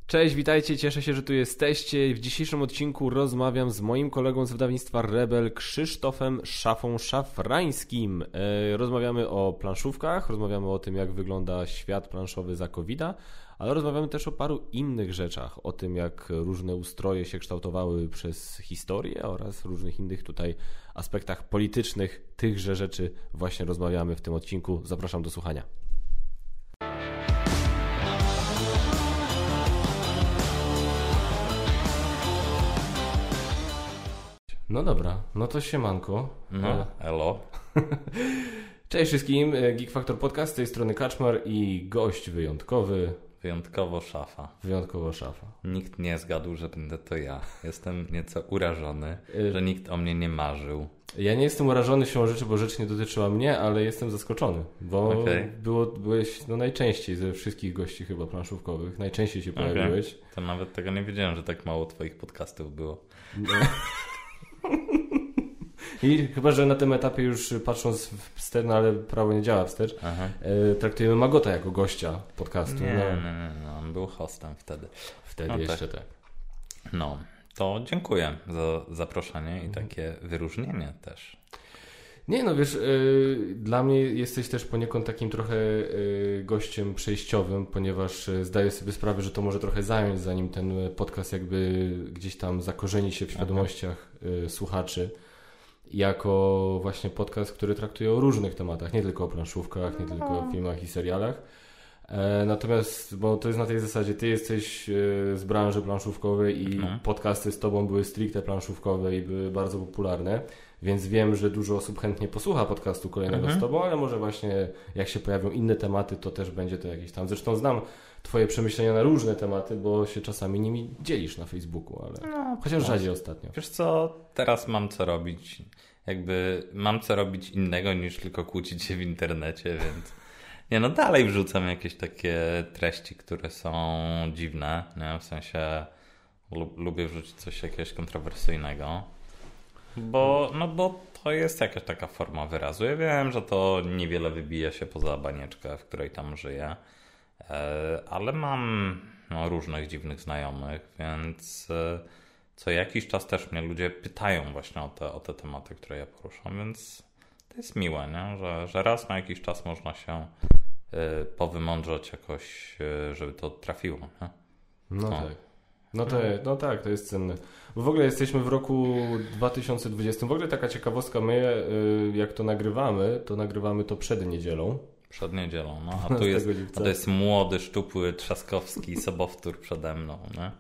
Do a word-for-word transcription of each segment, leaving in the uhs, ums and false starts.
Cześć, witajcie, cieszę się, że tu jesteście. W dzisiejszym odcinku rozmawiam z moim kolegą z wydawnictwa Rebel, Krzysztofem Szafą Szafrańskim. Rozmawiamy o planszówkach, rozmawiamy o tym, jak wygląda świat planszowy za kowida, ale rozmawiamy też o paru innych rzeczach, o tym, jak różne ustroje się kształtowały przez historię oraz różnych innych tutaj aspektach politycznych. Tychże rzeczy właśnie rozmawiamy w tym odcinku. Zapraszam do słuchania. No dobra, no to siemanko. No, elo. Cześć wszystkim, Geek Factor Podcast, z tej strony Kaczmar i gość wyjątkowy. Wyjątkowo Szafa. Wyjątkowo Szafa. Nikt nie zgadł, że będę to ja. Jestem nieco urażony, y- że nikt o mnie nie marzył. Ja nie jestem urażony siłą rzeczy, bo rzecz nie dotyczyła mnie, ale jestem zaskoczony, bo okay. było, byłeś no, najczęściej ze wszystkich gości chyba planszówkowych, najczęściej się pojawiłeś. Okay. To nawet tego nie wiedziałem, że tak mało twoich podcastów było. No. I chyba, że na tym etapie już patrząc wstecz, no ale prawo nie działa wstecz, e, traktujemy Magota jako gościa podcastu. Nie, no. nie, nie, nie, on był hostem wtedy. Wtedy no jeszcze tak. tak. No, to dziękuję za zaproszenie i takie wyróżnienie też. Nie no, wiesz, yy, dla mnie jesteś też poniekąd takim trochę yy, gościem przejściowym, ponieważ yy, zdaję sobie sprawę, że to może trochę zająć, zanim ten podcast jakby gdzieś tam zakorzeni się w świadomościach yy, słuchaczy. Jako właśnie podcast, który traktuje o różnych tematach, nie tylko o planszówkach, nie tylko o filmach i serialach. E, natomiast, bo to jest na tej zasadzie, ty jesteś e, z branży planszówkowej i no. podcasty z tobą były stricte planszówkowe i były bardzo popularne, więc wiem, że dużo osób chętnie posłucha podcastu kolejnego mhm. z tobą, ale może właśnie jak się pojawią inne tematy, to też będzie to jakieś tam. Zresztą znam twoje przemyślenia na różne tematy, bo się czasami nimi dzielisz na Facebooku, ale no, chociaż rzadziej ostatnio. Wiesz co, teraz mam co robić. Jakby mam co robić innego niż tylko kłócić się w internecie, więc nie no dalej wrzucam jakieś takie treści, które są dziwne, nie? W sensie lub, lubię wrzucić coś jakiegoś kontrowersyjnego, bo, no bo to jest jakaś taka forma wyrazu. Ja wiem, że to niewiele wybija się poza banieczkę, w której tam żyję, ale mam no, różnych dziwnych znajomych, więc co jakiś czas też mnie ludzie pytają właśnie o te, o te tematy, które ja poruszam, więc to jest miłe, nie? Że, że raz na jakiś czas można się y, powymądrzeć jakoś, y, żeby to trafiło. Nie? No, no tak. No, to, no tak, to jest cenne. Bo w ogóle jesteśmy w roku dwa tysiące dwudziestym. W ogóle taka ciekawostka, my y, jak to nagrywamy, to nagrywamy to przed niedzielą. Przed niedzielą, no. A tu jest, a to jest młody, szczupły, trzaskowski sobowtór przede mną, nie?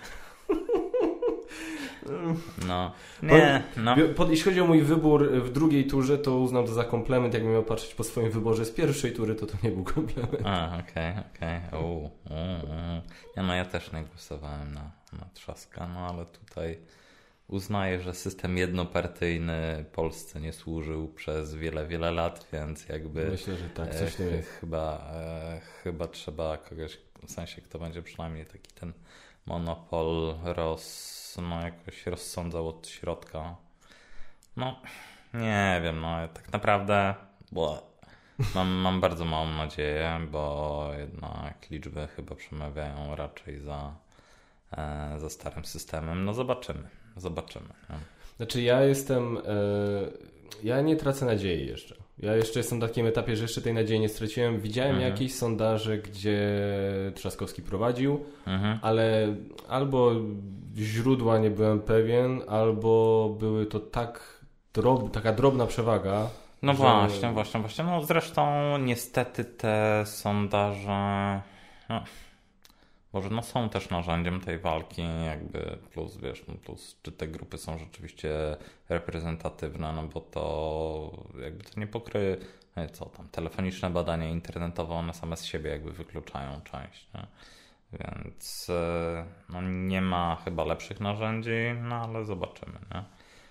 No, nie, no. Pod, jeśli chodzi o mój wybór w drugiej turze, to uznam to za komplement. Jakbym miał patrzeć po swoim wyborze z pierwszej tury, to to nie był komplement. A, okej, okay, okej. Okay. Nie, no ja też nie głosowałem na, na Trzaska, no ale tutaj uznaję, że system jednopartyjny Polsce nie służył przez wiele, wiele lat, więc jakby myślę, że tak, coś e, ch- chyba, e, chyba trzeba kogoś, w sensie kto będzie przynajmniej taki ten monopol roz no jakoś rozsądzał od środka. No, nie wiem, no tak naprawdę bo mam, mam bardzo małą nadzieję, bo jednak liczby chyba przemawiają raczej za, e, za starym systemem. No zobaczymy, zobaczymy. Nie? Znaczy ja jestem, e, ja nie tracę nadziei jeszcze. Ja jeszcze jestem na takim etapie, że jeszcze tej nadziei nie straciłem. Widziałem mhm. jakieś sondaże, gdzie Trzaskowski prowadził, mhm. ale albo źródła nie byłem pewien, albo były to tak drob, taka drobna przewaga. No że... właśnie, właśnie, właśnie. No zresztą niestety te sondaże no, może no są też narzędziem tej walki, jakby plus wiesz, no plus czy te grupy są rzeczywiście reprezentatywne, no bo to jakby to nie pokryje, co tam, telefoniczne badania internetowe, one same z siebie jakby wykluczają część, nie? Więc no nie ma chyba lepszych narzędzi, no ale zobaczymy, nie?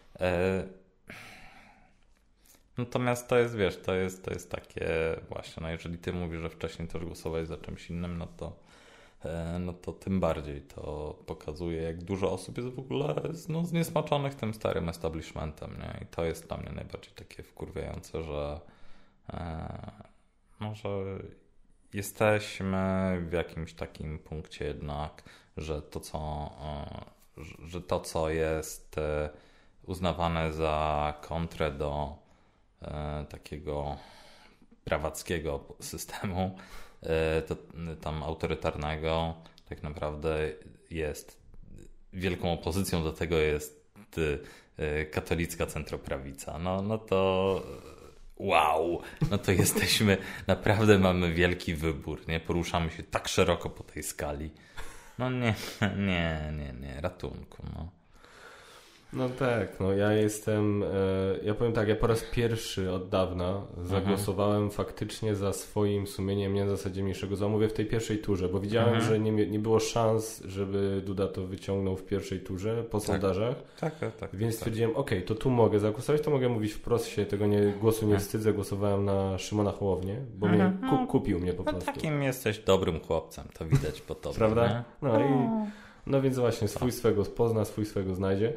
Natomiast to jest, wiesz, to jest, to jest takie właśnie, no jeżeli ty mówisz, że wcześniej też głosowałeś za czymś innym, no to no to tym bardziej to pokazuje, jak dużo osób jest w ogóle no, zniesmaczonych tym starym establishmentem, nie? I to jest dla mnie najbardziej takie wkurwiające, że, e, no, że jesteśmy w jakimś takim punkcie jednak, że to co, że to, co jest uznawane za kontrę do takiego prawackiego systemu, to tam autorytarnego, tak naprawdę jest wielką opozycją do tego jest katolicka centroprawica. No, no to wow, no to jesteśmy, naprawdę mamy wielki wybór, nie? Poruszamy się tak szeroko po tej skali. No nie, nie, nie, nie, ratunku, no. No tak, no ja jestem, ja powiem tak, ja po raz pierwszy od dawna zagłosowałem mhm. faktycznie za swoim sumieniem, nie na zasadzie mniejszego zła, mówię w tej pierwszej turze, bo widziałem, mhm. że nie, nie było szans, żeby Duda to wyciągnął w pierwszej turze po sondażach, tak, tak, tak, więc tak. stwierdziłem, okej, okay, to tu mogę zagłosować, to mogę mówić wprost, się tego nie, głosu nie wstydzę, głosowałem na Szymona Hołownię, bo mhm. mnie, ku, kupił mnie po no, prostu. Takim jesteś dobrym chłopcem, to widać po tobie. Prawda? Nie? No i no więc właśnie, swój swego pozna, swój swego znajdzie.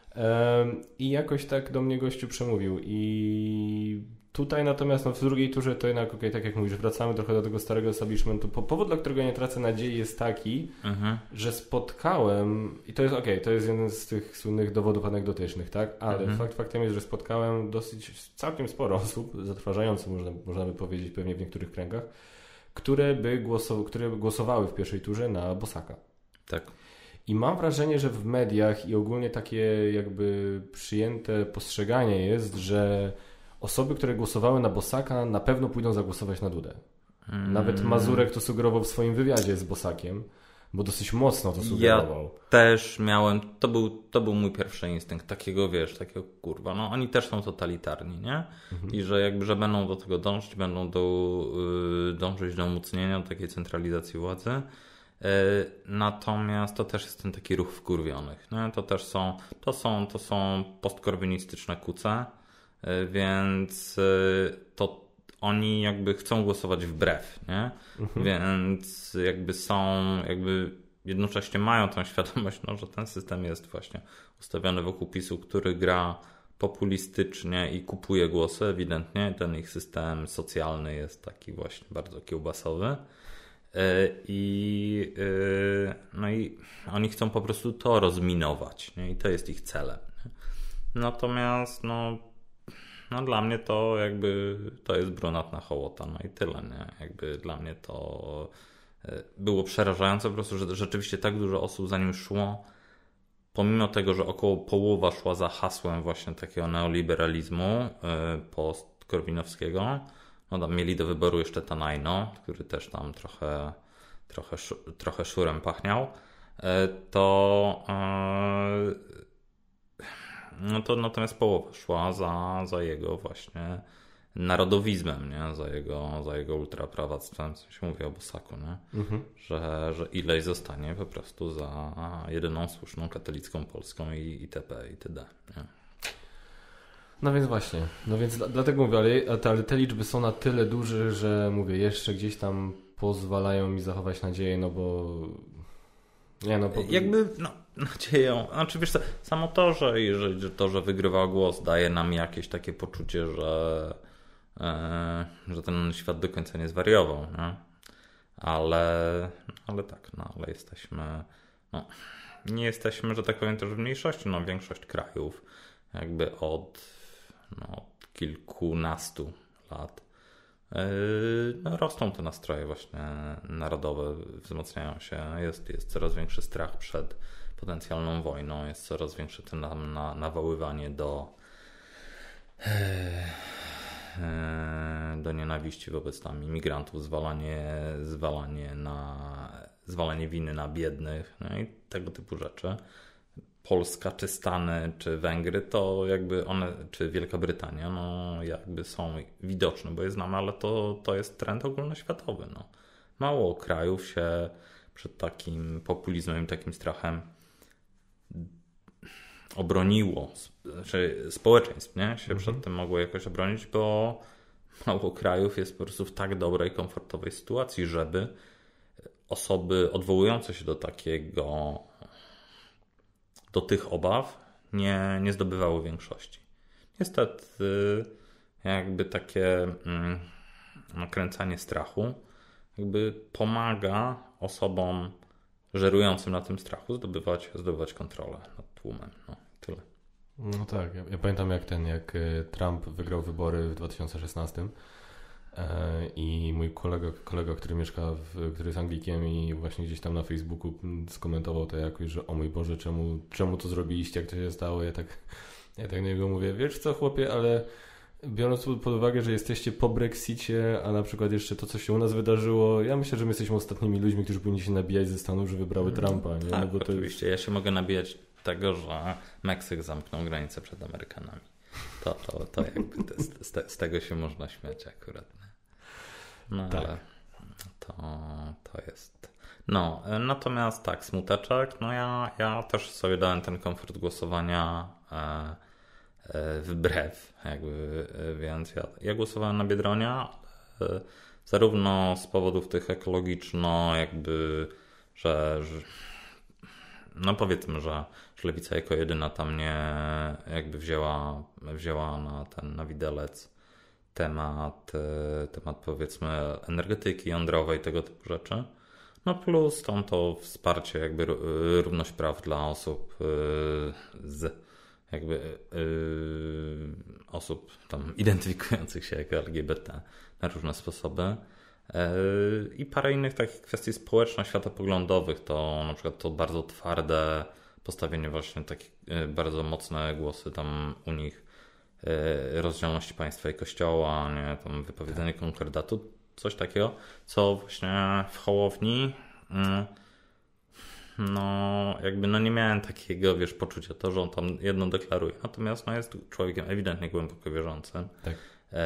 I jakoś tak do mnie gościu przemówił i tutaj natomiast no, w drugiej turze to jednak, okay, tak jak mówisz, wracamy trochę do tego starego establishmentu. Powód, dla którego nie tracę nadziei jest taki, mhm. że spotkałem, i to jest okej, okay, to jest jeden z tych słynnych dowodów anegdotycznych, tak? Ale mhm. fakt faktem jest, że spotkałem dosyć całkiem sporo osób, zatrważająco można, można by powiedzieć pewnie w niektórych kręgach, które by głosow- które by głosowały w pierwszej turze na Bosaka. Tak. I mam wrażenie, że w mediach i ogólnie takie jakby przyjęte postrzeganie jest, że osoby, które głosowały na Bosaka, na pewno pójdą zagłosować na Dudę. Mm. Nawet Mazurek to sugerował w swoim wywiadzie z Bosakiem, bo dosyć mocno to sugerował. Ja też miałem, to był, to był mój pierwszy instynkt, takiego wiesz, takiego kurwa, no oni też są totalitarni, nie? Mhm. I że jakby, że będą do tego dążyć, będą do, yy, dążyć do umocnienia, do takiej centralizacji władzy. Natomiast to też jest ten taki ruch wkurwionych. Nie? To też są, to są, to są postkorwinistyczne kuce, więc to oni jakby chcą głosować wbrew, nie? Mhm. Więc jakby są, jakby jednocześnie mają tą świadomość, no, że ten system jest właśnie ustawiony wokół PiSu, który gra populistycznie i kupuje głosy, ewidentnie. Ten ich system socjalny jest taki właśnie bardzo kiełbasowy. I, no i oni chcą po prostu to rozminować, nie? I to jest ich celem. Nie? Natomiast no, no dla mnie to jakby to jest brunatna hołota, no i tyle, nie? Jakby dla mnie to było przerażające po prostu, że rzeczywiście tak dużo osób za nim szło, pomimo tego, że około połowa szła za hasłem właśnie takiego neoliberalizmu post-korwinowskiego. No tam mieli do wyboru jeszcze Tanajno, który też tam trochę, trochę, trochę szurem pachniał, to, no to natomiast połowa szła za, za jego właśnie narodowizmem, nie? Za jego, za jego ultraprawactwem, co się mówi o Bosaku, nie? Mhm. Że, że ileś zostanie po prostu za jedyną słuszną katolicką Polską i itp. itd. Nie? No więc właśnie, no więc dlatego mówię, ale te, ale te liczby są na tyle duże, że mówię, jeszcze gdzieś tam pozwalają mi zachować nadzieję, no bo nie no. Bo... Jakby no, nadzieją, znaczy wiesz co, samo to, że, że to, że wygrywa głos daje nam jakieś takie poczucie, że, yy, że ten świat do końca nie zwariował, nie? Ale, ale tak, no ale jesteśmy, no, nie jesteśmy, że tak powiem, też w mniejszości, no większość krajów jakby od No, od kilkunastu lat yy, no, rosną te nastroje właśnie narodowe, wzmacniają się, jest, jest coraz większy strach przed potencjalną wojną, jest coraz większe ten na, na, nawoływanie do yy, yy, do nienawiści wobec tam imigrantów, zwalanie, zwalanie, na, zwalanie winy na biednych, no i tego typu rzeczy. Polska, czy Stany, czy Węgry, to jakby one, czy Wielka Brytania, no jakby są widoczne, bo je znamy, ale to, to jest trend ogólnoświatowy. No. Mało krajów się przed takim populizmem i takim strachem obroniło, znaczy społeczeństw, nie? Się mhm. przed tym mogło jakoś obronić, bo mało krajów jest po prostu w tak dobrej, komfortowej sytuacji, żeby osoby odwołujące się do takiego do tych obaw nie, nie zdobywały większości. Niestety jakby takie nakręcanie strachu jakby pomaga osobom żerującym na tym strachu zdobywać, zdobywać kontrolę nad tłumem. No, tyle. No tak, ja, ja pamiętam jak ten, jak Trump wygrał wybory w dwa tysiące szesnastym e, i mój kolega, kolega, który mieszka, w, który jest Anglikiem i właśnie gdzieś tam na Facebooku skomentował to jakoś, że o mój Boże, czemu, czemu to zrobiliście, jak to się stało? Ja tak, ja tak na niego mówię, wiesz co chłopie, ale biorąc pod uwagę, że jesteście po Brexicie, a na przykład jeszcze to, co się u nas wydarzyło, ja myślę, że my jesteśmy ostatnimi ludźmi, którzy powinni się nabijać ze Stanów, że wybrały Trumpa. Nie? Tak, no bo to oczywiście. Jest... Ja się mogę nabijać tego, że Meksyk zamknął granicę przed Amerykanami. To, to, to jakby to z, z, z tego się można śmiać akurat. Nie? No tak. Ale to, to jest... No, natomiast tak, smuteczek, no ja, ja też sobie dałem ten komfort głosowania e, wbrew, jakby, więc ja, ja głosowałem na Biedronia zarówno z powodów tych ekologiczno, jakby, że, że no powiedzmy, że, że Lewica jako jedyna tam nie jakby wzięła, wzięła na ten, na widelec temat, temat powiedzmy energetyki jądrowej, tego typu rzeczy. No plus tam to wsparcie, jakby równość praw dla osób z jakby yy, osób tam identyfikujących się jako L G B T na różne sposoby yy, i parę innych takich kwestii społeczno-światopoglądowych, to na przykład to bardzo twarde postawienie właśnie takich yy, bardzo mocne głosy tam u nich yy, rozdzielności państwa i kościoła, nie, tam wypowiedzenie konkordatu, coś takiego, co właśnie w Hołowni yy, no jakby no nie miałem takiego, wiesz, poczucia to, że on tam jedno deklaruje. Natomiast no jest człowiekiem ewidentnie głęboko wierzącym. Tak. Eee,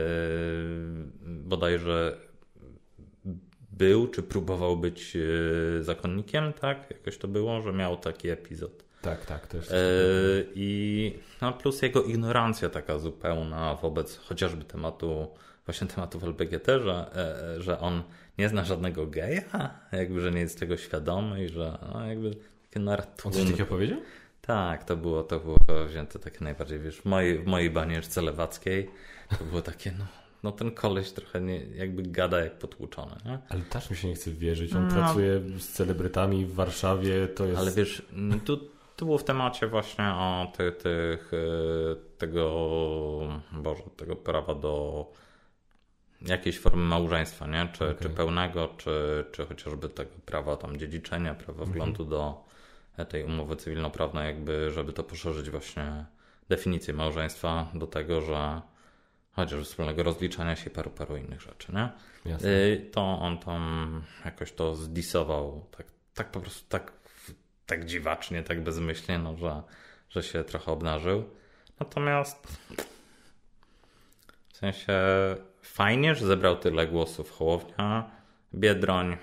bodajże był, czy próbował być e, zakonnikiem, tak? Jakoś to było, że miał taki epizod. Tak, tak. Też eee, I no plus jego ignorancja taka zupełna wobec chociażby tematu, właśnie tematów L G B T, że, e, że on nie zna żadnego geja, jakby, że nie jest tego świadomy i że no, jakby takie narratywy. On coś takiego powiedział? Tak, to było, to było wzięte takie najbardziej, wiesz, w mojej, w mojej banieczce lewackiej to było takie, no, no ten koleś trochę nie, jakby gada jak potłuczony, nie? Ale też mi się nie chce wierzyć, on no. pracuje z celebrytami w Warszawie, to jest... Ale wiesz, tu, tu było w temacie właśnie o ty, tych, tego, Boże, tego prawa do jakiejś formy małżeństwa, nie? Czy, okay. czy pełnego, czy, czy chociażby tego prawa tam dziedziczenia, prawa wglądu mm-hmm. do tej umowy cywilnoprawnej, jakby, żeby to poszerzyć właśnie definicję małżeństwa do tego, że chociaż wspólnego rozliczania się paru, paru innych rzeczy, nie? Jasne. To on tam jakoś to zdisował tak, tak po prostu tak, tak dziwacznie, tak bezmyślnie, no, że, że się trochę obnażył. Natomiast w sensie fajnie, że zebrał tyle głosów Hołownia. Biedroń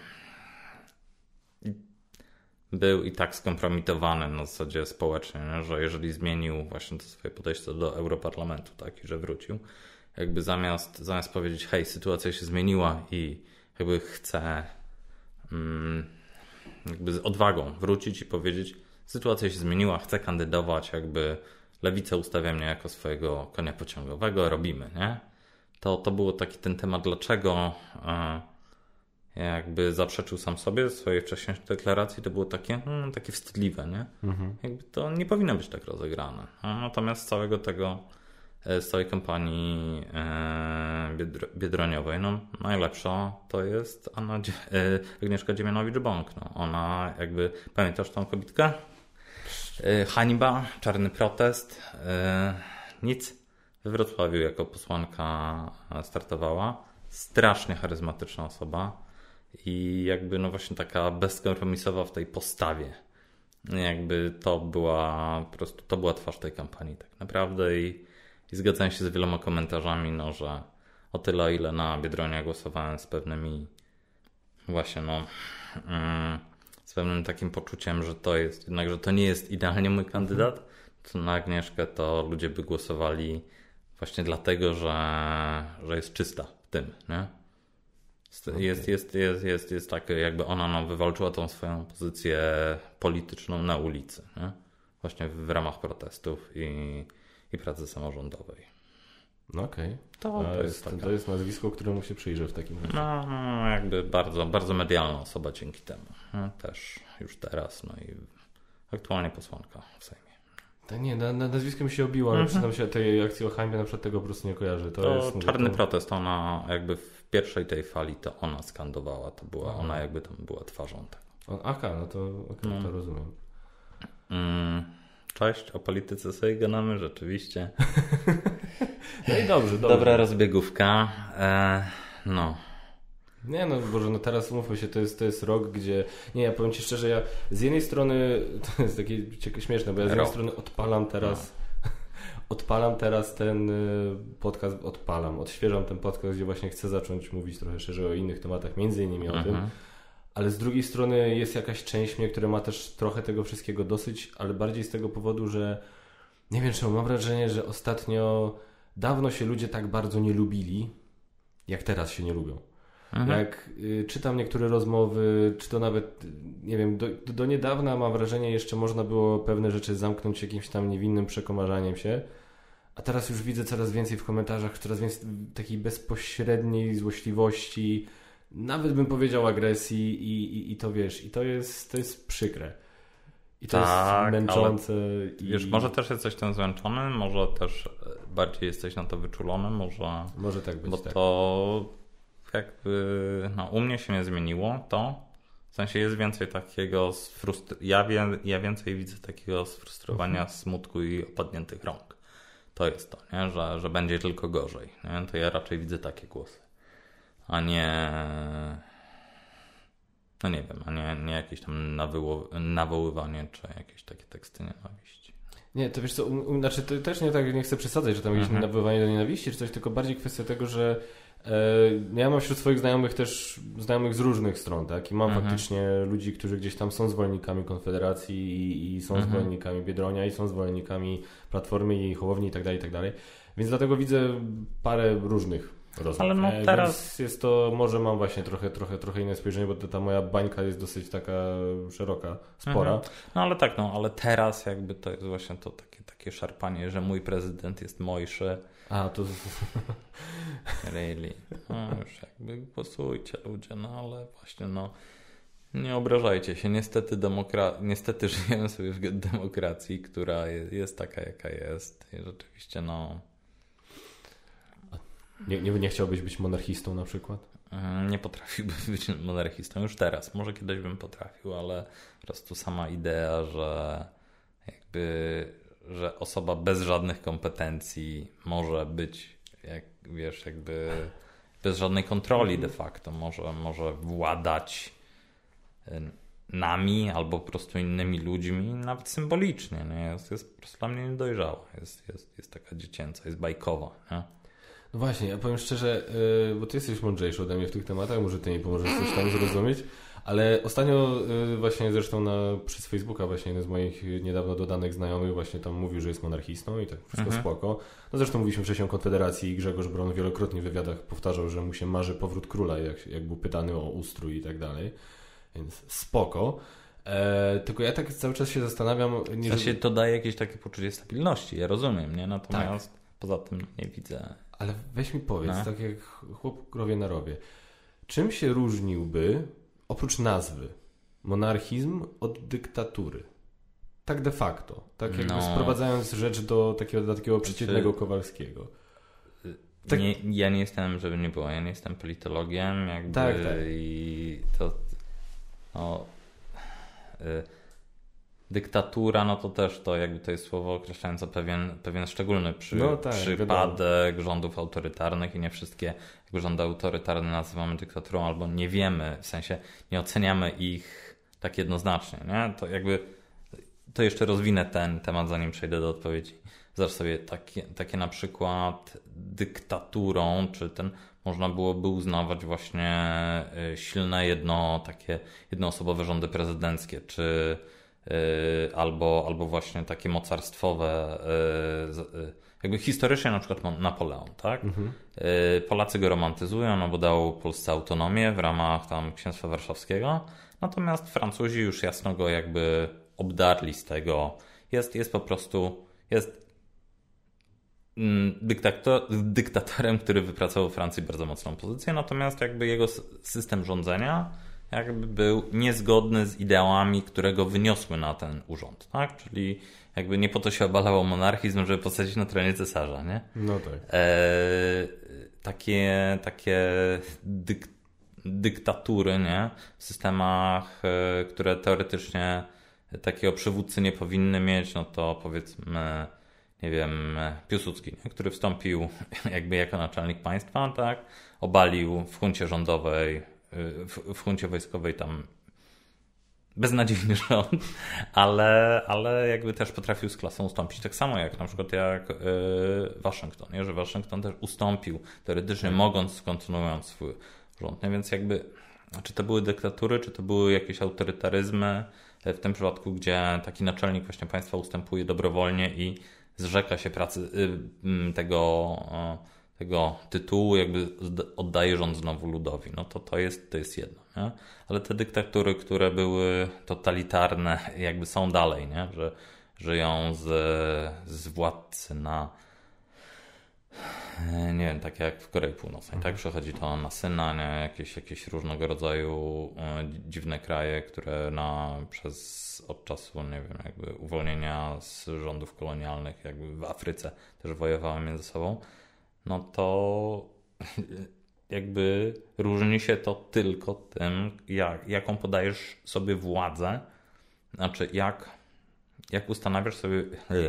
był i tak skompromitowany na zasadzie społecznie, nie? Że jeżeli zmienił właśnie to swoje podejście do Europarlamentu, tak, i że wrócił, jakby zamiast, zamiast powiedzieć, hej, sytuacja się zmieniła i jakby chce mm, jakby z odwagą wrócić i powiedzieć, sytuacja się zmieniła, chcę kandydować, jakby Lewica ustawia mnie jako swojego konia pociągowego, robimy, nie? To, to było taki ten temat, dlaczego e, jakby zaprzeczył sam sobie swojej wcześniejszej deklaracji, to było takie, hmm, takie wstydliwe, nie? Mhm. Jakby to nie powinno być tak rozegrane. Natomiast z całego tego, z całej kampanii e, biedro, biedroniowej, no najlepsza to jest Anna, e, Agnieszka Dziemianowicz-Bąk. No, ona jakby, pamiętasz tą kobitkę? E, hańba, czarny protest, e, nic. We Wrocławiu jako posłanka startowała. Strasznie charyzmatyczna osoba i jakby no właśnie taka bezkompromisowa w tej postawie. Jakby to była po prostu, to była twarz tej kampanii tak naprawdę i, i zgadzałem się z wieloma komentarzami, no że o tyle, o ile na Biedronia głosowałem z pewnymi właśnie no mm, z pewnym takim poczuciem, że to jest jednak, że to nie jest idealnie mój kandydat, to na Agnieszkę to ludzie by głosowali właśnie dlatego, że, że jest czysta w tym, nie? Okay. Jest, jest, jest, jest, jest tak, jakby ona no, wywalczyła tą swoją pozycję polityczną na ulicy, nie? Właśnie w ramach protestów i, i pracy samorządowej. No okej. Okay. To, to, jest, taka... to jest nazwisko, któremu się przyjrzę w takim razie. No, no jakby bardzo, bardzo medialna osoba dzięki temu. No, też już teraz, no i aktualnie posłanka w Sejmie. Tak nie, na, na nazwiskiem się obiło, ale mm-hmm. przyznam się tej akcji o hańbie na przykład tego po prostu nie kojarzę. To, to jest czarny to... protest, ona jakby w pierwszej tej fali to ona skandowała, to była, ona jakby tam była twarzą tego. Aha, no to, okay, no. to rozumiem. Mm, cześć, o polityce sobie gadamy, rzeczywiście. No i dobrze, dobrze. Dobra rozbiegówka. E, no. Nie no, Boże, no teraz umówmy się, to jest, to jest rok, gdzie... Nie, ja powiem Ci szczerze, ja z jednej strony, to jest takie ciekawe, śmieszne, bo ja z jednej rok. strony odpalam teraz no. odpalam teraz ten podcast, odpalam, odświeżam ten podcast, gdzie właśnie chcę zacząć mówić trochę szerzej o innych tematach, między innymi o mhm. tym, ale z drugiej strony jest jakaś część mnie, która ma też trochę tego wszystkiego dosyć, ale bardziej z tego powodu, że nie wiem czemu, mam wrażenie, że ostatnio dawno się ludzie tak bardzo nie lubili, jak teraz się nie lubią. Mhm. Jak y, czytam niektóre rozmowy, czy to nawet, nie wiem, do, do niedawna mam wrażenie, jeszcze można było pewne rzeczy zamknąć jakimś tam niewinnym przekomarzaniem się, a teraz już widzę coraz więcej w komentarzach, coraz więcej takiej bezpośredniej złośliwości, nawet bym powiedział agresji i, i, i to wiesz, i to jest, to jest przykre. I to tak, jest męczące. I... Wiesz, może też jesteś tym zmęczony, może też bardziej jesteś na to wyczulony, może... Może tak być, bo tak. to jakby, no u mnie się nie zmieniło to, w sensie jest więcej takiego sfrustr... ja, wie, ja więcej widzę takiego sfrustrowania, mhm. smutku i opadniętych rąk. To jest to, nie? Że, że będzie tylko gorzej. Nie? To ja raczej widzę takie głosy, a nie... No nie wiem, a nie, nie jakieś tam nawyło, nawoływanie, czy jakieś takie teksty nienawiści. Nie, to wiesz co, um, um, znaczy to też nie tak, nie chcę przesadzać, że tam jakieś mhm. nawoływanie do nienawiści, czy coś, tylko bardziej kwestia tego, że e, ja mam wśród swoich znajomych też znajomych z różnych stron, tak? I mam mhm. faktycznie ludzi, którzy gdzieś tam są zwolennikami Konfederacji i, i są mhm. zwolennikami Biedronia i są zwolennikami Platformy i Hołowni i tak dalej, i tak dalej. Więc dlatego widzę parę różnych rozmów. Ale no teraz... Więc jest to, może mam właśnie trochę, trochę, trochę inne spojrzenie, bo ta moja bańka jest dosyć taka szeroka, spora. Mhm. No ale tak, no ale teraz jakby to jest właśnie to takie, takie szarpanie, że mój prezydent jest mojszy. A, to... really. No już jakby głosujcie ludzie, no ale właśnie no nie obrażajcie się. Niestety demokra... niestety żyjemy sobie w demokracji, która jest taka jaka jest i rzeczywiście no Nie, nie, nie chciałbyś być monarchistą na przykład? Nie potrafiłbym być monarchistą już teraz. Może kiedyś bym potrafił, ale po prostu sama idea, że jakby, że osoba bez żadnych kompetencji może być, jak wiesz, jakby bez żadnej kontroli de facto może, może władać nami albo po prostu innymi ludźmi, nawet symbolicznie. Nie? Jest, jest po prostu dla mnie niedojrzała. Jest, jest, jest taka dziecięca, jest bajkowa. Nie? No właśnie, ja powiem szczerze, yy, bo ty jesteś mądrzejszy ode mnie w tych tematach, może ty mi pomożesz coś tam zrozumieć, ale ostatnio yy, właśnie zresztą na, przez Facebooka właśnie jeden z moich niedawno dodanych znajomych właśnie tam mówił, że jest monarchistą i tak wszystko mhm. spoko. No zresztą mówiliśmy wcześniej o Konfederacji i Grzegorz Braun wielokrotnie w wywiadach powtarzał, że mu się marzy powrót króla, jak, jak był pytany o ustrój i tak dalej, więc spoko. E, tylko ja tak cały czas się zastanawiam... Nie, w sensie to daje jakieś takie poczucie stabilności, ja rozumiem, nie? Natomiast tak. Poza tym nie widzę... Ale weź mi powiedz, no. tak jak chłop krowie na rowie, czym się różniłby, oprócz nazwy, monarchizm od dyktatury? Tak de facto, tak jakby no. sprowadzając rzecz do takiego, do takiego przeciwnego Kowalskiego. Tak... Nie, ja nie jestem, żeby nie było, ja nie jestem politologiem, jakby tak, tak. I to no, y, dyktatura, no to też to jakby to jest słowo określające pewien, pewien szczególny przy, no tak, przypadek wiadomo. Rządów autorytarnych i nie wszystkie jakby rządy autorytarne nazywamy dyktaturą albo nie wiemy, w sensie nie oceniamy ich tak jednoznacznie, nie? To jakby to jeszcze rozwinę ten temat, zanim przejdę do odpowiedzi. Zobacz sobie, takie, takie na przykład dyktaturą, czy ten można byłoby uznawać właśnie silne jedno takie jednoosobowe rządy prezydenckie, czy albo, albo właśnie takie mocarstwowe, jakby historycznie na przykład Napoleon, tak? Mhm. Polacy go romantyzują, no bo dał Polsce autonomię w ramach tam Księstwa Warszawskiego, natomiast Francuzi już jasno go jakby obdarli z tego. Jest, jest po prostu, jest dyktator, dyktatorem, który wypracował w Francji bardzo mocną pozycję, natomiast jakby jego system rządzenia jakby był niezgodny z ideałami, które go wyniosły na ten urząd, tak? Czyli jakby nie po to się obalało monarchizm, żeby posadzić na tronie cesarza, nie? No tak. E, takie takie dyk, dyktatury, nie? W systemach, e, które teoretycznie takiego przywódcy nie powinny mieć, no to powiedzmy, nie wiem, Piłsudski, nie? Który wstąpił jakby jako naczelnik państwa, tak? Obalił w huncie rządowej, w, w huncie wojskowej tam beznadziejny rząd, ale, ale jakby też potrafił z klasą ustąpić. Tak samo jak na przykład jak yy, Waszyngton, nie? Że Waszyngton też ustąpił teoretycznie, hmm. mogąc, kontynuując swój rząd. Nie? Więc jakby, czy to były dyktatury, czy to były jakieś autorytaryzmy, w tym przypadku, gdzie taki naczelnik właśnie państwa ustępuje dobrowolnie i zrzeka się pracy yy, tego, yy, tego tytułu, jakby oddaje rząd znowu ludowi. No to to jest, to jest jedno. Nie? Ale te dyktatury, które były totalitarne, jakby są dalej, nie? Że żyją z, z władcy na, nie wiem, tak jak w Korei Północnej, mhm. tak? Przechodzi to na syna, nie? Jakieś, jakieś różnego rodzaju dziwne kraje, które na, przez, od czasu, nie wiem, jakby uwolnienia z rządów kolonialnych, jakby w Afryce też wojowały między sobą. No to jakby różni się to tylko tym, jak, jaką podajesz sobie władzę, znaczy jak, jak ustanawiasz sobie,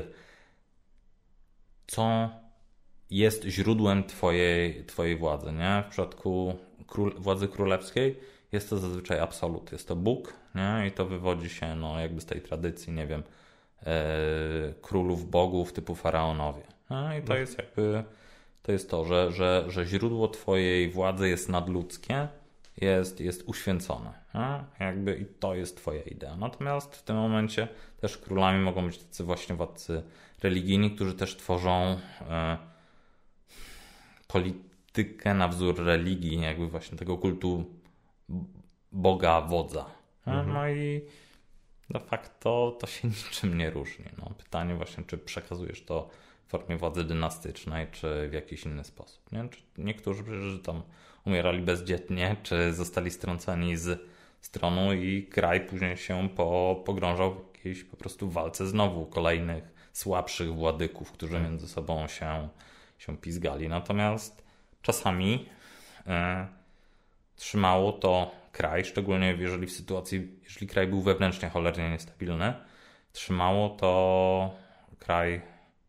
co jest źródłem twojej, twojej władzy, nie? W przypadku król, władzy królewskiej jest to zazwyczaj absolut, jest to Bóg, nie? I to wywodzi się no, jakby z tej tradycji, nie wiem, e, królów, bogów typu faraonowie. No? I to jest jakby... To jest to, że, że, że źródło twojej władzy jest nadludzkie, jest, jest uświęcone. Nie? Jakby i to jest twoja idea. Natomiast w tym momencie też królami mogą być tacy właśnie władcy religijni, którzy też tworzą e, politykę na wzór religii, jakby właśnie tego kultu Boga, wodza. Mhm. No i de facto to się niczym nie różni. No, pytanie właśnie, czy przekazujesz to w formie władzy dynastycznej, czy w jakiś inny sposób. Nie? Czy niektórzy przecież tam umierali bezdzietnie, czy zostali strąceni z stronu i kraj później się po, pogrążał w jakiejś po prostu walce znowu kolejnych słabszych władyków, którzy między sobą się, się pizgali. Natomiast czasami e, trzymało to kraj, szczególnie jeżeli w sytuacji, jeżeli kraj był wewnętrznie cholernie niestabilny, trzymało to kraj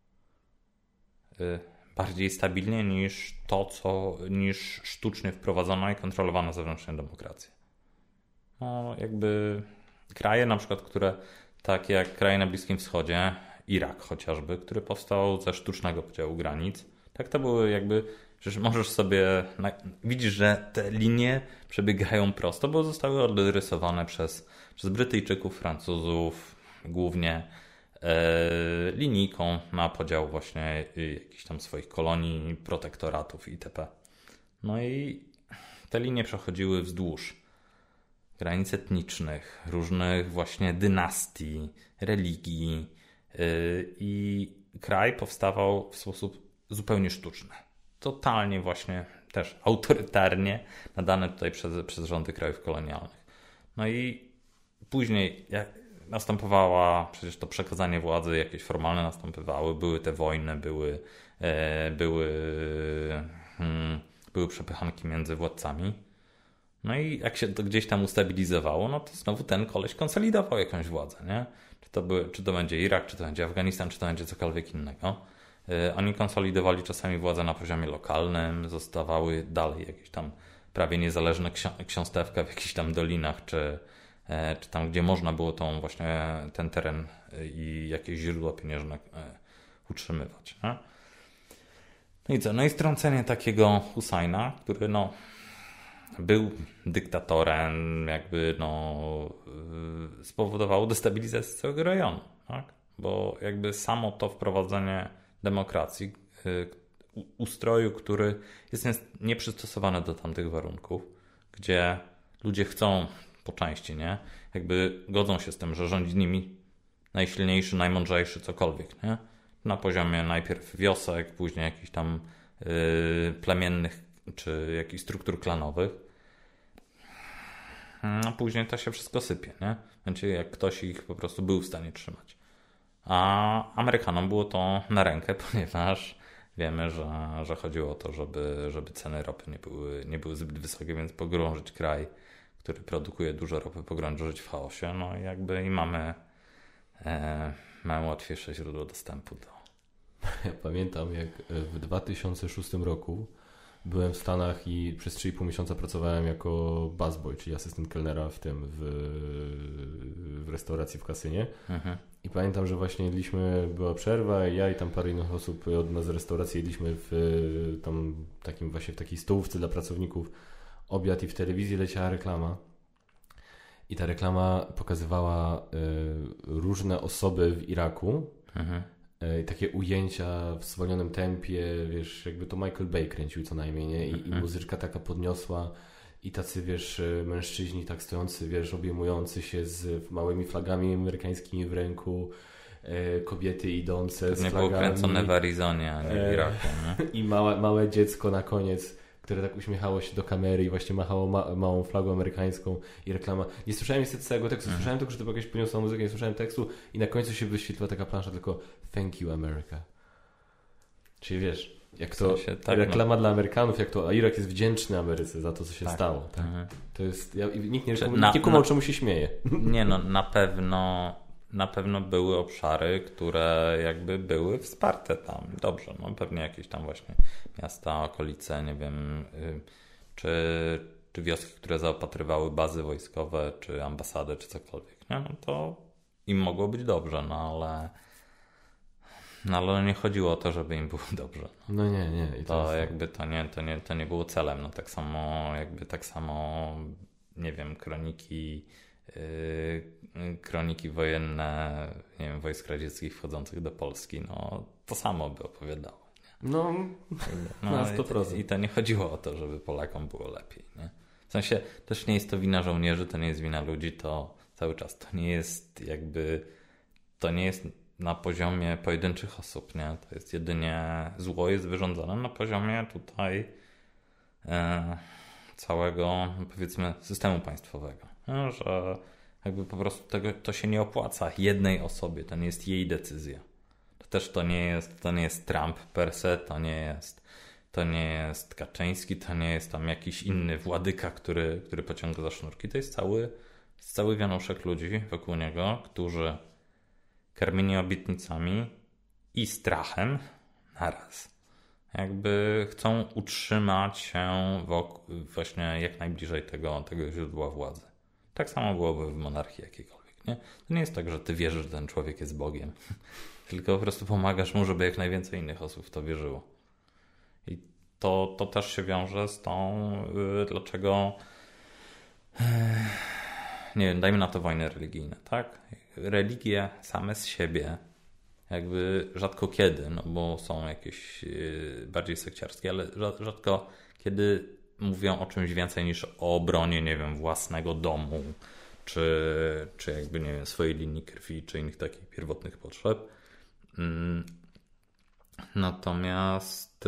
bardziej stabilnie niż to, co niż sztucznie wprowadzona i kontrolowana zewnętrznie demokracja. No, jakby kraje na przykład, które takie jak kraje na Bliskim Wschodzie, Irak chociażby, który powstał ze sztucznego podziału granic, tak to były jakby, że możesz sobie, widzisz, że te linie przebiegają prosto, bo zostały odrysowane przez, przez Brytyjczyków, Francuzów głównie, linijką na podział właśnie jakichś tam swoich kolonii, protektoratów itp. No i te linie przechodziły wzdłuż granic etnicznych, różnych właśnie dynastii, religii i kraj powstawał w sposób zupełnie sztuczny. Totalnie właśnie też autorytarnie nadane tutaj przez, przez rządy krajów kolonialnych. No i później jak następowała przecież to przekazanie władzy, jakieś formalne następowały, były te wojny, były, e, były, hmm, były przepychanki między władcami. No i jak się to gdzieś tam ustabilizowało, no to znowu ten koleś konsolidował jakąś władzę, nie? Czy to, by, czy to będzie Irak, czy to będzie Afganistan, czy to będzie cokolwiek innego. E, oni konsolidowali czasami władzę na poziomie lokalnym, zostawały dalej jakieś tam prawie niezależne ksi- ksiąstewka w jakichś tam dolinach, czy czy tam, gdzie można było tą właśnie ten teren i jakieś źródła pieniężne utrzymywać. Nie? No i co? No i strącenie takiego Husajna, który no był dyktatorem, jakby no spowodowało destabilizację całego rejonu. Tak? Bo jakby samo to wprowadzenie demokracji, ustroju, który jest nieprzystosowany do tamtych warunków, gdzie ludzie chcą po części, nie? Jakby godzą się z tym, że rządzi nimi najsilniejszy, najmądrzejszy, cokolwiek, nie? na poziomie najpierw wiosek, później jakichś tam yy, plemiennych czy jakichś struktur klanowych. A później to się wszystko sypie, nie? Będzie jak ktoś ich po prostu był w stanie trzymać. A Amerykanom było to na rękę, ponieważ wiemy, że, że chodziło o to, żeby, żeby ceny ropy nie były, nie były zbyt wysokie, więc pogrążyć kraj, który produkuje dużo ropy, pogrążyć w chaosie. No i jakby i mamy, e, mamy łatwiejsze źródło dostępu do... Ja pamiętam, jak w dwa tysiące szóstym roku byłem w Stanach i przez trzy i pół miesiąca pracowałem jako busboy, czyli asystent kelnera w tym, w, w restauracji w kasynie. Mhm. I pamiętam, że właśnie jedliśmy, była przerwa i ja i tam parę innych osób od nas z restauracji jedliśmy w tam takim właśnie w takiej stołówce dla pracowników obiad i w telewizji leciała reklama. I ta reklama pokazywała y, różne osoby w Iraku. Mhm. I takie ujęcia w zwolnionym tempie, wiesz, jakby to Michael Bay kręcił co najmniej, nie? I, mhm. i muzyczka taka podniosła i tacy, wiesz, mężczyźni tak stojący, wiesz, obejmujący się z małymi flagami amerykańskimi w ręku, e, kobiety idące to z nie flagami. było kręcone w Arizonie, a nie w Iraku, nie? I małe, małe dziecko na koniec, które tak uśmiechało się do kamery i właśnie machało ma- małą flagą amerykańską i reklama. Nie słyszałem niestety całego tekstu, mm. słyszałem tylko, że to była jakaś poniosła muzyka, nie słyszałem tekstu i na końcu się wyświetliła taka plansza tylko Thank you America. Czyli wiesz, jak to w sensie, tak, reklama no. dla Amerykanów, jak to a Irak jest wdzięczny Ameryce za to, co się tak. stało. Tak? Mhm. To jest, ja, nikt nie, nikt na, nie kumał, na, czemu się śmieje. Nie no, na pewno na pewno były obszary, które jakby były wsparte tam. Dobrze, no pewnie jakieś tam właśnie miasta, okolice, nie wiem, czy, czy wioski, które zaopatrywały bazy wojskowe, czy ambasady, czy cokolwiek, nie? No to im mogło być dobrze, no ale no ale nie chodziło o to, żeby im było dobrze. No nie, nie. I to to jakby to nie, to, nie, to nie było celem. No tak samo jakby tak samo nie wiem, kroniki Yy, kroniki wojenne, nie wiem, wojsk radzieckich wchodzących do Polski, no to samo by opowiadało. Nie? No, no na sto procent. I to, I to nie chodziło o to, żeby Polakom było lepiej. Nie? W sensie też nie jest to wina żołnierzy, to nie jest wina ludzi, to cały czas to nie jest jakby, to nie jest na poziomie pojedynczych osób, nie? To jest jedynie zło jest wyrządzone na poziomie tutaj e, całego, powiedzmy, systemu państwowego. No, że jakby po prostu tego, to się nie opłaca jednej osobie, to nie jest jej decyzja. To też to nie jest, to nie jest Trump per se, to nie jest, to nie jest Kaczyński, to nie jest tam jakiś inny władyka, który, który pociąga za sznurki. To jest cały, jest cały wianuszek ludzi wokół niego, którzy karmieni obietnicami i strachem naraz jakby chcą utrzymać się wokół, właśnie jak najbliżej tego, tego źródła władzy. Tak samo byłoby w monarchii jakiejkolwiek, nie? To nie jest tak, że ty wierzysz, że ten człowiek jest Bogiem, tylko po prostu pomagasz mu, żeby jak najwięcej innych osób w to wierzyło. I to, to też się wiąże z tą, yy, dlaczego yy, nie wiem, dajmy na to wojny religijne, tak? Religie same z siebie jakby rzadko kiedy, no bo są jakieś yy, bardziej sekciarskie, ale rzadko kiedy mówią o czymś więcej niż o obronie, nie wiem, własnego domu, czy, czy jakby, nie wiem, swojej linii krwi, czy innych takich pierwotnych potrzeb. Natomiast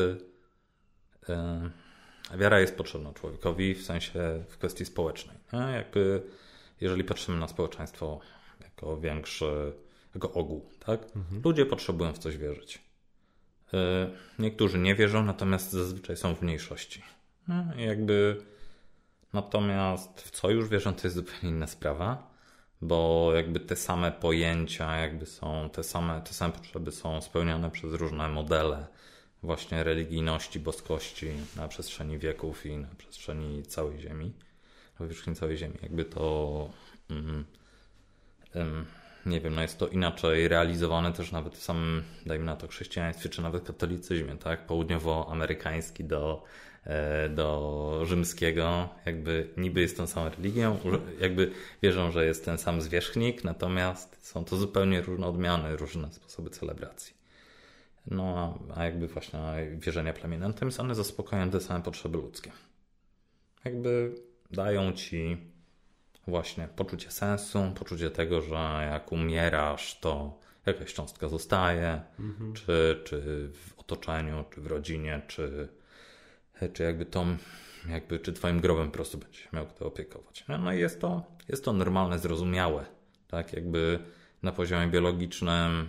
yy, wiara jest potrzebna człowiekowi w sensie w kwestii społecznej. Nie? Jakby, jeżeli patrzymy na społeczeństwo jako większy, jako ogół, tak? Mhm. Ludzie potrzebują w coś wierzyć. Yy, niektórzy nie wierzą, natomiast zazwyczaj są w mniejszości. No, jakby natomiast w co już wierzą, to jest zupełnie inna sprawa, bo jakby te same pojęcia, jakby są te same, te same potrzeby są spełnione przez różne modele właśnie religijności, boskości na przestrzeni wieków i na przestrzeni całej Ziemi, na powierzchni całej Ziemi. Jakby to mm, mm, nie wiem, no jest to inaczej realizowane też nawet w samym, dajmy na to, chrześcijaństwie, czy nawet katolicyzmie, tak? Południowoamerykański do do rzymskiego, jakby niby jest tą samą religią, jakby wierzą, że jest ten sam zwierzchnik, natomiast są to zupełnie różne odmiany, różne sposoby celebracji. No, a jakby właśnie wierzenia plemienne, natomiast one zaspokajają te same potrzeby ludzkie. Jakby dają ci właśnie poczucie sensu, poczucie tego, że jak umierasz, to jakaś cząstka zostaje, Mhm. czy, czy w otoczeniu, czy w rodzinie, czy, czy jakby tą, jakby, czy twoim grobem po prostu będzie się miał kto opiekować. No, no i jest to, jest to normalne, zrozumiałe, tak, jakby na poziomie biologicznym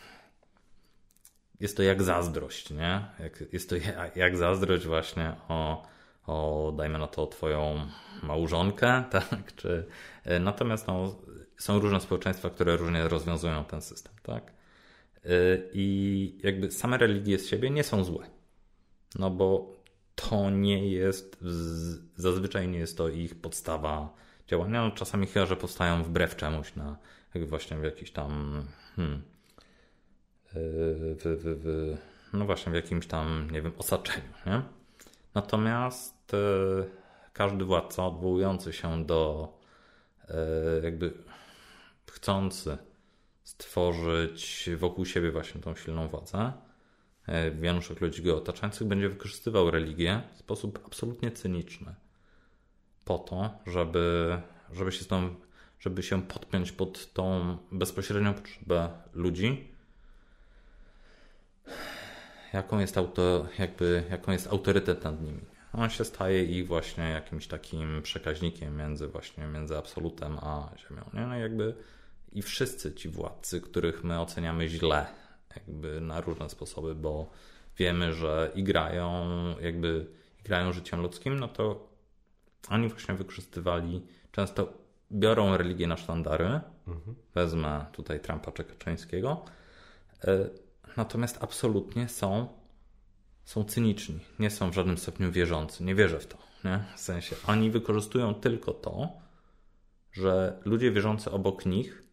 jest to jak zazdrość, nie? Jak, jest to jak, jak zazdrość właśnie o, o, dajmy na to, twoją małżonkę, tak? Czy, natomiast no, są różne społeczeństwa, które różnie rozwiązują ten system, tak? I jakby same religie z siebie nie są złe, no bo to nie jest, zazwyczaj nie jest to ich podstawa działania. No, czasami chyba, że powstają wbrew czemuś, na, jak właśnie w jakiś tam... Hmm, W, w, w, no właśnie w jakimś tam, nie wiem, osaczeniu, nie? Natomiast e, każdy władca odwołujący się do e, jakby chcący stworzyć wokół siebie właśnie tą silną władzę, e, wielu ludzi go otaczających będzie wykorzystywał religię w sposób absolutnie cyniczny po to, żeby, żeby się z tą, żeby się podpiąć pod tą bezpośrednią potrzebę ludzi, jaką jest, auto, jakby, jaką jest autorytet nad nimi. On się staje ich właśnie jakimś takim przekaźnikiem między właśnie między absolutem a ziemią. Nie? No jakby i wszyscy ci władcy, których my oceniamy źle, jakby na różne sposoby, bo wiemy, że igrają, jakby igrają życiem ludzkim, no to oni właśnie wykorzystywali, często biorą religię na sztandary. Mhm. Wezmę tutaj Trumpa czy Kaczyńskiego. Natomiast absolutnie są, są cyniczni. Nie są w żadnym stopniu wierzący. Nie wierzę w to. Nie? W sensie oni wykorzystują tylko to, że ludzie wierzący obok nich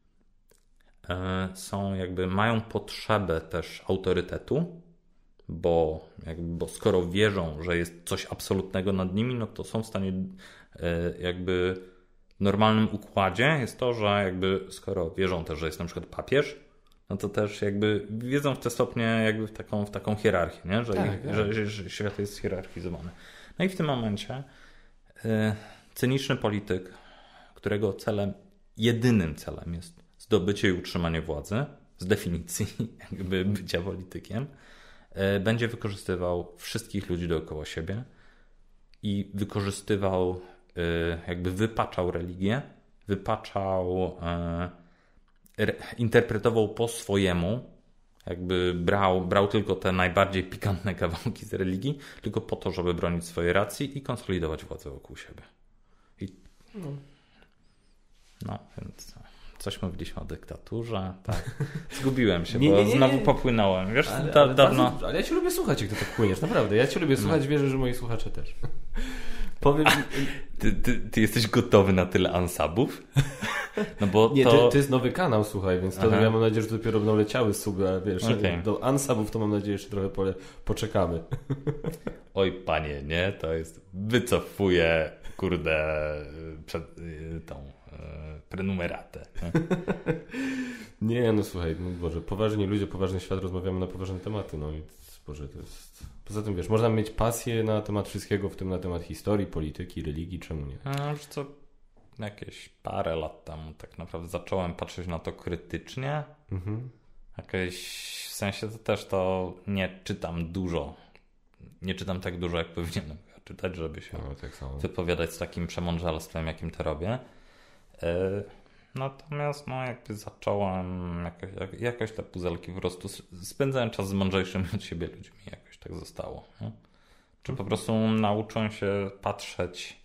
e, są jakby, mają potrzebę też autorytetu, bo, jakby, bo skoro wierzą, że jest coś absolutnego nad nimi, no to są w stanie e, jakby w normalnym układzie jest to, że jakby skoro wierzą też, że jest na przykład papież, no to też jakby wiedzą w te stopnie jakby w taką, w taką hierarchię, nie? Że, tak, ich, tak. Że, że, że świat jest hierarchizowany. No i w tym momencie yy, cyniczny polityk, którego celem, jedynym celem jest zdobycie i utrzymanie władzy, z definicji jakby bycia politykiem, yy, będzie wykorzystywał wszystkich ludzi dookoła siebie i wykorzystywał, yy, jakby wypaczał religię, wypaczał... Yy, interpretował po swojemu, jakby brał, brał tylko te najbardziej pikantne kawałki z religii, tylko po to, żeby bronić swojej racji i konsolidować władzę wokół siebie. I... No. no, więc coś mówiliśmy o dyktaturze. Tak. Zgubiłem się, nie, bo nie, nie, znowu popłynąłem. Wiesz, ale, da, ale, dawno... bardzo, ale ja cię lubię słuchać, jak ty tak płyniesz, naprawdę. Ja cię lubię słuchać, no. Wierzę, że moi słuchacze też. Powiem... Ty, ty, ty jesteś gotowy na tyle ansabów? No bo nie, to... to, to jest nowy kanał, słuchaj, więc to ja mam nadzieję, że dopiero będą leciały suby, ale wiesz, okay. Do ansabów to mam nadzieję, że jeszcze trochę po, poczekamy. Oj panie, nie? To jest... Wycofuję, kurde, przed tą prenumeratę. Nie? nie, no słuchaj, no Boże, poważni ludzie, poważny świat, rozmawiamy na poważne tematy, no i Boże, to jest... Poza tym, wiesz, można mieć pasję na temat wszystkiego, w tym na temat historii, polityki, religii, czemu nie? No już co jakieś parę lat temu tak naprawdę zacząłem patrzeć na to krytycznie. Mhm. Jakieś, w sensie to też to nie czytam dużo. Nie czytam tak dużo, jak powinienem czytać, żeby się no, tak wypowiadać z takim przemądrzalstwem, jakim to robię. Yy, natomiast no jakby zacząłem jakoś, jak, jakoś te puzelki po prostu spędzałem czas z mądrzejszymi od siebie ludźmi. Jakoś tak zostało. No? Czy po prostu nauczyłem się patrzeć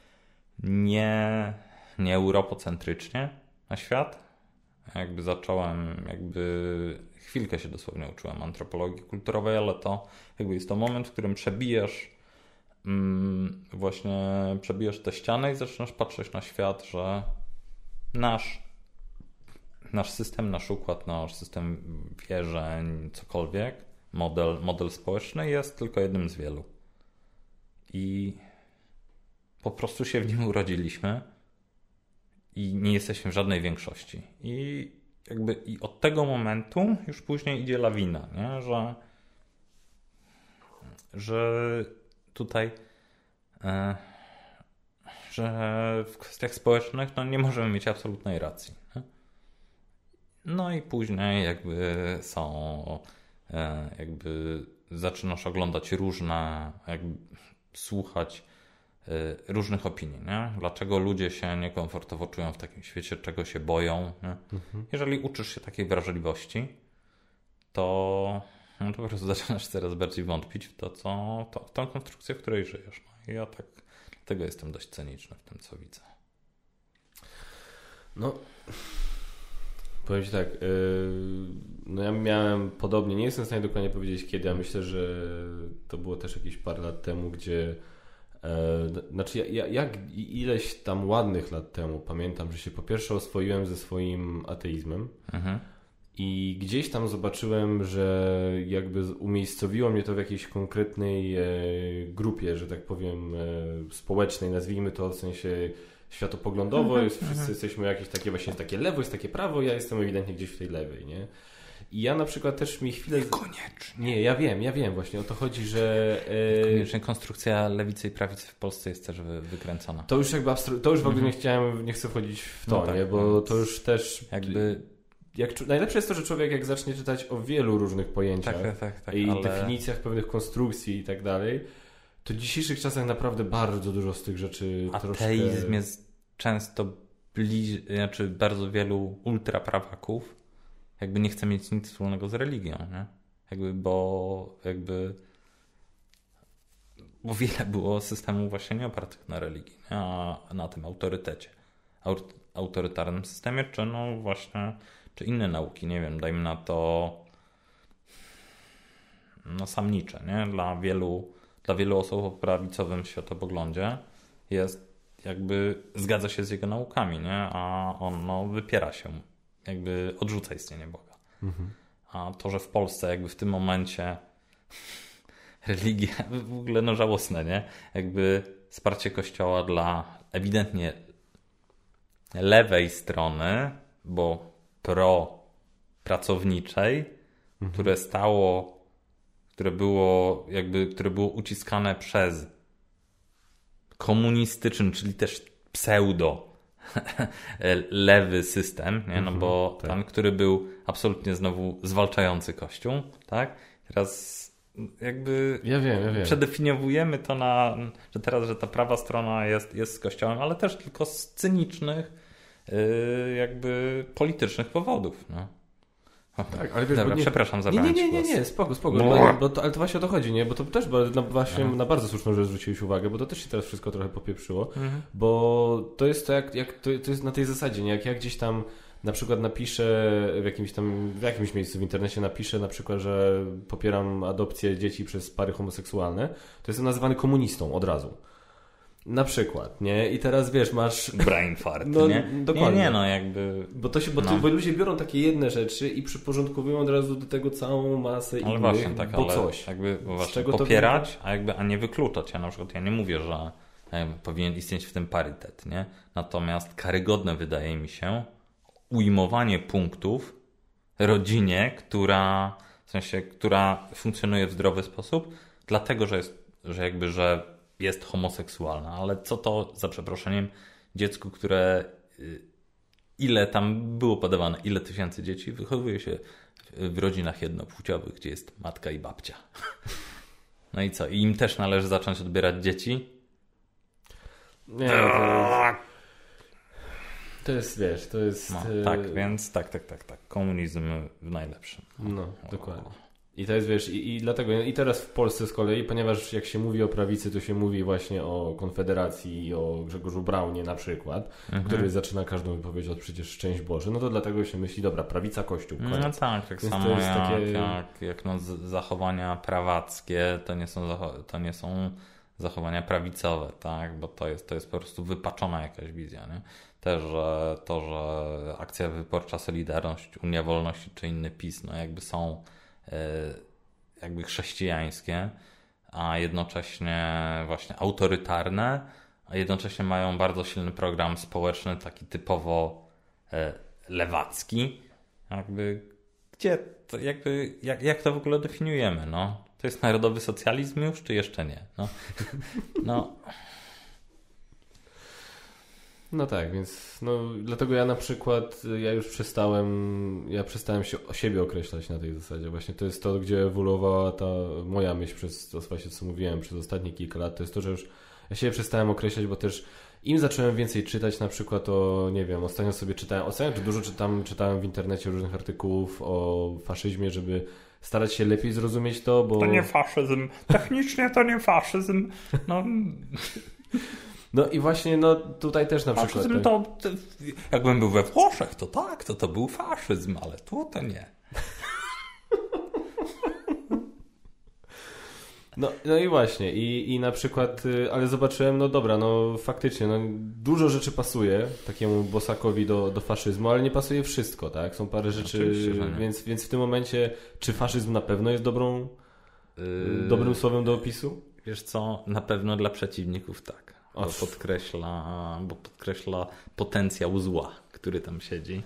nie, nie europocentrycznie na świat. Jakby zacząłem, jakby chwilkę się dosłownie uczyłem antropologii kulturowej, ale to jakby jest to moment, w którym przebijasz mm, właśnie przebijasz tę ścianę i zaczynasz patrzeć na świat, że nasz nasz system, nasz układ, nasz system wierzeń, cokolwiek, model, model społeczny jest tylko jednym z wielu. I po prostu się w nim urodziliśmy i nie jesteśmy w żadnej większości. I jakby i od tego momentu już później idzie lawina, nie? Że, że tutaj e, że w kwestiach społecznych no, nie możemy mieć absolutnej racji. Nie? No i później jakby są, jakby zaczynasz oglądać różne, jakby słuchać różnych opinii, nie? Dlaczego ludzie się niekomfortowo czują w takim świecie, czego się boją, nie? Mhm. Jeżeli uczysz się takiej wrażliwości, to, no to po prostu zaczynasz coraz bardziej wątpić w to, co, to, w tą konstrukcję, w której żyjesz. No i ja tak, dlatego jestem dość cyniczny w tym, co widzę. No, powiem Ci tak, yy, no ja miałem podobnie, nie jestem w stanie dokładnie powiedzieć kiedy, a myślę, że to było też jakieś parę lat temu, gdzie yy, znaczy ja, ja, jak ileś tam ładnych lat temu pamiętam, że się po pierwsze oswoiłem ze swoim ateizmem mhm. i gdzieś tam zobaczyłem, że jakby umiejscowiło mnie to w jakiejś konkretnej e, grupie, że tak powiem e, społecznej, nazwijmy to w sensie światopoglądowo, mm-hmm, jest, wszyscy mm-hmm. jesteśmy jakieś takie właśnie takie lewo, jest takie prawo, ja jestem ewidentnie gdzieś w tej lewej, nie? I ja na przykład też mi chwilę... Koniecznie. Nie, ja wiem, ja wiem, właśnie o to chodzi, że... E... Koniecznie konstrukcja lewicy i prawicy w Polsce jest też wy, wykręcona. To już jakby abstru... to już w ogóle mm-hmm. nie chciałem, nie chcę wchodzić w to, no tak, nie? Bo więc... to już też... Jakby... Jak, najlepsze jest to, że człowiek jak zacznie czytać o wielu różnych pojęciach tak, tak, tak, i ale... definicjach pewnych konstrukcji i tak dalej, to w dzisiejszych czasach naprawdę bardzo dużo z tych rzeczy Ateizm troszkę... Ateizm jest często bliżej, znaczy bardzo wielu ultraprawaków jakby nie chce mieć nic wspólnego z religią, nie? Jakby, bo jakby bo wiele było systemów właśnie nie opartych na religii, nie? A na tym autorytecie, autorytarnym systemie, czy no właśnie czy inne nauki, nie wiem, dajmy na to no sam Nietzsche, nie? Dla wielu, dla wielu osób o prawicowym światopoglądzie jest jakby, zgadza się z jego naukami, nie? A on no, wypiera się, jakby odrzuca istnienie Boga. Mhm. A to, że w Polsce jakby w tym momencie religia, w ogóle no żałosne, nie? Jakby wsparcie Kościoła dla ewidentnie lewej strony, bo pro-pracowniczej, mhm. które stało, które było jakby, które było uciskane przez komunistyczny, czyli też pseudo lewy system, nie? No bo mhm, tak. ten, który był absolutnie znowu zwalczający Kościół, tak? Teraz jakby ja wiem, ja wiem. przedefiniowujemy to na, że teraz, że ta prawa strona jest, jest z Kościołem, ale też tylko z cynicznych yy, jakby politycznych powodów, no. Tak, ale wiesz, Dobra, nie, przepraszam za Nie, nie, nie, nie, nie, spoko, spoko. Bo, bo to, ale to właśnie o to chodzi, nie? Bo to też bo na, właśnie mhm. na bardzo słuszną rzecz zwróciłeś uwagę, bo to też się teraz wszystko trochę popieprzyło, mhm. bo to jest to jak, jak to, to jest na tej zasadzie, nie? Jak ja gdzieś tam na przykład napiszę w jakimś tam, w jakimś miejscu w internecie napiszę na przykład, że popieram adopcję dzieci przez pary homoseksualne, to jestem nazywany komunistą od razu. Na przykład, nie? I teraz wiesz, masz... brain fart, no, nie? Dokładnie. Nie, nie, no jakby... Bo, to się, bo, no. to, bo ludzie biorą takie jedne rzeczy i przyporządkowują od razu do tego całą masę ale innych, właśnie, tak, bo ale coś. Jakby bo właśnie popierać, a jakby a nie wykluczać. Ja na przykład ja nie mówię, że wiem, powinien istnieć w tym parytet, nie? Natomiast karygodne wydaje mi się ujmowanie punktów rodzinie, która w sensie, która funkcjonuje w zdrowy sposób, dlatego, że jest, że jakby, że jest homoseksualna, ale co to za przeproszeniem dziecku, które ile tam było podawane, ile tysięcy dzieci wychowuje się w rodzinach jednopłciowych, gdzie jest matka i babcia. No i co? I im też należy zacząć odbierać dzieci? Nie, to jest, to jest wiesz, to jest... No, tak, więc tak, tak, tak, tak. Komunizm w najlepszym. No, dokładnie. I to jest, wiesz, i, i dlatego, i teraz w Polsce z kolei, ponieważ jak się mówi o prawicy, to się mówi właśnie o Konfederacji i o Grzegorzu Braunie na przykład, mhm. który zaczyna każdą wypowiedź od przecież szczęść Boże, no to dlatego się myśli, dobra, prawica, Kościół, koniec. No tak, tak Więc samo to jest jak, takie... jak, jak no zachowania prawackie, to nie są, zacho- to nie są zachowania prawicowe, tak, bo to jest, to jest po prostu wypaczona jakaś wizja, nie? Też, że to, że Akcja Wyborcza Solidarność, Unia Wolności czy inny PiS, no jakby są jakby chrześcijańskie, a jednocześnie właśnie autorytarne, a jednocześnie mają bardzo silny program społeczny, taki typowo lewacki. Jakby gdzie, to jakby, jak, jak to w ogóle definiujemy? No? To jest narodowy socjalizm już, czy jeszcze nie? No. no. No tak, więc no, dlatego ja na przykład, ja już przestałem, ja przestałem się o siebie określać na tej zasadzie. Właśnie to jest to, gdzie ewoluowała ta moja myśl przez to właśnie, co mówiłem, przez ostatnie kilka lat. To jest to, że już ja siebie przestałem określać, bo też im zacząłem więcej czytać, na przykład o, nie wiem, ostatnio sobie czytałem, ostatnio czy dużo czytam, czytałem w internecie różnych artykułów o faszyzmie, żeby starać się lepiej zrozumieć to, bo... To nie faszyzm. Technicznie to nie faszyzm. No... No i właśnie, no tutaj też na przykład... Faszyzm to, to... Jakbym był we Włoszech, to tak, to to był faszyzm, ale tu to nie. No, no i właśnie, i, i na przykład, ale zobaczyłem, no dobra, no faktycznie, no dużo rzeczy pasuje takiemu bosakowi do, do faszyzmu, ale nie pasuje wszystko, tak? Są parę rzeczy, więc, więc w tym momencie, czy faszyzm na pewno jest dobrą, yy... dobrym słowem do opisu? Wiesz co, na pewno dla przeciwników tak, bo podkreśla, bo podkreśla potencjał zła, który tam siedzi.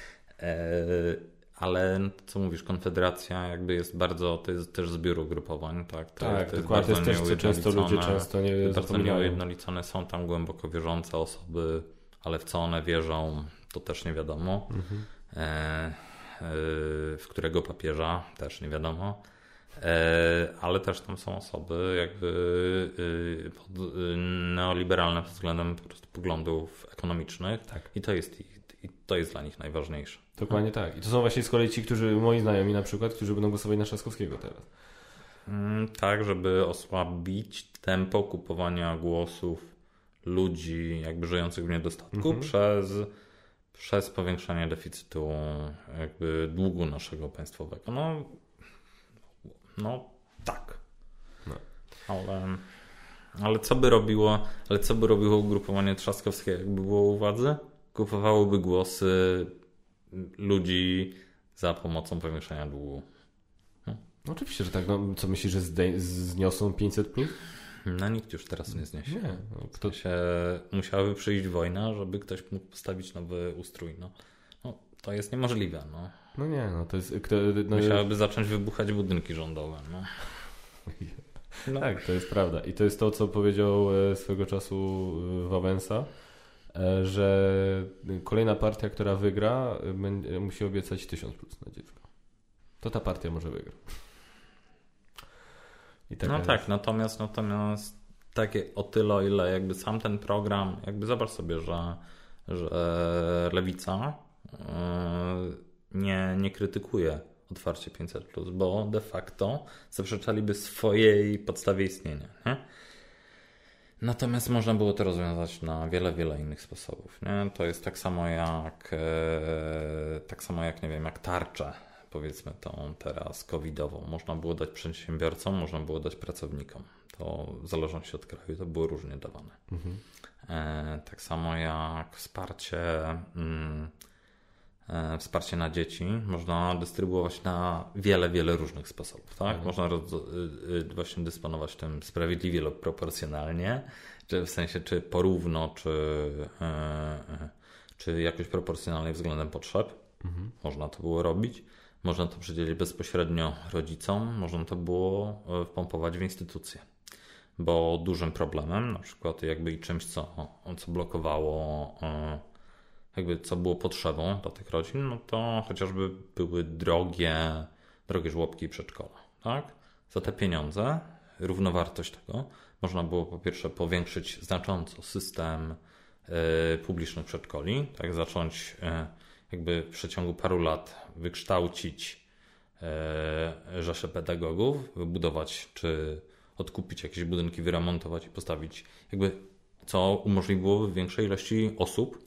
Yy... Ale co mówisz, Konfederacja jakby jest bardzo, to jest też zbiór ugrupowań, tak? To tak, jest, to dokładnie, jest też co często ludzie często nie bardzo nieujednolicone, są tam głęboko wierzące osoby, ale w co one wierzą, to też nie wiadomo. Mhm. E, e, w którego papieża też nie wiadomo. E, ale też tam są osoby jakby e, pod, e, neoliberalne pod względem po prostu poglądów ekonomicznych tak. I to jest ich, i to jest dla nich najważniejsze. Dokładnie tak. I to są właśnie z kolei ci, którzy, moi znajomi na przykład, którzy będą głosować na Trzaskowskiego teraz. Mm, tak, żeby osłabić tempo kupowania głosów ludzi jakby żyjących w niedostatku mhm. przez, przez powiększanie deficytu jakby długu naszego państwowego. No, no tak. No. Ale, ale co by robiło, ale co by robiło ugrupowanie Trzaskowskiego, jakby było u władzy? Kupowałoby głosy ludzi za pomocą powiększania długu. No. No oczywiście, że tak. No, co myślisz, że zde- zniosą pięćset plus? No nikt już teraz nie zniesie. Nie. No, kto... się musiałaby przyjść wojna, żeby ktoś mógł postawić nowy ustrój. No, no to jest niemożliwe. No, no nie, no to jest... Kto, no... Musiałyby zacząć wybuchać budynki rządowe. No. No. Tak, to jest prawda. I to jest to, co powiedział swego czasu Wałęsa, że kolejna partia, która wygra, będzie, musi obiecać tysiąc plus na dziecko. To ta partia może wygrać. No tak, jest. natomiast natomiast takie o tyle, o ile jakby sam ten program, jakby zobacz sobie, że, że Lewica nie, nie krytykuje otwarcie pięćset plus, bo de facto zaprzeczaliby swojej podstawie istnienia, nie? Natomiast można było to rozwiązać na wiele, wiele innych sposobów. Nie? To jest tak samo jak e, tak samo jak, nie wiem, jak tarczę, powiedzmy tą teraz covidową. Można było dać przedsiębiorcom, można było dać pracownikom. To w zależności od kraju to było różnie dawane. Mhm. E, tak samo jak wsparcie mm, e, wsparcie na dzieci można dystrybuować na wiele, wiele różnych sposobów. Tak? Mhm. Można roz, y, właśnie dysponować tym sprawiedliwie lub proporcjonalnie, czy w sensie czy porówno, czy, y, y, czy jakoś proporcjonalnie względem potrzeb. Mhm. Można to było robić. Można to przydzielić bezpośrednio rodzicom, można to było wpompować w instytucje. Bo dużym problemem, na przykład jakby i czymś, co, co blokowało, jakby co było potrzebą dla tych rodzin, no to chociażby były drogie, drogie żłobki i przedszkola. Tak? Za te pieniądze, równowartość tego, można było po pierwsze powiększyć znacząco system publicznych przedszkoli, tak zacząć jakby w przeciągu paru lat wykształcić e, rzeszę pedagogów, wybudować czy odkupić jakieś budynki, wyremontować i postawić, jakby co umożliwiłoby większej ilości osób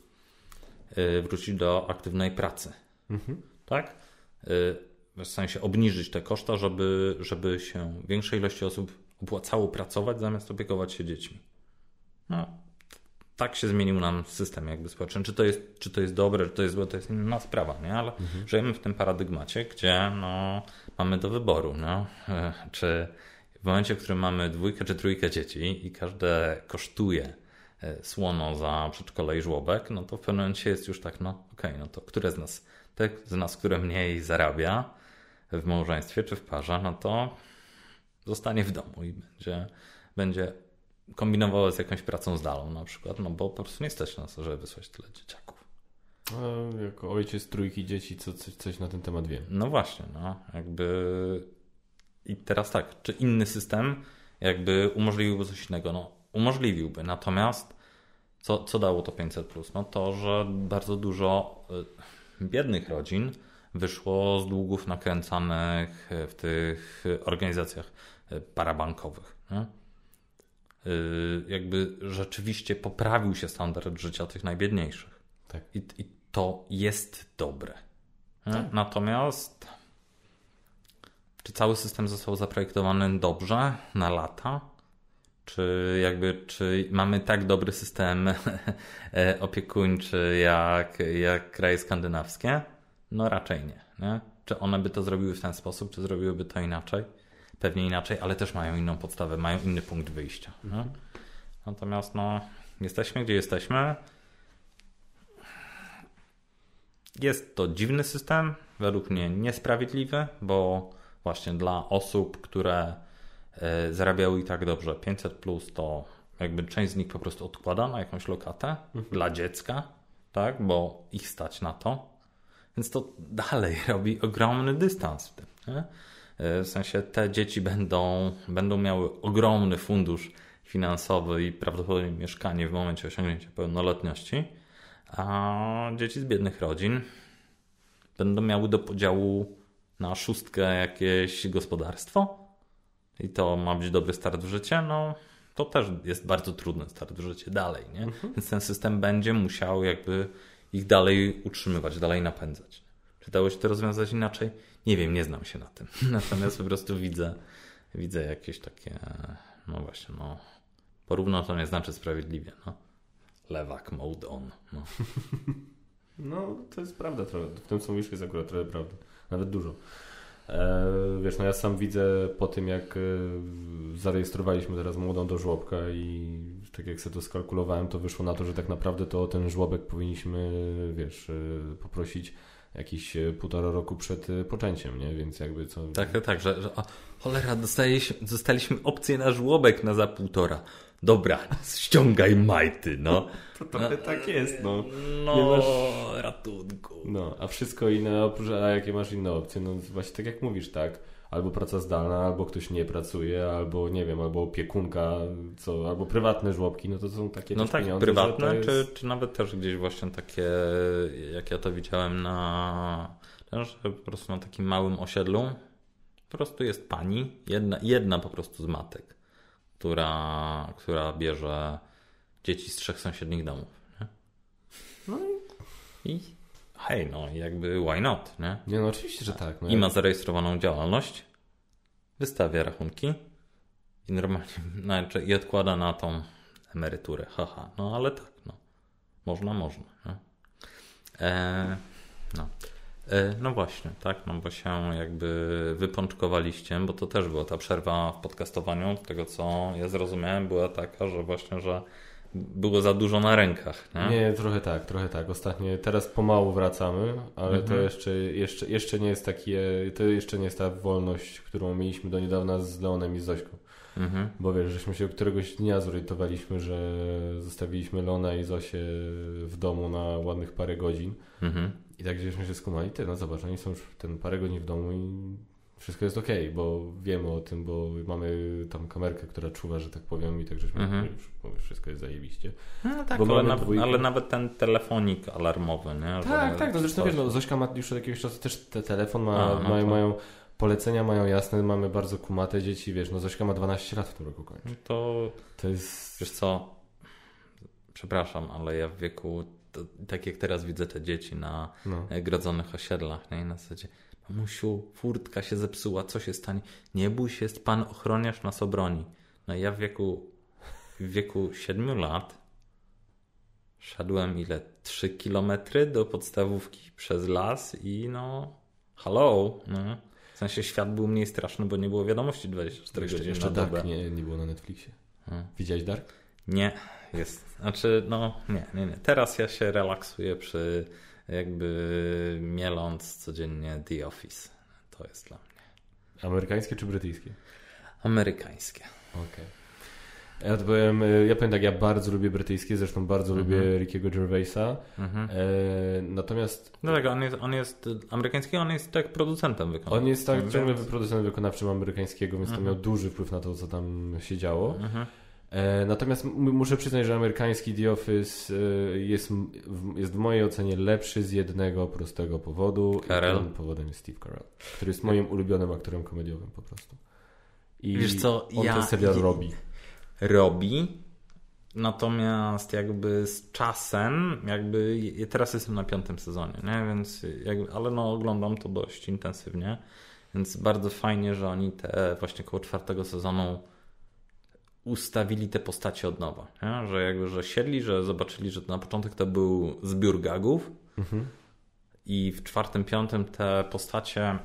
e, wrócić do aktywnej pracy. Mhm. Tak? E, w sensie obniżyć te koszta, żeby, żeby się większej ilości osób opłacało pracować zamiast opiekować się dziećmi. No. Tak się zmienił nam system jakby społeczny. Czy to jest, czy to jest dobre, czy to jest złe, to jest inna sprawa, nie? Ale mhm. żyjemy w tym paradygmacie, gdzie no, mamy do wyboru, no? Czy w momencie, w którym mamy dwójkę czy trójkę dzieci i każde kosztuje słono za przedszkole i żłobek, no to w pewnym momencie jest już tak, no okej, okay, no to które z nas, te z nas, które mniej zarabia w małżeństwie czy w parze, no to zostanie w domu i będzie, będzie kombinowało z jakąś pracą zdalną na przykład, no bo po prostu nie stać nas, żeby wysłać tyle dzieciaków. A jako ojciec trójki dzieci co, coś, coś na ten temat wiem. No właśnie, no jakby i teraz tak, czy inny system jakby umożliwiłby coś innego? No umożliwiłby, natomiast co, co dało to pięćset plus? No to, że bardzo dużo biednych rodzin wyszło z długów nakręcanych w tych organizacjach parabankowych. Nie? Jakby rzeczywiście poprawił się standard życia tych najbiedniejszych. Tak. I, i to jest dobre. Tak. Natomiast czy cały system został zaprojektowany dobrze na lata? Czy jakby czy mamy tak dobry system opiekuńczy jak, jak kraje skandynawskie? No raczej nie, nie. Czy one by to zrobiły w ten sposób, czy zrobiłyby to inaczej? Pewnie inaczej, ale też mają inną podstawę, mają inny punkt wyjścia. Nie? Natomiast no, jesteśmy gdzie jesteśmy. Jest to dziwny system, według mnie niesprawiedliwy, bo właśnie dla osób, które y, zarabiały i tak dobrze pięćset plus, to jakby część z nich po prostu odkłada na jakąś lokatę mhm. dla dziecka, tak, bo ich stać na to. Więc to dalej robi ogromny dystans w tym. Nie? W sensie te dzieci będą, będą miały ogromny fundusz finansowy i prawdopodobnie mieszkanie w momencie osiągnięcia pełnoletności, a dzieci z biednych rodzin będą miały do podziału na szóstkę jakieś gospodarstwo i to ma być dobry start w życie, no to też jest bardzo trudny start w życie dalej, nie? Mhm. Więc ten system będzie musiał jakby ich dalej utrzymywać, dalej napędzać. Czy dało się to rozwiązać inaczej? Nie wiem, nie znam się na tym. Natomiast po prostu widzę, widzę jakieś takie, no właśnie, no porówno to nie znaczy sprawiedliwie, no. Lewak mode on. No. No, to jest prawda trochę. W tym, co mówisz, jest akurat trochę prawda. Nawet dużo. E, wiesz, no ja sam widzę po tym, jak e, zarejestrowaliśmy teraz młodą do żłobka i tak jak sobie to skalkulowałem, to wyszło na to, że tak naprawdę to ten żłobek powinniśmy, wiesz, e, poprosić jakieś półtora roku przed poczęciem, nie? Więc jakby co... Tak, tak, tak, że, że o, cholera, dostaliśmy, dostaliśmy opcję na żłobek na za półtora. Dobra, ściągaj majty, no. To trochę no, tak jest, no. No, nie masz ratunku. No, a wszystko inne, oprócz, a jakie masz inne opcje? No właśnie tak jak mówisz, tak? Albo praca zdalna, albo ktoś nie pracuje, albo nie wiem, albo opiekunka, co, albo prywatne żłobki, no to są takie no tak, pieniądze, prywatne, jest... czy, czy nawet też gdzieś właśnie takie, jak ja to widziałem na, też po prostu na takim małym osiedlu, po prostu jest pani, jedna, jedna po prostu z matek, która, która bierze dzieci z trzech sąsiednich domów. Nie? No i, i hej, no jakby why not, nie? Nie, no oczywiście, że tak. No I ma zarejestrowaną działalność, wystawia rachunki i normalnie znaczy, i odkłada na tą emeryturę. Haha, no ale tak, no. Można, można. Nie? E, no. E, no właśnie, tak, no bo się jakby wypączkowaliście, bo to też była ta przerwa w podcastowaniu, z tego co ja zrozumiałem, była taka, że właśnie, że było za dużo na rękach. Nie, nie trochę tak, trochę tak. Ostatnio, teraz pomału wracamy, ale mhm. to jeszcze, jeszcze, jeszcze nie jest takie, to jeszcze nie jest ta wolność, którą mieliśmy do niedawna z Leonem i z Zośką. Mhm. Bo wiesz, żeśmy się któregoś dnia zorientowaliśmy, że zostawiliśmy Leona i Zosię w domu na ładnych parę godzin. Mhm. I tak żeśmy się skumali, ty, no zobacz, oni są już ten parę godzin w domu i wszystko jest okej, okay, bo wiemy o tym, bo mamy tam kamerkę, która czuwa, że tak powiem, i tak żeśmy mhm. już wszystko jest zajebiście. No tak, ale nawet, ale nawet ten telefonik alarmowy, nie? Tak, że tak, no zresztą wiesz, no, Zośka ma już od jakiegoś czasu też te telefon, ma, A, no mają, to... mają polecenia, mają jasne, mamy bardzo kumate dzieci, wiesz, no Zośka ma dwanaście lat w tym roku kończy. To, to jest, wiesz co, przepraszam, ale ja w wieku, to, tak jak teraz widzę te dzieci na no. grodzonych osiedlach, nie? Na zasadzie, mamusiu, furtka się zepsuła, co się stanie? Nie bój się, jest pan ochroniarz, nas obroni. No ja w wieku, w wieku siedmiu lat szedłem ile? Trzy kilometry do podstawówki przez las i no, hello, no. W sensie świat był mniej straszny, bo nie było wiadomości dwadzieścia cztery godziny jeszcze na dobę. Dark nie, nie było na Netflixie. Hmm. Widziałeś Dark? Nie, jest. Znaczy, no nie, nie, nie. Teraz ja się relaksuję przy jakby mieląc codziennie The Office. To jest dla mnie. Amerykańskie czy brytyjskie? Amerykańskie. Okej. Ja to powiem, ja powiem tak, ja bardzo lubię brytyjskie, zresztą bardzo mhm. lubię Rickiego Gervaisa. Mhm. E, natomiast... No tak, on jest, on jest amerykański, on jest tak producentem wykonawczym. On jest tak więc... ciągle producentem wykonawczym amerykańskiego, więc mhm. to miał duży wpływ na to, co tam się działo. Mhm. E, natomiast m- muszę przyznać, że amerykański The Office e, jest, w, jest w mojej ocenie lepszy z jednego prostego powodu. Carell. I tym powodem jest Steve Carell, który jest moim ulubionym aktorem komediowym po prostu. I wiesz co, on ja... ten serial robi. robi, natomiast jakby z czasem, jakby ja teraz jestem na piątym sezonie, nie? Więc jakby, ale no oglądam to dość intensywnie, więc bardzo fajnie, że oni te właśnie koło czwartego sezonu ustawili te postacie od nowa, nie? Że jakby, że siedli, że zobaczyli, że na początek to był zbiór gagów mhm. i w czwartym, piątym te postacie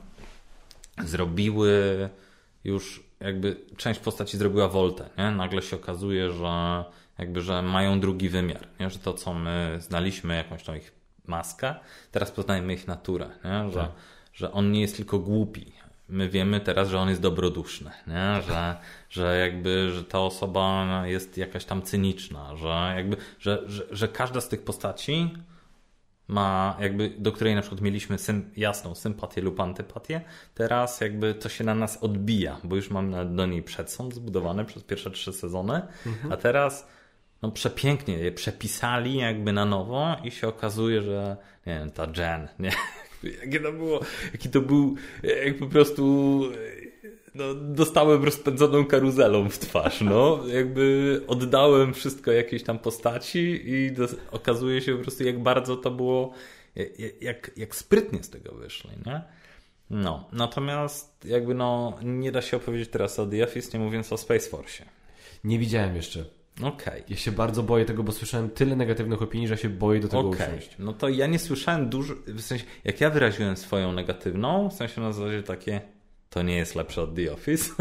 zrobiły już jakby część postaci zrobiła woltę, nie? Nagle się okazuje, że jakby, że mają drugi wymiar, nie? Że to, co my znaliśmy, jakąś tą ich maskę, teraz poznajemy ich naturę, nie? Że, tak. że on nie jest tylko głupi. My wiemy teraz, że on jest dobroduszny, nie? Że, że jakby, że ta osoba jest jakaś tam cyniczna, że jakby, że, że, że każda z tych postaci ma jakby, do której na przykład mieliśmy sym, jasną sympatię lub antypatię, teraz jakby to się na nas odbija, bo już mamy do niej przedsąd zbudowany przez pierwsze trzy sezony, mhm. a teraz no przepięknie je przepisali jakby na nowo i się okazuje, że nie wiem, ta Jen, nie? Jakie to było, jaki to był, jak po prostu no, dostałem rozpędzoną karuzelą w twarz, no, jakby oddałem wszystko jakiejś tam postaci i do, okazuje się po prostu, jak bardzo to było, jak, jak sprytnie z tego wyszli, nie? No, natomiast jakby no, nie da się opowiedzieć teraz o The Office, nie mówiąc o Space Force. Nie widziałem jeszcze. Okej. Okay. Ja się bardzo boję tego, bo słyszałem tyle negatywnych opinii, że się boję do tego okay. usiąść. No to ja nie słyszałem dużo, w sensie, jak ja wyraziłem swoją negatywną, w sensie na zasadzie takie, to nie jest lepsze od The Office,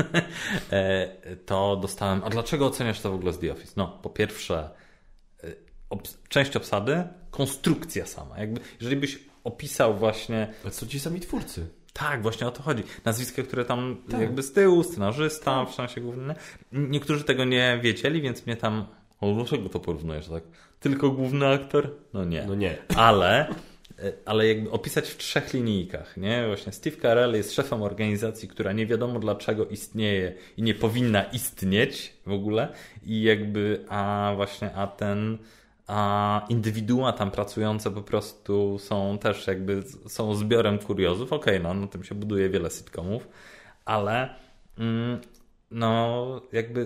to dostałem, a dlaczego oceniasz to w ogóle z The Office? No, po pierwsze, obs- część obsady, konstrukcja sama. Jakby, jeżeli byś opisał właśnie... A co ci sami twórcy? Tak, właśnie o to chodzi. Nazwiska, które tam tak. jakby z tyłu, scenarzysta, w sensie główny. Niektórzy tego nie wiedzieli, więc mnie tam... O, dlaczego to porównujesz, tak? Tylko główny aktor? No nie. No nie. Ale, ale jakby opisać w trzech linijkach, nie? Właśnie Steve Carell jest szefem organizacji, która nie wiadomo dlaczego istnieje i nie powinna istnieć w ogóle. I jakby, a właśnie, a ten... a indywidua tam pracujące po prostu są też jakby są zbiorem kuriozów. Okej, okay, no na tym się buduje wiele sitcomów, ale mm, no jakby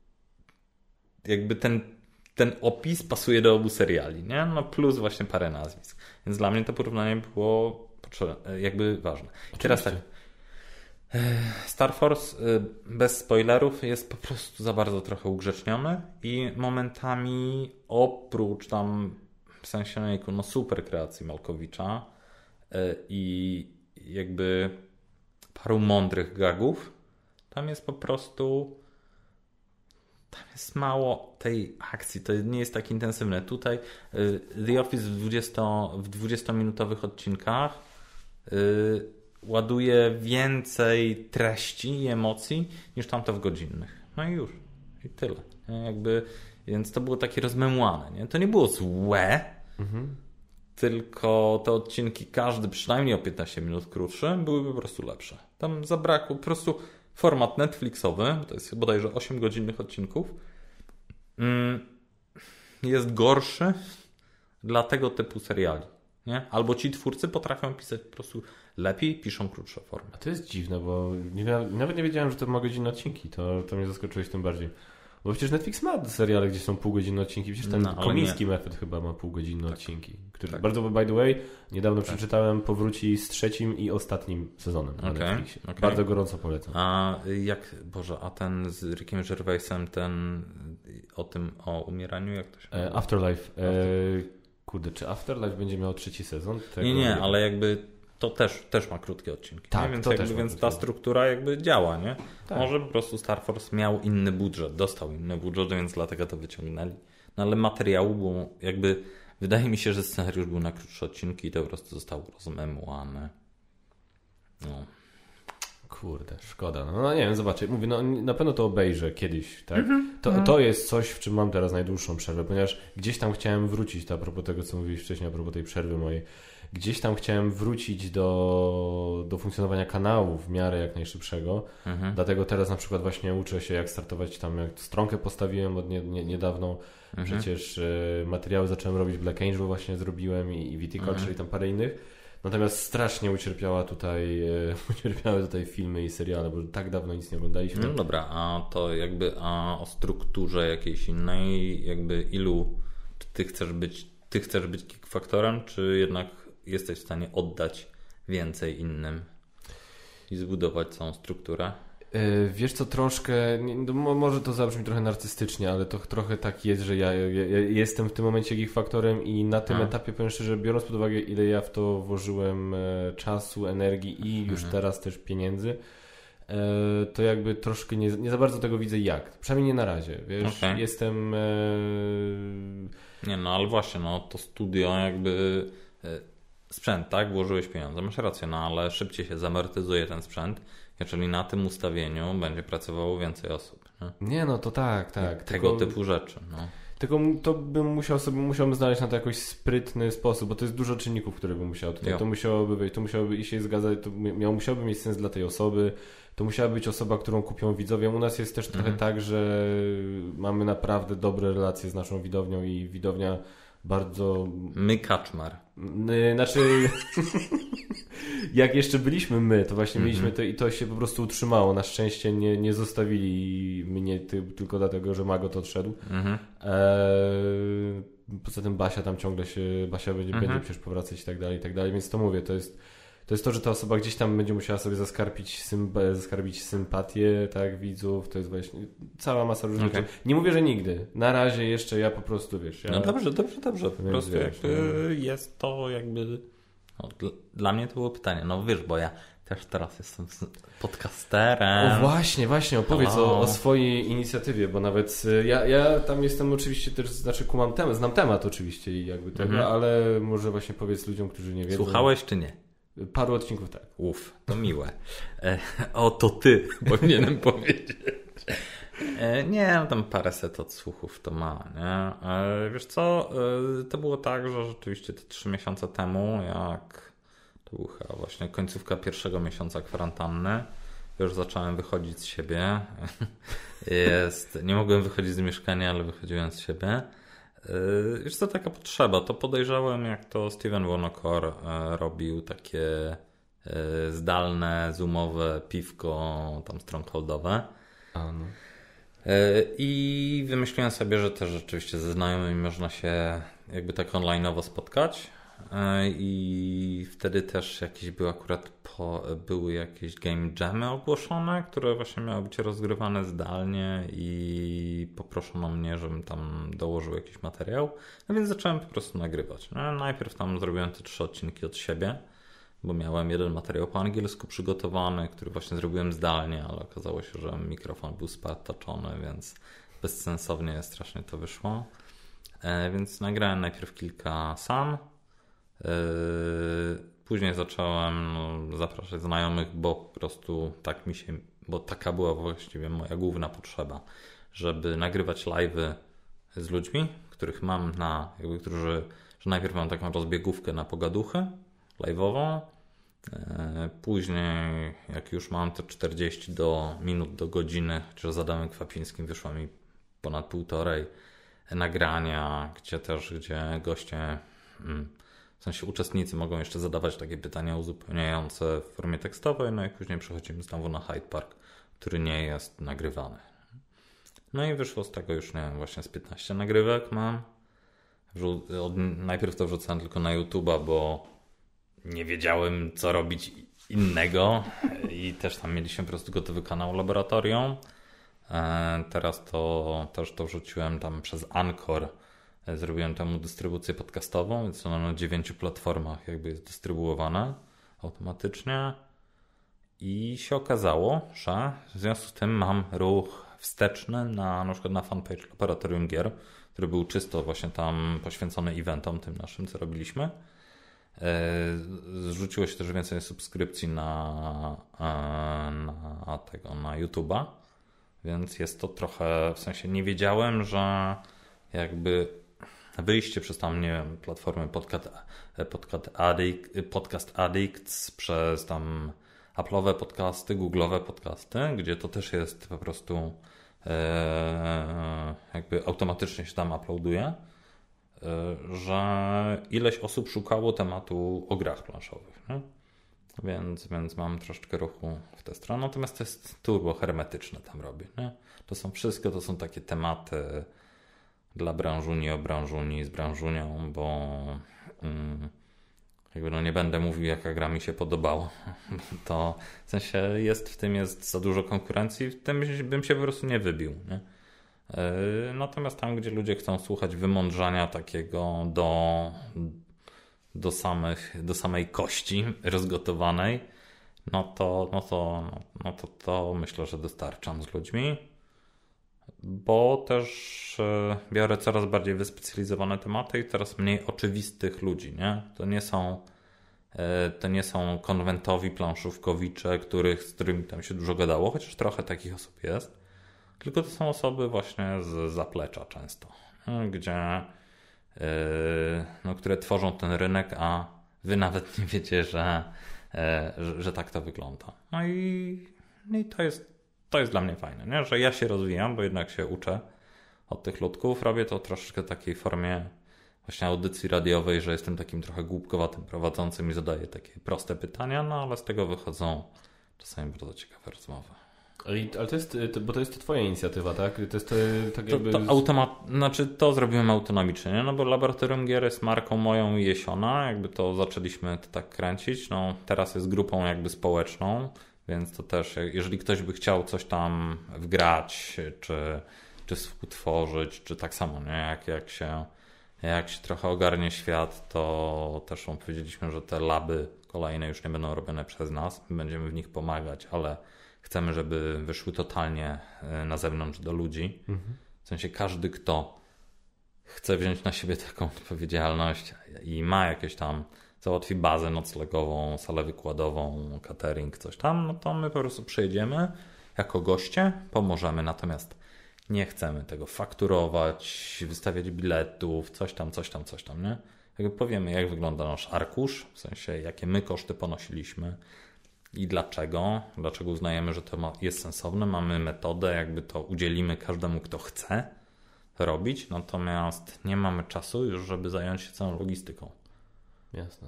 jakby ten, ten opis pasuje do obu seriali, nie? No plus właśnie parę nazwisk. Więc dla mnie to porównanie było jakby ważne. I teraz tak. Star Force bez spoilerów jest po prostu za bardzo trochę ugrzeczniony i momentami oprócz tam w sensie no super kreacji Malkowicza i jakby paru mądrych gagów, tam jest po prostu tam jest mało tej akcji, to nie jest tak intensywne. Tutaj The Office w dwudziesto, w dwudziestominutowych odcinkach ładuje więcej treści i emocji niż tamto w godzinnych. No i już. I tyle. Jakby, więc to było takie rozmemłane. Nie? To nie było złe, mhm. tylko te odcinki, każdy przynajmniej o piętnaście minut krótsze, były po prostu lepsze. Tam zabrakło po prostu format Netflixowy, to jest bodajże osiem godzinnych odcinków, jest gorszy dla tego typu seriali. Nie? Albo ci twórcy potrafią pisać po prostu lepiej, piszą krótsze formy. A to jest dziwne, bo nie, nawet nie wiedziałem, że to ma godzinne odcinki. To, to mnie zaskoczyłeś tym bardziej. Bo przecież Netflix ma seriale, gdzie są półgodzinne odcinki. Przecież ten no, Komiński Method chyba ma półgodzinne tak. odcinki. Który tak. bardzo, by the way, niedawno tak. przeczytałem, powróci z trzecim i ostatnim sezonem na okay. Netflixie. Okay. Bardzo gorąco polecam. A jak, Boże, a ten z Rickiem Gervaisem, ten o tym, o umieraniu, jak to się nazywa? E, Afterlife. E, kurde, czy Afterlife będzie miał trzeci sezon? Tego nie, nie, ale jakby to też, też ma krótkie odcinki. Tak, więc to jakby, też więc ta struktura jakby działa, nie? Tak. Może po prostu Star Force miał inny budżet, dostał inny budżet, więc dlatego to wyciągnęli. No ale materiału było jakby, wydaje mi się, że scenariusz był na krótsze odcinki i to po prostu zostało rozmemłane. No. Kurde, szkoda. No, no nie wiem, zobaczę. Mówię, no na pewno to obejrzę kiedyś, tak? Mm-hmm. To, mm. to jest coś, w czym mam teraz najdłuższą przerwę, ponieważ gdzieś tam chciałem wrócić, to a propos tego, co mówiłeś wcześniej, a propos tej przerwy mojej, gdzieś tam chciałem wrócić do, do funkcjonowania kanału w miarę jak najszybszego. Mm-hmm. Dlatego teraz na przykład właśnie uczę się, jak startować tam, jak stronkę postawiłem od nie, nie, niedawno. Mm-hmm. Przecież y, materiały zacząłem robić, Black Angel właśnie zrobiłem i, i Viticulture mm-hmm. i tam parę innych. Natomiast strasznie ucierpiała tutaj, e, ucierpiały tutaj filmy i seriale, bo tak dawno nic nie oglądaliśmy. No dobra, a to jakby a o strukturze jakiejś innej, jakby ilu ty chcesz być, ty chcesz być kickfaktorem, czy jednak jesteś w stanie oddać więcej innym i zbudować całą strukturę? Yy, wiesz co, troszkę, nie, no, może to zabrzmi trochę narcystycznie, ale to trochę tak jest, że ja, ja, ja jestem w tym momencie geek-faktorem i na tym A. etapie, powiem szczerze, biorąc pod uwagę, ile ja w to włożyłem e, czasu, energii i już mhm. teraz też pieniędzy, e, to jakby troszkę nie, nie za bardzo tego widzę jak. Przynajmniej nie na razie, wiesz, okay. jestem... E... Nie no, ale właśnie, no to studio jakby... E... Sprzęt, tak? Włożyłeś pieniądze, masz rację, no ale szybciej się zamortyzuje ten sprzęt, czyli na tym ustawieniu będzie pracowało więcej osób. Nie, nie no to tak, tak. Tego tylko, typu rzeczy. No. Tylko to bym musiał sobie, musiałbym znaleźć na to jakoś sprytny sposób, bo to jest dużo czynników, które bym musiał tutaj. Jo. To musiałoby być, to musiałoby i się zgadzać, to miał, musiałby mieć sens dla tej osoby, to musiała być osoba, którą kupią widzowie. U nas jest też trochę mhm. tak, że mamy naprawdę dobre relacje z naszą widownią i widownia bardzo... My kaczmar. Znaczy, jak jeszcze byliśmy my, to właśnie mm-hmm. mieliśmy to i to się po prostu utrzymało. Na szczęście nie, nie zostawili mnie ty, tylko dlatego, że Magot odszedł. Mm-hmm. Eee, poza tym Basia tam ciągle się, Basia będzie, mm-hmm. będzie przecież powracać i tak dalej, i tak dalej. Więc to mówię, to jest to, jest to że ta osoba gdzieś tam będzie musiała sobie zaskarbić, symp- zaskarbić sympatię, tak, widzów. To jest właśnie cała masa różnych okay. rzeczy. Nie mówię, że nigdy. Na razie jeszcze ja po prostu, wiesz... Ja... No dobrze, dobrze, dobrze. Po prostu wiesz, jakby no... jest to jakby... No, dla, dla mnie to było pytanie. No wiesz, bo ja też teraz jestem podcasterem. O właśnie, właśnie, opowiedz o, o swojej inicjatywie, bo nawet ja, ja tam jestem oczywiście też, znaczy kumam temat, znam temat oczywiście i jakby tego, mhm. ale może właśnie powiedz ludziom, którzy nie wiedzą. Słuchałeś czy nie? Paru odcinków tak. Uff, to miłe. E, o, to ty powinienem powiedzieć. E, nie, tam paręset odsłuchów to ma, nie? E, wiesz co, e, to było tak, że rzeczywiście te trzy miesiące temu, jak to była chyba właśnie końcówka pierwszego miesiąca kwarantanny, już zacząłem wychodzić z siebie. Jest, nie mogłem wychodzić z mieszkania, ale wychodziłem z siebie. Wiesz co, taka potrzeba. To podejrzałem, jak to Steven Wonokor robił takie zdalne, zoomowe piwko tam strongholdowe. A, no. I wymyśliłem sobie, że też rzeczywiście ze znajomymi można się jakby tak online'owo spotkać. I wtedy też jakieś były akurat po, były jakieś game jamy ogłoszone, które właśnie miały być rozgrywane zdalnie i poproszono mnie, żebym tam dołożył jakiś materiał. No więc zacząłem po prostu nagrywać. No, najpierw tam zrobiłem te trzy odcinki od siebie, bo miałem jeden materiał po angielsku przygotowany, który właśnie zrobiłem zdalnie, ale okazało się, że mikrofon był spatoczony, więc bezsensownie strasznie to wyszło. E, więc nagrałem najpierw kilka sam. Później zacząłem no, zapraszać znajomych, bo po prostu tak mi się, bo taka była właściwie moja główna potrzeba, żeby nagrywać live'y z ludźmi, których mam na, jakby, którzy, że najpierw mam taką rozbiegówkę na pogaduchy live'ową, później jak już mam te czterdzieści do, minut do godziny, chociaż z Adamem Kwapińskim wyszło mi ponad półtorej nagrania, gdzie też, gdzie goście hmm, w sensie uczestnicy mogą jeszcze zadawać takie pytania uzupełniające w formie tekstowej, no i później przechodzimy znowu na Hyde Park, który nie jest nagrywany. No i wyszło z tego już, nie wiem, właśnie z piętnaście nagrywek mam. Najpierw to wrzucałem tylko na YouTube'a, bo nie wiedziałem, co robić innego i też tam mieliśmy po prostu gotowy kanał Laboratorium. Teraz to też to wrzuciłem tam przez Anchor. Zrobiłem temu dystrybucję podcastową, więc ona na dziewięciu platformach jakby jest dystrybuowana automatycznie i się okazało, że w związku z tym mam ruch wsteczny na, na przykład na fanpage Laboratorium Gier, który był czysto właśnie tam poświęcony eventom tym naszym, co robiliśmy. Zrzuciło się też więcej subskrypcji na, na tego, na YouTube'a, więc jest to trochę, w sensie nie wiedziałem, że jakby wyjście przez tam, nie wiem, platformy Podcast, podcast, Addict, podcast Addicts, przez tam Apple'owe podcasty, Google'owe podcasty, gdzie to też jest po prostu e, jakby automatycznie się tam uploaduje, że ileś osób szukało tematu o grach planszowych, nie? Więc, więc mam troszeczkę ruchu w tę stronę, natomiast to jest turbo hermetyczne tam robię, nie? To są wszystko, to są takie tematy dla branżuni, o branżuni, z branżunią, bo mm, jakby no nie będę mówił, jaka gra mi się podobała, to w sensie jest w tym jest za dużo konkurencji, w tym bym się po prostu nie wybił, nie? Natomiast tam, gdzie ludzie chcą słuchać wymądrzania takiego do, do, samych, do samej kości rozgotowanej, no to, no to, no to, to myślę, że dostarczam z ludźmi, bo też biorę coraz bardziej wyspecjalizowane tematy i coraz mniej oczywistych ludzi, nie? To nie są, to nie są konwentowi planszówkowicze, których, z którymi tam się dużo gadało, chociaż trochę takich osób jest. Tylko to są osoby właśnie z zaplecza często, gdzie, yy, no, które tworzą ten rynek, a wy nawet nie wiecie, że, yy, że, że tak to wygląda. No i, i to, jest, to jest dla mnie fajne, nie? Że ja się rozwijam, bo jednak się uczę od tych ludków. Robię to troszeczkę w takiej formie właśnie audycji radiowej, że jestem takim trochę głupkowatym prowadzącym i zadaję takie proste pytania, no ale z tego wychodzą czasami bardzo ciekawe rozmowy. Ale to jest, bo to jest twoja inicjatywa, tak? To jest to, tak jakby... To, to, automat... znaczy to zrobiłem autonomicznie, nie? No bo Laboratorium Gier jest marką moją i Jesiona, jakby to zaczęliśmy to tak kręcić, no teraz jest grupą jakby społeczną, więc to też, jeżeli ktoś by chciał coś tam wgrać, czy, czy współtworzyć, czy tak samo, nie? Jak, jak się, jak się trochę ogarnie świat, to też mu powiedzieliśmy, że te laby kolejne już nie będą robione przez nas, my będziemy w nich pomagać, ale chcemy, żeby wyszły totalnie na zewnątrz do ludzi. Mhm. W sensie każdy, kto chce wziąć na siebie taką odpowiedzialność i ma jakieś tam, załatwi bazę noclegową, salę wykładową, catering, coś tam, no to my po prostu przyjedziemy jako goście, pomożemy, natomiast nie chcemy tego fakturować, wystawiać biletów, coś tam, coś tam, coś tam, nie? Jakby powiemy, jak wygląda nasz arkusz, w sensie jakie my koszty ponosiliśmy, i dlaczego? Dlaczego uznajemy, że to jest sensowne? Mamy metodę, jakby to udzielimy każdemu, kto chce robić, natomiast nie mamy czasu już, żeby zająć się całą logistyką. Jasne.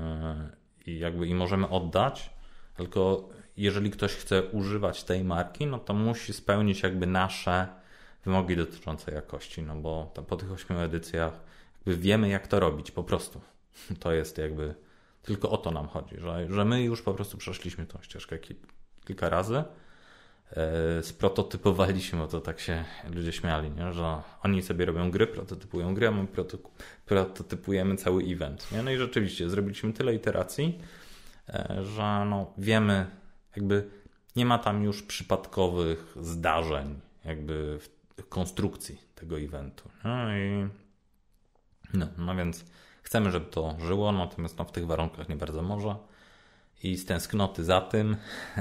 I jakby i możemy oddać, tylko jeżeli ktoś chce używać tej marki, no to musi spełnić jakby nasze wymogi dotyczące jakości, no bo tam po tych ośmiu edycjach jakby wiemy, jak to robić po prostu. To jest jakby tylko o to nam chodzi, że, że my już po prostu przeszliśmy tą ścieżkę kil, kilka razy. Yy, sprototypowaliśmy, bo to tak się ludzie śmiali, nie? Że oni sobie robią gry, prototypują gry, a my proto, prototypujemy cały event. Nie? No i rzeczywiście zrobiliśmy tyle iteracji, yy, że no, wiemy, jakby nie ma tam już przypadkowych zdarzeń jakby w konstrukcji tego eventu. No i no, no więc chcemy, żeby to żyło, natomiast no, w tych warunkach nie bardzo może. I z tęsknoty za tym,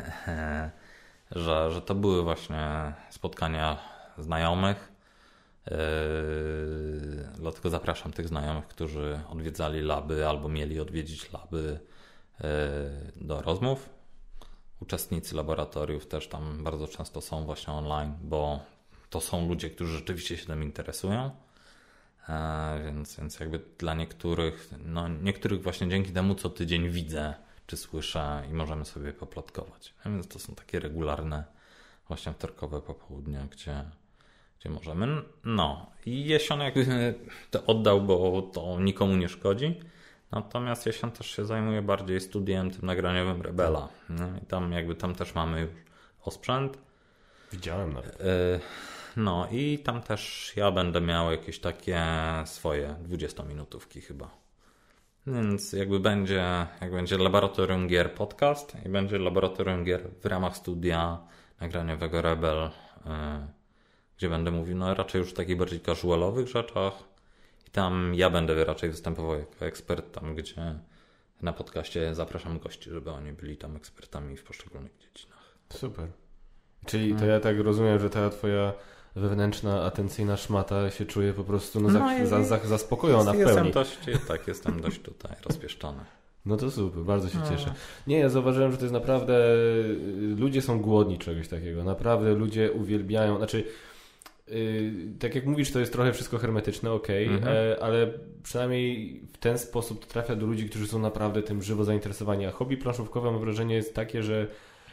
że, że to były właśnie spotkania znajomych. Yy, dlatego zapraszam tych znajomych, którzy odwiedzali laby albo mieli odwiedzić laby yy, do rozmów. Uczestnicy laboratoriów też tam bardzo często są właśnie online, bo to są ludzie, którzy rzeczywiście się tym interesują. Więc, więc jakby dla niektórych, no niektórych właśnie dzięki temu co tydzień widzę, czy słyszę i możemy sobie poplotkować. Więc to są takie regularne właśnie wtorkowe popołudnia, gdzie, gdzie możemy. No i Jesion jakby to oddał, bo to nikomu nie szkodzi. Natomiast Jesion też się zajmuje bardziej studiem tym nagraniowym Rebela. No i tam jakby tam też mamy już osprzęt. Widziałem nawet. No i tam też ja będę miał jakieś takie swoje dwudziestominutówki chyba. Więc jakby będzie, jak będzie Laboratorium Gier podcast i będzie Laboratorium Gier w ramach studia nagraniowego Rebel, yy, gdzie będę mówił no raczej już o takich bardziej casualowych rzeczach i tam ja będę raczej występował jako ekspert tam, gdzie na podcaście zapraszam gości, żeby oni byli tam ekspertami w poszczególnych dziedzinach. Super. Czyli to ja tak rozumiem, że ta twoja wewnętrzna, atencyjna szmata się czuje po prostu no, No za, za, za, zaspokojona jest, w pełni. Jestem dość, tak, jestem dość tutaj rozpieszczony. No to super, bardzo się No. cieszę. Nie, ja zauważyłem, że to jest naprawdę... Ludzie są głodni czegoś takiego. Naprawdę ludzie uwielbiają... Znaczy, yy, tak jak mówisz, to jest trochę wszystko hermetyczne, okej, okay, Mhm. e, ale przynajmniej w ten sposób to trafia do ludzi, którzy są naprawdę tym żywo zainteresowani. A hobby planszówkowe, mam wrażenie, jest takie, że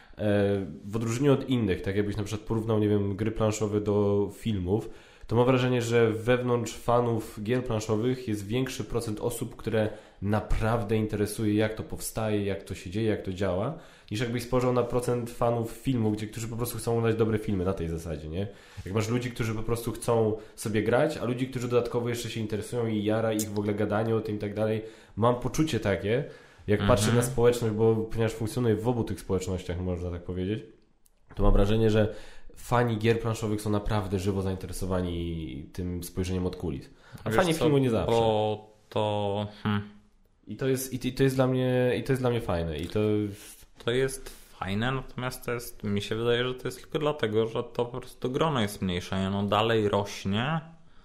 w odróżnieniu od innych, tak jakbyś na przykład porównał, nie wiem, gry planszowe do filmów, to mam wrażenie, że wewnątrz fanów gier planszowych jest większy procent osób, które naprawdę interesuje, jak to powstaje, jak to się dzieje, jak to działa, niż jakbyś spojrzał na procent fanów filmu, gdzie którzy po prostu chcą oglądać dobre filmy na tej zasadzie, nie? Jak masz ludzi, którzy po prostu chcą sobie grać, a ludzi, którzy dodatkowo jeszcze się interesują i jara ich w ogóle gadanie o tym i tak dalej, mam poczucie takie, jak Mhm. patrzę na społeczność, bo ponieważ funkcjonuję w obu tych społecznościach, można tak powiedzieć, to mam wrażenie, że fani gier planszowych są naprawdę żywo zainteresowani tym spojrzeniem od kulis. A Wiesz fani co, filmu nie zawsze. Bo to... Hmm, I to jest, i, i to jest dla mnie, i to jest dla mnie fajne. I to jest... to jest fajne, natomiast to jest, mi się wydaje, że to jest tylko dlatego, że to po prostu grono jest mniejsze i ono dalej rośnie.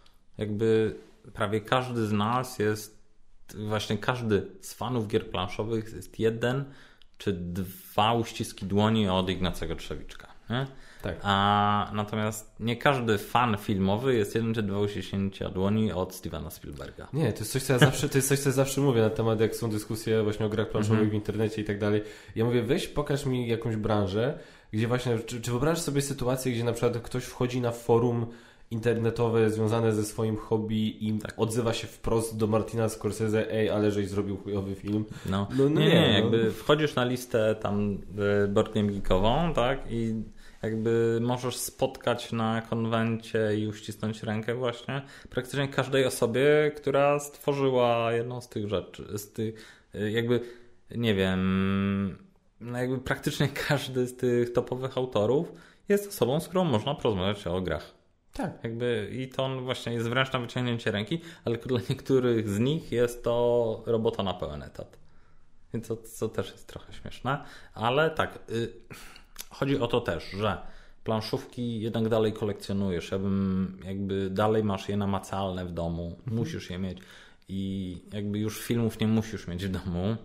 Jakby prawie każdy z nas jest, właśnie każdy z fanów gier planszowych jest jeden czy dwa uściski dłoni od Ignacego Trzewiczka. Nie? Tak. A natomiast nie każdy fan filmowy jest jeden czy dwa uściśnięcia dłoni od Stevena Spielberga. Nie, to jest coś, co ja zawsze, to jest coś, co ja zawsze mówię na temat, jak są dyskusje właśnie o grach planszowych Mhm. w internecie i tak dalej. Ja mówię, weź pokaż mi jakąś branżę, gdzie właśnie, czy, czy wyobrażasz sobie sytuację, gdzie na przykład ktoś wchodzi na forum internetowe związane ze swoim hobby i Tak. odzywa się wprost do Martina Scorsese, ej, ale żeś zrobił chujowy film. No, No, no nie, nie, nie, no. jakby wchodzisz na listę tam y, Board Game Geekową, tak, i jakby możesz spotkać na konwencie i uścisnąć rękę właśnie praktycznie każdej osobie, która stworzyła jedną z tych rzeczy, z tych, y, jakby, nie wiem, no jakby praktycznie każdy z tych topowych autorów jest osobą, z którą można porozmawiać o grach. Tak. Jakby i to on właśnie jest wręcz na wyciągnięcie ręki, ale dla niektórych z nich jest to robota na pełen etat. Więc to, to też jest trochę śmieszne, ale tak, y, chodzi o to też, że planszówki jednak dalej kolekcjonujesz, ja bym, jakby dalej masz je namacalne w domu, mhm. musisz je mieć i jakby już filmów nie musisz mieć w domu,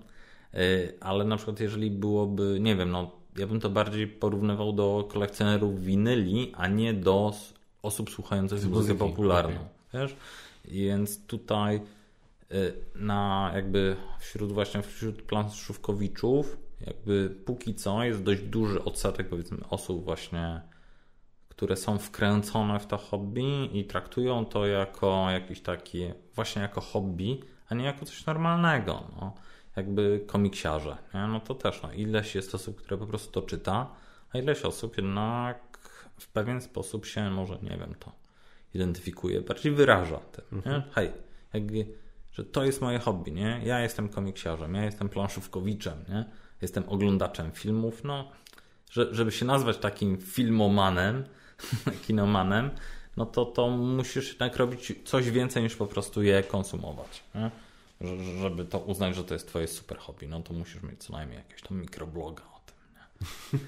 y, ale na przykład jeżeli byłoby, nie wiem, no ja bym to bardziej porównywał do kolekcjonerów winyli, a nie do osób słuchających muzykę muzyki popularną, okay. wiesz? I więc tutaj y, na jakby wśród właśnie wśród planszówkowiczów jakby póki co jest dość duży odsetek powiedzmy osób właśnie, które są wkręcone w to hobby i traktują to jako jakiś taki właśnie jako hobby, a nie jako coś normalnego, no. Jakby komiksiarze, nie? No to też no, ileś jest osób, które po prostu to czyta, a ileś osób jednak w pewien sposób się może, nie wiem, to identyfikuje, bardziej wyraża tym, mhm. nie? Hej, jakby, że to jest moje hobby, nie? Ja jestem komiksiarzem, ja jestem planszówkowiczem, nie? Jestem oglądaczem filmów, no, że, żeby się nazwać takim filmomanem, kinomanem, no to, to musisz jednak robić coś więcej niż po prostu je konsumować, nie? Że, żeby to uznać, że to jest twoje super hobby, no to musisz mieć co najmniej jakiegoś tam mikrobloga o tym, nie?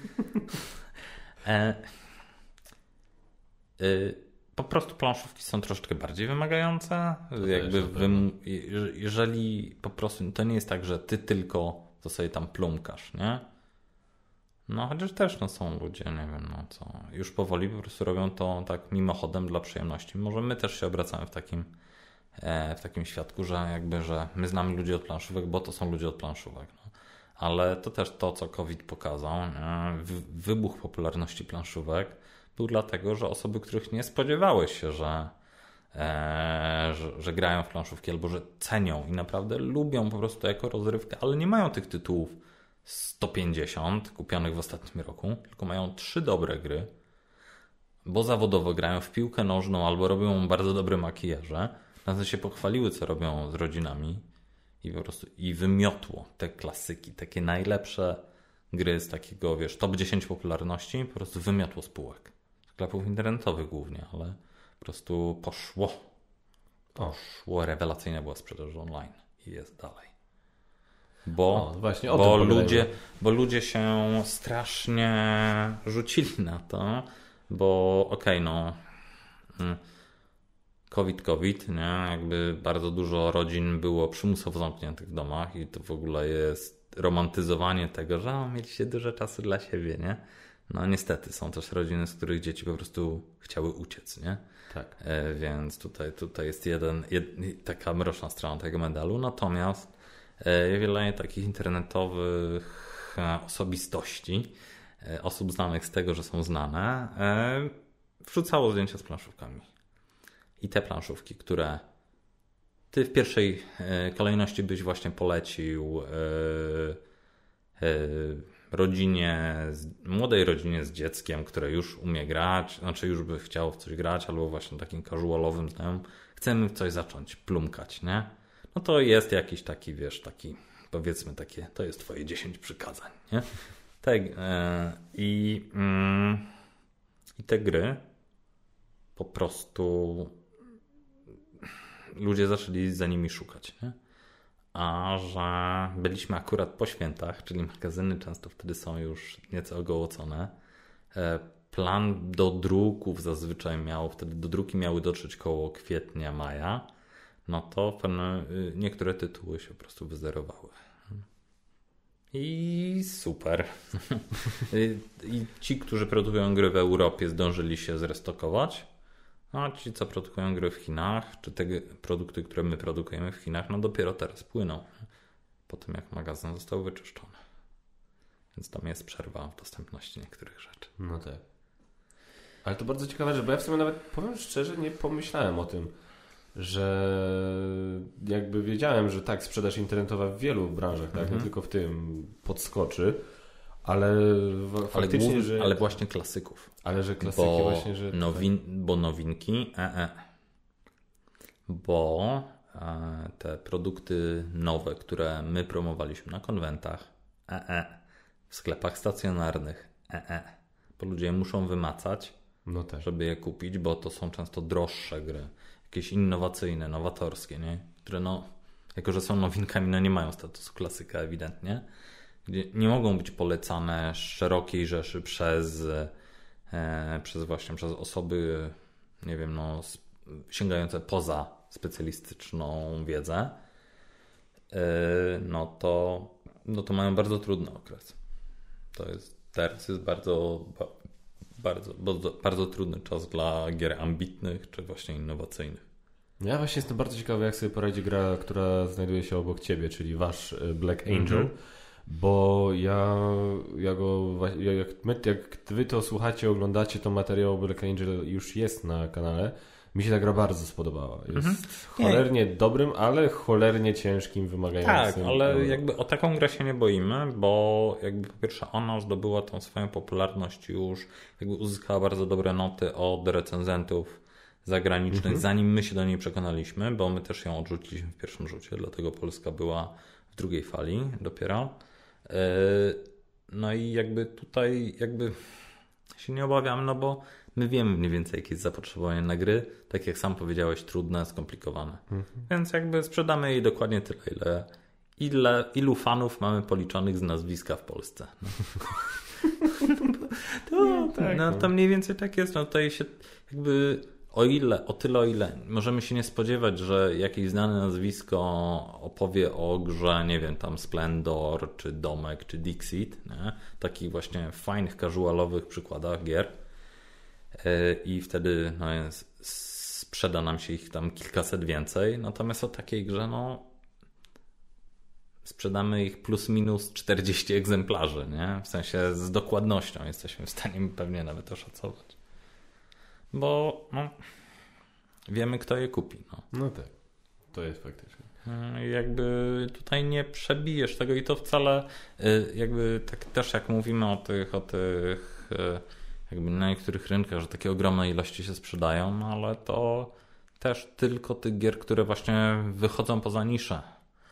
e, y, po prostu planszówki są troszeczkę bardziej wymagające. To jakby też, wym, jeżeli po prostu to nie jest tak, że ty tylko to sobie tam plumkasz, nie? No chociaż też no, są ludzie, nie wiem, no co, już powoli po prostu robią to tak mimochodem dla przyjemności. Może my też się obracamy w takim e, w takim świadku, że jakby, że my znamy ludzi od planszówek, bo to są ludzie od planszówek. No. Ale to też to, co COVID pokazał, nie? Wybuch popularności planszówek był dlatego, że osoby, których nie spodziewały się, że, e, że, że grają w planszówki albo że cenią i naprawdę lubią po prostu jako rozrywkę, ale nie mają tych tytułów sto pięćdziesiąt kupionych w ostatnim roku, tylko mają trzy dobre gry, bo zawodowo grają w piłkę nożną albo robią bardzo dobre makijaże, nawet się pochwaliły, co robią z rodzinami i po prostu i wymiotło te klasyki, takie najlepsze gry z takiego, wiesz, top dziesięć popularności, po prostu wymiotło spółek. Sklepów internetowych głównie, ale po prostu poszło. Poszło, rewelacyjna była sprzedaż online i jest dalej. Bo, o, właśnie, o bo, tym ludzie, bo ludzie się strasznie rzucili na to, bo okej, okay, no COVID, COVID, nie? Jakby bardzo dużo rodzin było przymusowo zamkniętych w domach i to w ogóle jest romantyzowanie tego, że o, mieliście dużo czasu dla siebie, nie? No niestety, są też rodziny, z których dzieci po prostu chciały uciec, nie? Tak. E, więc tutaj, tutaj jest jeden, jed, taka mroczna strona tego medalu. Natomiast e, wiele takich internetowych e, osobistości, e, osób znanych z tego, że są znane, e, wrzucało zdjęcia z planszówkami. I te planszówki, które ty w pierwszej e, kolejności byś właśnie polecił e, e, rodzinie, młodej rodzinie z dzieckiem, które już umie grać, znaczy już by chciało w coś grać, albo właśnie takim casualowym znajomym, chcemy w coś zacząć plumkać, nie? No to jest jakiś taki, wiesz, taki, powiedzmy takie, to jest twoje dziesięć przykazań, nie? Te, yy, i, yy, I te gry po prostu ludzie zaczęli za nimi szukać, nie? A że byliśmy akurat po świętach, czyli magazyny często wtedy są już nieco ogołocone. Plan do druków zazwyczaj miał, wtedy do druki miały dotrzeć koło kwietnia, maja, no to pewne, niektóre tytuły się po prostu wyzerowały. I super. I ci, którzy produkują gry w Europie, zdążyli się zrestokować. A ci, co produkują gry w Chinach, czy te produkty, które my produkujemy w Chinach, no dopiero teraz płyną. Po tym, jak magazyn został wyczyszczony. Więc tam jest przerwa w dostępności niektórych rzeczy. No tak. Ale to bardzo ciekawe, że bo ja w sumie nawet, powiem szczerze, nie pomyślałem o tym, że jakby wiedziałem, że tak, sprzedaż internetowa w wielu branżach, tak, mm-hmm. nie tylko w tym, podskoczy, ale faktycznie, ale, głów, że... ale właśnie klasyków. Ale że klasyki bo właśnie, że... Nowin, bo nowinki, e, e. Bo e, te produkty nowe, które my promowaliśmy na konwentach, e, e. w sklepach stacjonarnych, e, e. bo ludzie je muszą wymacać, no tak. żeby je kupić, bo to są często droższe gry, jakieś innowacyjne, nowatorskie, nie? Które no, jako że są nowinkami, no nie mają statusu klasyka ewidentnie, gdzie nie mogą być polecane szerokiej rzeszy przez, e, przez właśnie przez osoby, nie wiem, no, sięgające poza specjalistyczną wiedzę, e, no to no to mają bardzo trudny okres. To jest teraz jest bardzo, bardzo, bardzo, bardzo trudny czas dla gier ambitnych czy właśnie innowacyjnych. Ja właśnie jestem bardzo ciekawy, jak sobie poradzi gra, która znajduje się obok ciebie, czyli wasz Black Angel. Mm-hmm. Bo ja, ja go, jak, my, jak wy to słuchacie, oglądacie, to materiał Black Angel już jest na kanale. Mi się ta gra bardzo spodobała. Jest mm-hmm. cholernie nie. dobrym, ale cholernie ciężkim, wymagającym. Tak, ale jakby o taką grę się nie boimy, bo jakby po pierwsze ona zdobyła tą swoją popularność już, jakby uzyskała bardzo dobre noty od recenzentów zagranicznych, mm-hmm. zanim my się do niej przekonaliśmy, bo my też ją odrzuciliśmy w pierwszym rzucie, dlatego Polska była w drugiej fali dopiero. No i jakby tutaj jakby się nie obawiamy, no bo my wiemy mniej więcej, jakie jest zapotrzebowanie na gry, tak jak sam powiedziałeś, trudne, skomplikowane. Mhm. Więc jakby sprzedamy jej dokładnie tyle, ile, ile ilu fanów mamy policzonych z nazwiska w Polsce. No. to, no, tak, no, to mniej więcej tak jest. No tutaj się jakby o ile, o tyle o ile możemy się nie spodziewać, że jakieś znane nazwisko opowie o grze, nie wiem, tam Splendor, czy Domek, czy Dixit, nie? Takich właśnie fajnych, casualowych przykładach gier i wtedy no, jest, sprzeda nam się ich tam kilkaset więcej, natomiast o takiej grze no sprzedamy ich plus minus czterdzieści egzemplarzy, nie? W sensie z dokładnością jesteśmy w stanie pewnie nawet oszacować. Bo no, wiemy, kto je kupi. No. no tak, to jest faktycznie. Jakby tutaj nie przebijesz tego i to wcale jakby tak też jak mówimy o tych, o tych jakby na niektórych rynkach, że takie ogromne ilości się sprzedają, no ale to też tylko tych gier, które właśnie wychodzą poza niszę.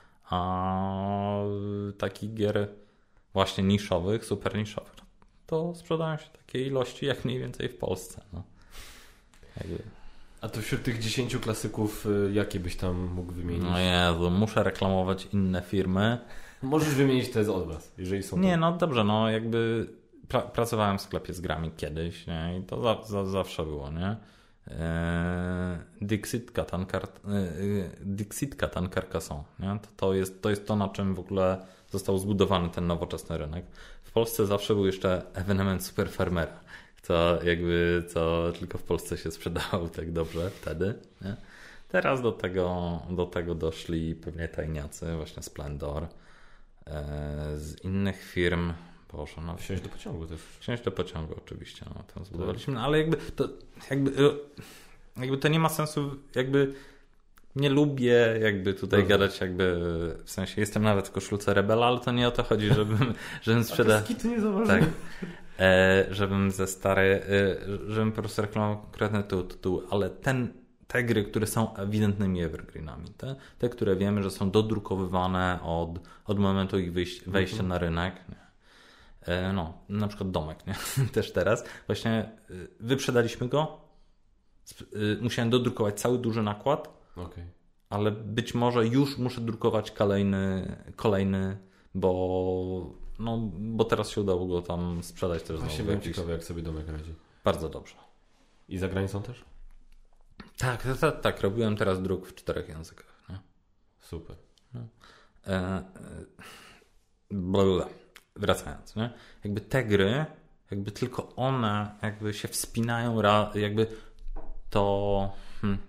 A takich gier właśnie niszowych, super niszowych, to sprzedają się takie ilości jak mniej więcej w Polsce. No. Jakby. A to wśród tych dziesięciu klasyków jakie byś tam mógł wymienić? No Jezu, muszę reklamować inne firmy, Możesz wymienić tezę od was, jeżeli są... Nie, to... no dobrze, no jakby pra- pracowałem w sklepie z grami kiedyś, nie? I to za, za, zawsze było, nie? Eee, Dixit, Catan, Car- eee, Dixit, Catan, Carcassonne, nie? To, to, jest, to jest to, na czym w ogóle został zbudowany ten nowoczesny rynek. W Polsce zawsze był jeszcze ewenement Super Farmera, co jakby, co tylko w Polsce się sprzedawał tak dobrze wtedy, nie? Teraz do tego, do tego doszli pewnie tajniacy, właśnie Splendor, z innych firm. Boże, no. Wsiąść do pociągu też. Wsiąść do pociągu oczywiście, no tam zbudowaliśmy, no, ale jakby to, jakby, jakby to nie ma sensu, jakby nie lubię jakby tutaj no. gadać jakby, w sensie jestem nawet w koszulce Rebela, ale to nie o to chodzi, żebym, żebym sprzedał... A to nie zauważyłem. Tak, e, żebym ze stary, e, żebym po prostu reklamował konkretne tytuły, ale ten te gry, które są ewidentnymi evergreenami, te, te które wiemy, że są dodrukowywane od, od momentu ich wyjść, wejścia mm-hmm. na rynek. Nie? E, no, na przykład Domek, nie? Też teraz. Właśnie y, wyprzedaliśmy go, y, musiałem dodrukować cały duży nakład, okay. ale być może już muszę drukować kolejny, kolejny bo, no, bo teraz się udało go tam sprzedać też. Właśnie byłem ciekawy, jak sobie Domek radzi. Bardzo dobrze. I za granicą też? Tak, tak, tak, tak. Robiłem teraz druk w czterech językach. Nie? Super. No. E, e, bla, bla. Wracając, nie? Jakby te gry, jakby tylko one jakby się wspinają, jakby to hmm,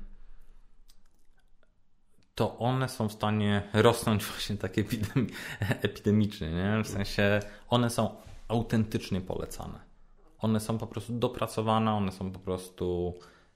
to one są w stanie rosnąć właśnie tak epidemi- epidemicznie, nie? W sensie one są autentycznie polecane. One są po prostu dopracowane, one są po prostu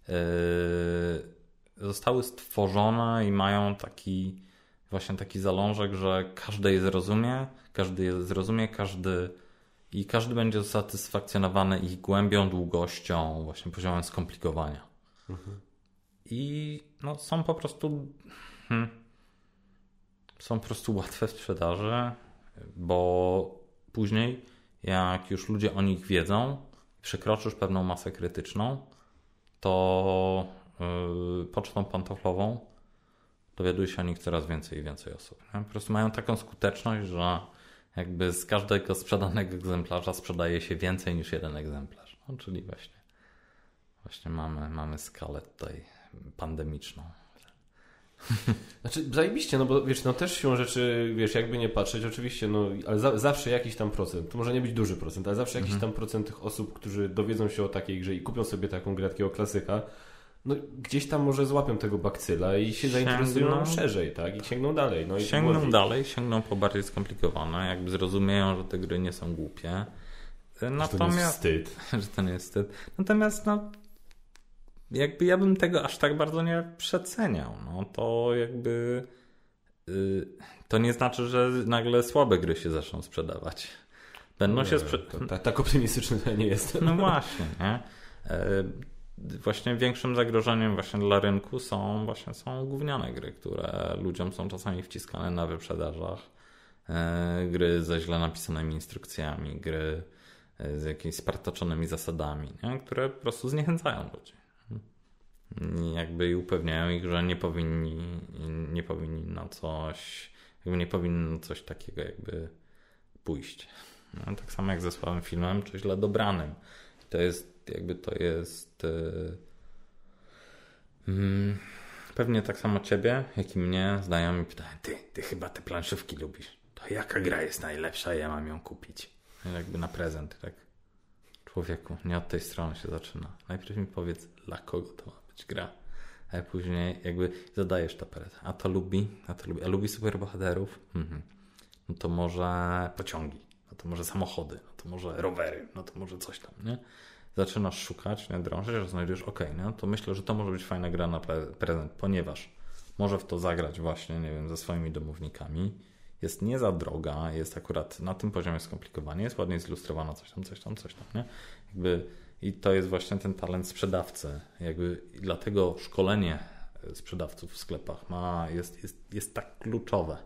Yy, zostały stworzone i mają taki właśnie taki zalążek, że każdy je zrozumie, każdy je zrozumie, każdy i każdy będzie usatysfakcjonowany ich głębią, długością, właśnie poziomem skomplikowania. Mhm. I no, są po prostu hmm, są po prostu łatwe w sprzedaży, bo później jak już ludzie o nich wiedzą, przekroczysz pewną masę krytyczną, to yy, pocztą pantoflową dowiaduje się o nich coraz więcej i więcej osób. Nie? Po prostu mają taką skuteczność, że jakby z każdego sprzedanego egzemplarza sprzedaje się więcej niż jeden egzemplarz. No, czyli właśnie, właśnie mamy, mamy skalę tutaj pandemiczną. Znaczy zajebiście, no bo wiesz, no też siłą rzeczy, wiesz, jakby nie patrzeć, oczywiście, no ale za, zawsze jakiś tam procent, to może nie być duży procent, ale zawsze jakiś mhm. tam procent tych osób, którzy dowiedzą się o takiej grze i kupią sobie taką grę, takiego klasyka, no gdzieś tam może złapią tego bakcyla i się sięgną, zainteresują szerzej, tak? I sięgną dalej. No i sięgną dalej, sięgną po bardziej skomplikowane, jakby zrozumieją, że te gry nie są głupie. Natomiast, że to nie jest wstyd. Że to nie jest wstyd. Natomiast no jakby ja bym tego aż tak bardzo nie przeceniał. No to jakby yy, to nie znaczy, że nagle słabe gry się zaczną sprzedawać. Będą no, się sprzedawać. Tak, tak optymistyczny to ja nie jestem. No właśnie, nie? Yy, właśnie większym zagrożeniem właśnie dla rynku są właśnie są gówniane gry, które ludziom są czasami wciskane na wyprzedażach. Yy, gry ze źle napisanymi instrukcjami, gry z jakimiś spartoczonymi zasadami, nie? Które po prostu zniechęcają ludzi. Jakby i upewniają ich, że nie powinni nie powinni na coś jakby nie powinni na coś takiego jakby pójść. No, tak samo jak ze słabym filmem, czy źle dobranym. To jest jakby to jest yy, yy, pewnie tak samo ciebie, jak i mnie znajomi pytają, ty, ty chyba te planszówki lubisz. To jaka gra jest najlepsza, ja mam ją kupić. Jakby na prezent, tak? Człowieku, nie od tej strony się zaczyna. Najpierw mi powiedz, dla kogo to ma być gra. A później jakby zadajesz to prezent. A to lubi? A to lubi? A lubi superbohaterów? Mhm. No to może pociągi. No to może samochody. No to może rowery. No to może coś tam, nie? Zaczynasz szukać, nie drążysz, że znajdziesz okej, okay, no to myślę, że to może być fajna gra na pre- prezent, ponieważ może w to zagrać właśnie, nie wiem, ze swoimi domownikami. Jest nie za droga, jest akurat na tym poziomie skomplikowanie, jest ładnie zilustrowana, coś tam, coś tam, coś tam, nie? Jakby i to jest właśnie ten talent sprzedawcy. Jakby i dlatego szkolenie sprzedawców w sklepach ma, jest, jest, jest tak kluczowe,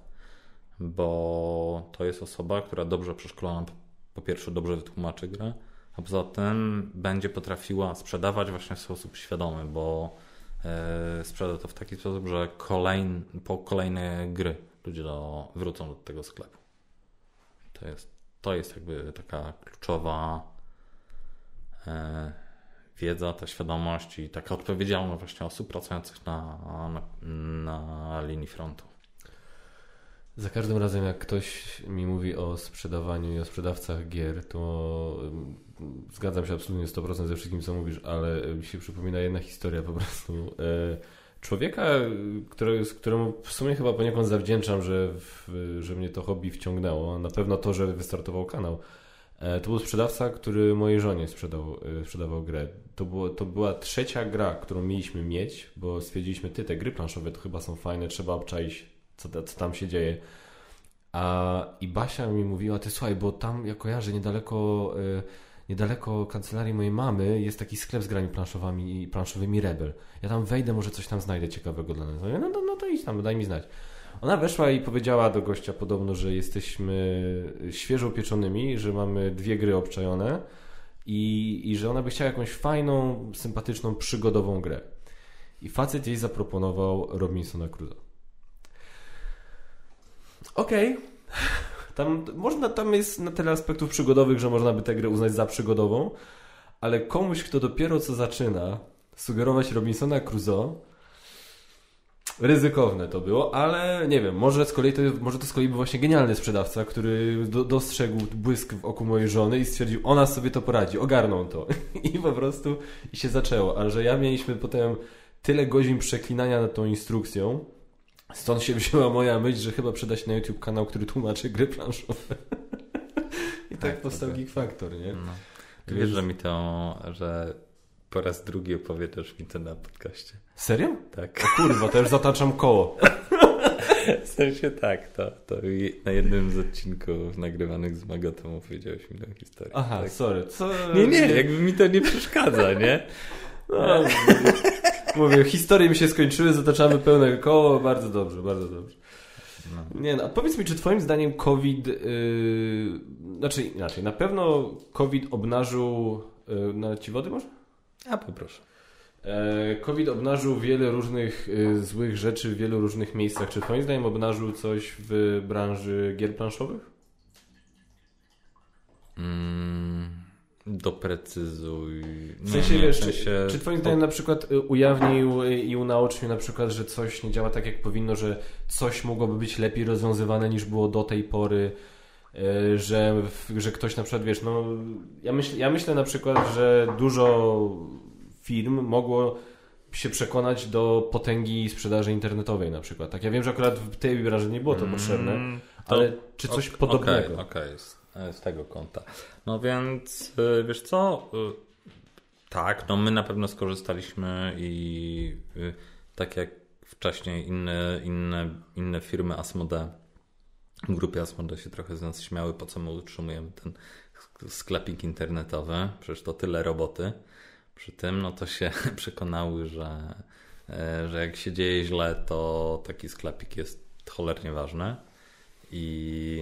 bo to jest osoba, która dobrze przeszkolona, po pierwsze dobrze wytłumaczy grę, a poza tym będzie potrafiła sprzedawać właśnie w sposób świadomy, bo yy, sprzeda to w taki sposób, że kolejn, po kolejne gry ludzie do, wrócą do tego sklepu. To jest, to jest jakby taka kluczowa e, wiedza, ta świadomość i taka odpowiedzialność właśnie osób pracujących na, na, na linii frontu. Za każdym razem jak ktoś mi mówi o sprzedawaniu i o sprzedawcach gier, to zgadzam się absolutnie sto procent ze wszystkim, co mówisz, ale mi się przypomina jedna historia po prostu. Człowieka, który, któremu w sumie chyba poniekąd zawdzięczam, że, w, że mnie to hobby wciągnęło. Na pewno to, że wystartował kanał. To był sprzedawca, który mojej żonie sprzedał, sprzedawał grę. To, było, to była trzecia gra, którą mieliśmy mieć, bo stwierdziliśmy, ty, te gry planszowe to chyba są fajne, trzeba obczaić, co, co tam się dzieje. A i Basia mi mówiła, ty słuchaj, bo tam ja kojarzę niedaleko, y, niedaleko kancelarii mojej mamy jest taki sklep z grami planszowymi i planszowymi Rebel. Ja tam wejdę, może coś tam znajdę ciekawego dla nas. No, no, no to idź tam, daj mi znać. Ona weszła i powiedziała do gościa podobno, że jesteśmy świeżo pieczonymi, że mamy dwie gry obczajone i, i że ona by chciała jakąś fajną, sympatyczną, przygodową grę. I facet jej zaproponował Robinsona Crusoe. Okej. Okay. Tam, można, tam jest na tyle aspektów przygodowych, że można by tę grę uznać za przygodową, ale komuś, kto dopiero co zaczyna sugerować Robinsona Crusoe, ryzykowne to było, ale nie wiem, może z kolei to, może to z kolei był właśnie genialny sprzedawca, który do, dostrzegł błysk w oku mojej żony i stwierdził, ona sobie to poradzi, ogarną to. I po prostu i się zaczęło. A że ja mieliśmy potem tyle godzin przeklinania nad tą instrukcją, stąd się wzięła moja myśl, że chyba przyda się na YouTube kanał, który tłumaczy gry planszowe. I tak, tak powstał Geek Factor, nie? No. Wiesz, że mi to, że po raz drugi opowiadasz mi to na podcaście. Serio? Tak. O kurwa, to już zataczam koło. W sensie tak, to, to na jednym z odcinków nagrywanych z Magotą opowiedziałeś mi tę historię. Aha, tak. sorry. Co? Nie, nie, jakby mi to nie przeszkadza, nie? No, mówię, historie mi się skończyły, zataczamy pełne koło, bardzo dobrze, bardzo dobrze. No. Nie, no, a powiedz mi, czy twoim zdaniem COVID, yy, znaczy inaczej, na pewno COVID obnażył, yy, nalać ci wody może? A poproszę. COVID obnażył wiele różnych y, złych rzeczy w wielu różnych miejscach. Czy twoim zdaniem obnażył coś w branży gier planszowych? Mm, doprecyzuj. W sensie, nie, wiesz, w sensie... czy, czy twoim zdaniem na przykład ujawnił i unaocznił na przykład, że coś nie działa tak jak powinno, że coś mogłoby być lepiej rozwiązywane niż było do tej pory, y, że, że ktoś na przykład, wiesz, no ja, myśl, ja myślę na przykład, że dużo firm mogło się przekonać do potęgi sprzedaży internetowej na przykład. Tak, ja wiem, że akurat w tej branży nie było to potrzebne, mm, to, ale czy coś okay, podobnego? Okej, okay, z, z tego kąta. No więc wiesz co, tak, no my na pewno skorzystaliśmy i tak jak wcześniej inne, inne, inne firmy Asmodee, w grupie Asmodee się trochę z nas śmiały, po co my utrzymujemy ten sklepik internetowy, przecież to tyle roboty. Przy tym no to się przekonały, że, że jak się dzieje źle, to taki sklepik jest cholernie ważny. I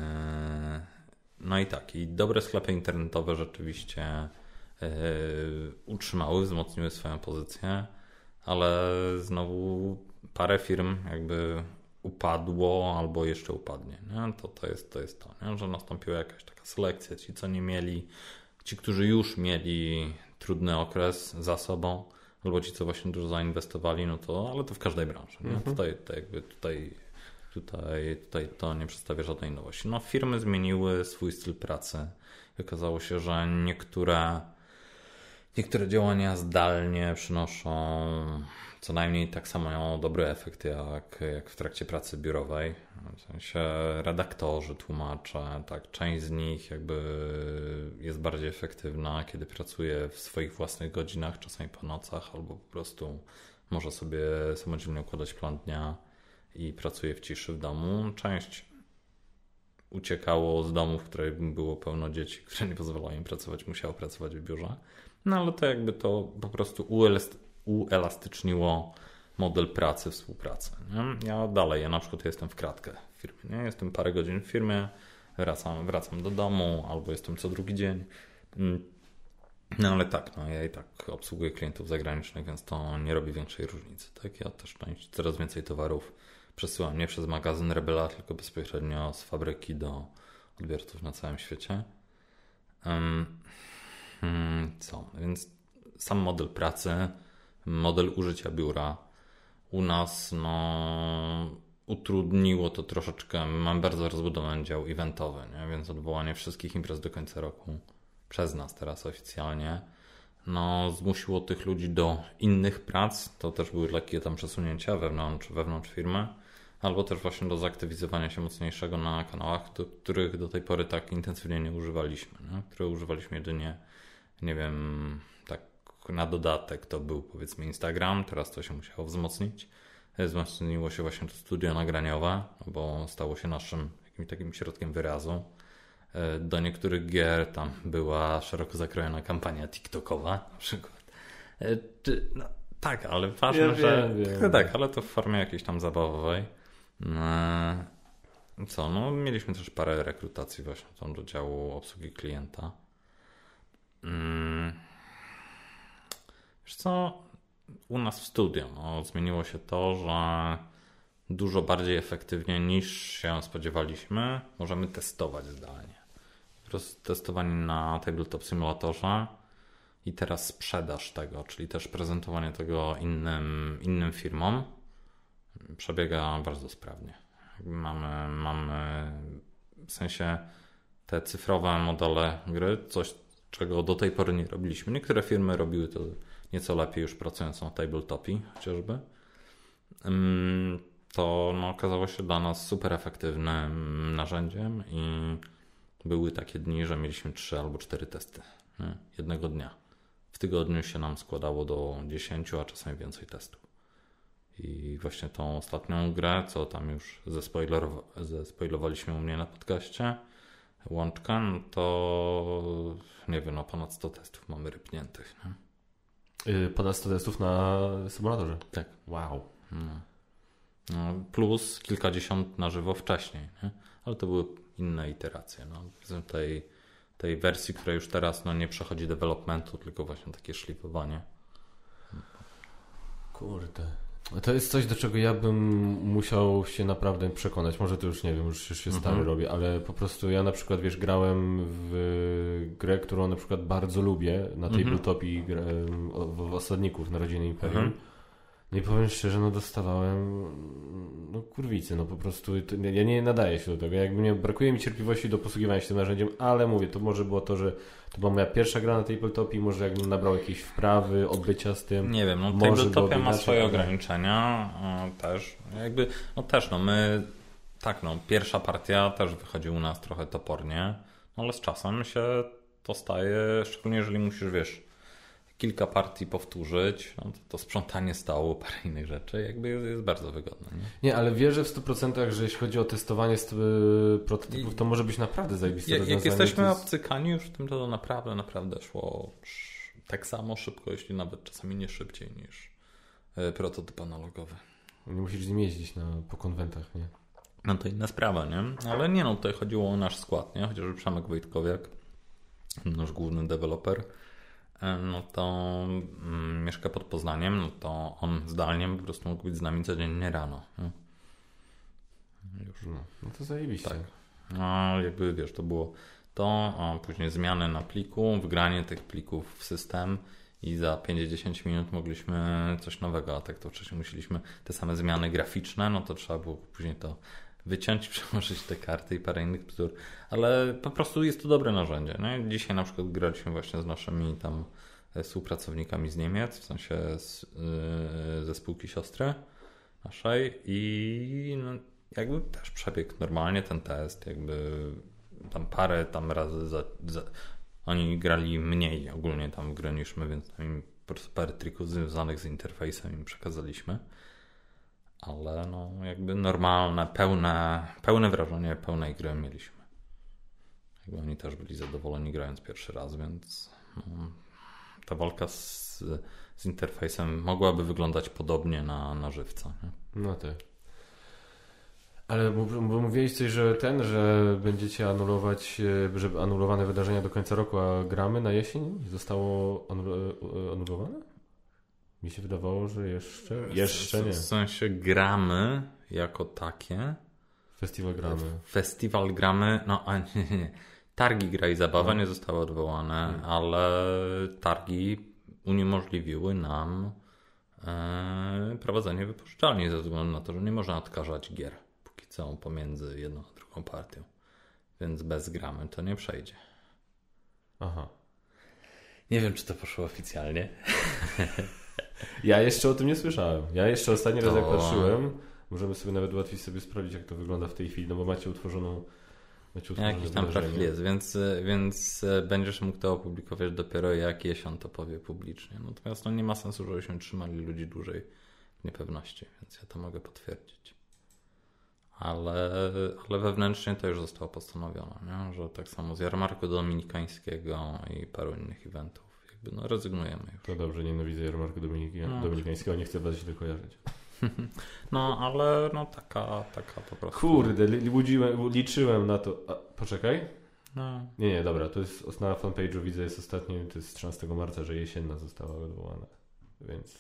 no i tak, i dobre sklepy internetowe rzeczywiście utrzymały, wzmocniły swoją pozycję, ale znowu parę firm jakby upadło albo jeszcze upadnie. Nie? To, to, jest, to jest to, nie? Że nastąpiła jakaś taka selekcja. Ci, co nie mieli, ci, którzy już mieli trudny okres za sobą, albo ci, co właśnie dużo zainwestowali, no to, ale to w każdej branży. Nie? Mhm. Tutaj, to jakby tutaj, tutaj, tutaj to nie przedstawia żadnej nowości. No, firmy zmieniły swój styl pracy. I okazało się, że niektóre, niektóre działania zdalnie przynoszą co najmniej tak samo dobry efekt, jak, jak w trakcie pracy biurowej. W sensie redaktorzy, tłumacze, tak, część z nich jakby jest bardziej efektywna, kiedy pracuje w swoich własnych godzinach, czasami po nocach, albo po prostu może sobie samodzielnie układać plan dnia i pracuje w ciszy w domu. Część uciekało z domów, w których było pełno dzieci, które nie pozwalały im pracować, musiało pracować w biurze. No ale to jakby to po prostu uelastyczniło model pracy, współpracy. Nie? Ja dalej, ja na przykład jestem w kratkę w firmie. Nie? Jestem parę godzin w firmie, wracam, wracam do domu albo jestem co drugi dzień. No ale tak, no ja i tak obsługuję klientów zagranicznych, więc to nie robi większej różnicy. Tak? Ja też coraz więcej towarów przesyłam nie przez magazyn Rebela, tylko bezpośrednio z fabryki do odbiorców na całym świecie. Um, hmm, co? Więc sam model pracy, model użycia biura u nas no, utrudniło to troszeczkę. Mam bardzo rozbudowany dział eventowy, nie? Więc odwołanie wszystkich imprez do końca roku przez nas teraz oficjalnie no, zmusiło tych ludzi do innych prac. To też były lekkie tam przesunięcia wewnątrz, wewnątrz firmy, albo też właśnie do zaktywizowania się mocniejszego na kanałach, do których do tej pory tak intensywnie nie używaliśmy, nie? Które używaliśmy jedynie, nie wiem, tak na dodatek to był powiedzmy Instagram, teraz to się musiało wzmocnić. Wzmocniło się właśnie to studio nagraniowe, bo stało się naszym jakimś takim środkiem wyrazu. Do niektórych gier tam była szeroko zakrojona kampania TikTokowa na przykład. Czy, no, tak, ale ważne, ja że wiem, tak, wiem. tak, ale to w formie jakiejś tam zabawowej. Co, no mieliśmy też parę rekrutacji właśnie tam do działu obsługi klienta. Wiesz co, u nas w studio no, zmieniło się to, że dużo bardziej efektywnie niż się spodziewaliśmy możemy testować zdalnie. Po prostu testowanie na Tabletop Simulatorze i teraz sprzedaż tego, czyli też prezentowanie tego innym, innym firmom przebiega bardzo sprawnie. Mamy, mamy w sensie te cyfrowe modele gry, coś czego do tej pory nie robiliśmy. Niektóre firmy robiły to nieco lepiej już pracując na tabletopie chociażby. To no, okazało się dla nas super efektywnym narzędziem i były takie dni, że mieliśmy trzy albo cztery testy nie? jednego dnia. W tygodniu się nam składało do dziesięciu, a czasami więcej testów. I właśnie tą ostatnią grę, co tam już zespoilerow- zespoilowaliśmy u mnie na podcaście, Łączka, no to nie wiem, no ponad sto testów mamy rypniętych. Nie? Yy, ponad sto testów na symulatorze. Tak. Wow. No. No, plus kilkadziesiąt na żywo wcześniej, nie? Ale to były inne iteracje. No. Tej, tej wersji, która już teraz no, nie przechodzi developmentu, tylko właśnie takie szlifowanie. Kurde. To jest coś, do czego ja bym musiał się naprawdę przekonać. Może to już nie wiem, już się stary mhm. robię, ale po prostu ja na przykład, wiesz, grałem w grę, którą na przykład bardzo lubię na tabletopie mhm. w, w Osadników Narodziny Imperium. Mhm. No i powiem szczerze, no dostawałem no kurwicy, no po prostu to, ja nie nadaję się do tego. Jakby nie brakuje mi cierpliwości do posługiwania się tym narzędziem, ale mówię, to może było to, że to była moja pierwsza gra na tabletopie, może jakbym nabrał jakieś wprawy, odbycia z tym. Nie wiem, no tabletopia ma swoje ograniczenia też. Jakby, no też, no my tak, no pierwsza partia też wychodzi u nas trochę topornie, no ale z czasem się to staje, szczególnie jeżeli musisz, wiesz, kilka partii powtórzyć, no to, to sprzątanie stołu, parę innych rzeczy, jakby jest, jest bardzo wygodne. Nie? nie, ale wierzę w stu procentach, że jeśli chodzi o testowanie st- prototypów, to może być naprawdę zajebiste jak, jak jesteśmy jest... obcykani już w tym, to naprawdę, naprawdę szło tak samo szybko, jeśli nawet czasami nie szybciej niż prototyp analogowy. Nie musisz z nim jeździć na, po konwentach, nie? No to inna sprawa, nie? Ale nie, no tutaj chodziło o nasz skład, nie? Chociażby Przemek Wojtkowiak, nasz główny deweloper, no to mm, mieszka pod Poznaniem, no to on zdalnie po prostu mógł być z nami codziennie rano. Nie? Już. No, no to zajebiście. Tak. No jakby wiesz, to było to, a później zmiany na pliku, wgranie tych plików w system i za pięć do dziesięciu minut mogliśmy coś nowego, a tak to wcześniej musieliśmy te same zmiany graficzne, no to trzeba było później to wyciąć, przełożyć te karty i parę innych bzdur, ale po prostu jest to dobre narzędzie. Nie? Dzisiaj na przykład graliśmy właśnie z naszymi tam współpracownikami z Niemiec, w sensie z, yy, ze spółki siostry naszej i no, jakby też przebiegł normalnie ten test, jakby tam parę tam razy za, za, oni grali mniej ogólnie tam w grę niż my, więc tam im po prostu parę trików związanych z interfejsem im przekazaliśmy. Ale no jakby normalne, pełne, pełne wrażenie pełnej gry mieliśmy. Jakby oni też byli zadowoleni grając pierwszy raz, więc no, ta walka z, z interfejsem mogłaby wyglądać podobnie na, na żywca. Nie? No tak. Ale mówiłeś coś, że ten, że będziecie anulować, że anulowane wydarzenia do końca roku, a gramy na jesień zostało anulowane? Mi się wydawało, że jeszcze, jeszcze nie. W sensie gramy jako takie. Festiwal Gramy. Festiwal Gramy, no a nie, nie, nie. Targi Gra i Zabawa no. nie zostały odwołane, hmm. ale targi uniemożliwiły nam e, prowadzenie wypożyczalni ze względu na to, że nie można odkażać gier póki co pomiędzy jedną a drugą partią. Więc bez Gramy to nie przejdzie. Aha. Nie wiem, czy to poszło oficjalnie. Ja jeszcze o tym nie słyszałem. Ja jeszcze ostatni to... raz jak patrzyłem, możemy sobie nawet łatwiej sobie sprawdzić, jak to wygląda w tej chwili, no bo macie utworzoną macie utworzone jakiś tam wydarzenie. profil jest, więc, więc będziesz mógł to opublikować dopiero jak Jesion to powie publicznie. Natomiast no, nie ma sensu, żebyśmy trzymali ludzi dłużej w niepewności, więc ja to mogę potwierdzić. Ale, ale wewnętrznie to już zostało postanowione, nie? Że tak samo z jarmarku dominikańskiego i paru innych eventów jakby no rezygnujemy już. To dobrze, nienawidzę jarmarku Dominika, no. dominikańskiego, nie chcę was źle kojarzyć. No, ale no taka, taka po prostu. Kurde, li, liczyłem, liczyłem na to. A, poczekaj. No. Nie, nie, dobra, to jest na fanpage'u widzę, jest ostatni, to jest trzynastego marca, że jesienna została odwołana. Więc.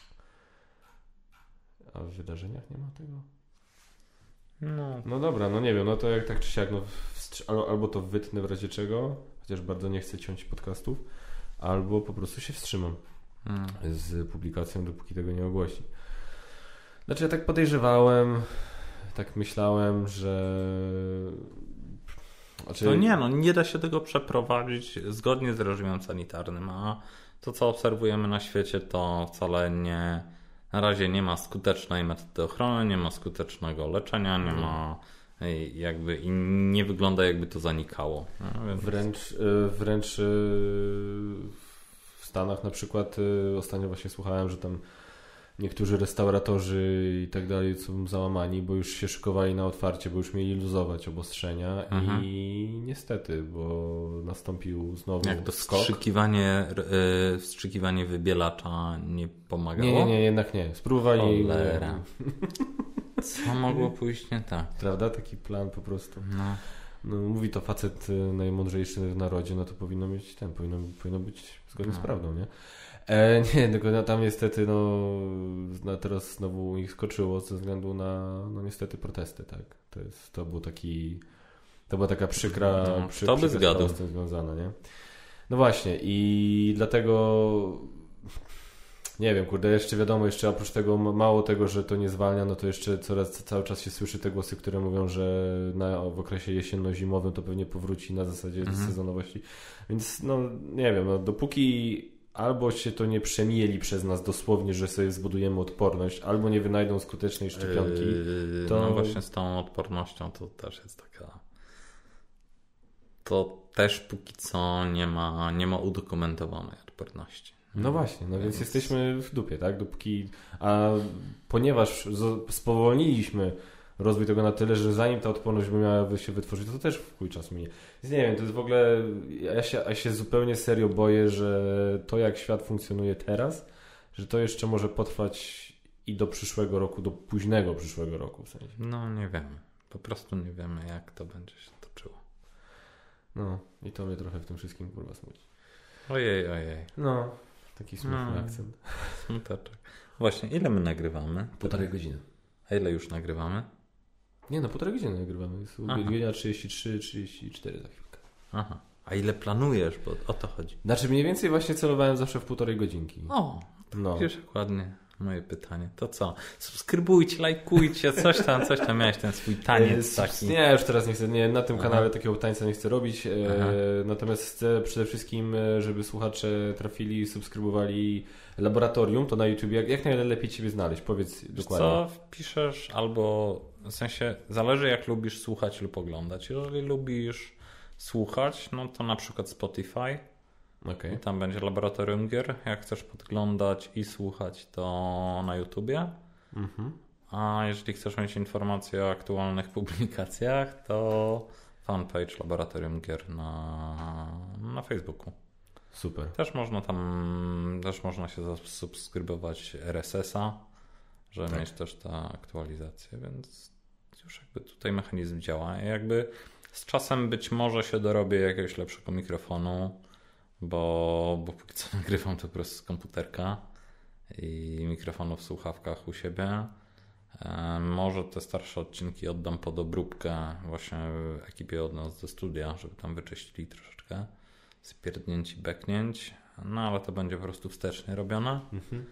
A w wydarzeniach nie ma tego? No. No dobra, no nie wiem, no to jak tak czy siak, no wstr- albo to wytnę w razie czego, chociaż bardzo nie chcę ciąć podcastów, albo po prostu się wstrzymam hmm. z publikacją, dopóki tego nie ogłosi. Znaczy ja tak podejrzewałem, tak myślałem, że... Znaczy... No nie, no nie da się tego przeprowadzić zgodnie z reżimem sanitarnym, a to co obserwujemy na świecie to wcale nie... Na razie nie ma skutecznej metody ochrony, nie ma skutecznego leczenia, nie ma jakby i nie wygląda jakby to zanikało. No, więc... Wręcz, wręcz w Stanach na przykład ostatnio właśnie słuchałem, że tam niektórzy restauratorzy i tak dalej są załamani, bo już się szykowali na otwarcie, bo już mieli luzować obostrzenia mhm. i niestety, bo nastąpił znowu Jak to skok. Wstrzykiwanie, yy, wstrzykiwanie wybielacza nie pomagało? Nie, nie, nie, jednak nie. Spróbowali... Cholera. Co mogło pójść nie tak? Prawda? Taki plan po prostu. No. No, mówi to facet najmądrzejszy w narodzie, no to powinno mieć ten, powinno, powinno być zgodnie no. z prawdą, nie? E, nie, tylko no, tam niestety no, no teraz znowu ich skoczyło ze względu na no niestety protesty, tak. To jest, to był taki to była taka przykra no, przy, to by zgadł. z tym związana, nie? No właśnie i dlatego nie wiem, kurde, jeszcze wiadomo, jeszcze oprócz tego mało tego, że to nie zwalnia, no to jeszcze coraz cały czas się słyszy te głosy, które mówią, że na, w okresie jesienno-zimowym to pewnie powróci na zasadzie mhm. sezonowości. Więc no nie wiem, no dopóki albo się to nie przemieli przez nas dosłownie, że sobie zbudujemy odporność, albo nie wynajdą skutecznej szczepionki. Yy, to... No właśnie z tą odpornością to też jest taka... To też póki co nie ma, nie ma udokumentowanej odporności. No właśnie, no więc, więc jesteśmy w dupie, tak? Dopóki... A ponieważ spowolniliśmy rozwój tego na tyle, że zanim ta odporność by miała się wytworzyć, to, to też w chuj czas minie. Więc nie wiem, to jest w ogóle... Ja się, ja się zupełnie serio boję, że to jak świat funkcjonuje teraz, że to jeszcze może potrwać i do przyszłego roku, do późnego przyszłego roku w sensie. No nie wiemy. Po prostu nie wiemy, jak to będzie się toczyło. No i to mnie trochę w tym wszystkim kurwa smuci. Ojej, ojej. No, taki smutny no, akcent. Smuteczek. Właśnie, ile my nagrywamy? Półtorej godziny. A ile już nagrywamy? Nie no, półtorej godziny nagrywamy. Jest godzina trzydzieści trzy, trzydzieści cztery za chwilkę. Aha. A ile planujesz? Bo o to chodzi. Znaczy mniej więcej właśnie celowałem zawsze w półtorej godzinki. O, no. Wiesz jak ładnie moje pytanie. To co? Subskrybujcie, lajkujcie, coś tam, coś tam miałeś ten swój taniec taki. Nie, już teraz nie chcę, nie, na tym Aha. kanale takiego tańca nie chcę robić. E, natomiast chcę przede wszystkim, żeby słuchacze trafili, subskrybowali Laboratorium, to na YouTube. Jak, jak najlepiej Ciebie znaleźć? Powiedz dokładnie. Co wpiszesz albo, w sensie zależy jak lubisz słuchać lub oglądać. Jeżeli lubisz słuchać, no to na przykład Spotify. Okay. I tam będzie Laboratorium Gier. Jak chcesz podglądać i słuchać, to na YouTubie. Mhm. A jeżeli chcesz mieć informacje o aktualnych publikacjach, to fanpage Laboratorium Gier na, na Facebooku. Super. Też można tam, też można się zasubskrybować R S S a, żeby tak. mieć też te aktualizacje, więc już jakby tutaj mechanizm działa. I jakby z czasem być może się dorobię jakiegoś lepszego mikrofonu, bo, bo póki co nagrywam to po prostu z komputerka i mikrofonu w słuchawkach u siebie. Może te starsze odcinki oddam pod obróbkę właśnie ekipie od nas ze studia, żeby tam wyczyścili troszeczkę spierdnięć i beknięć. No ale to będzie po prostu wstecznie robione. Mhm.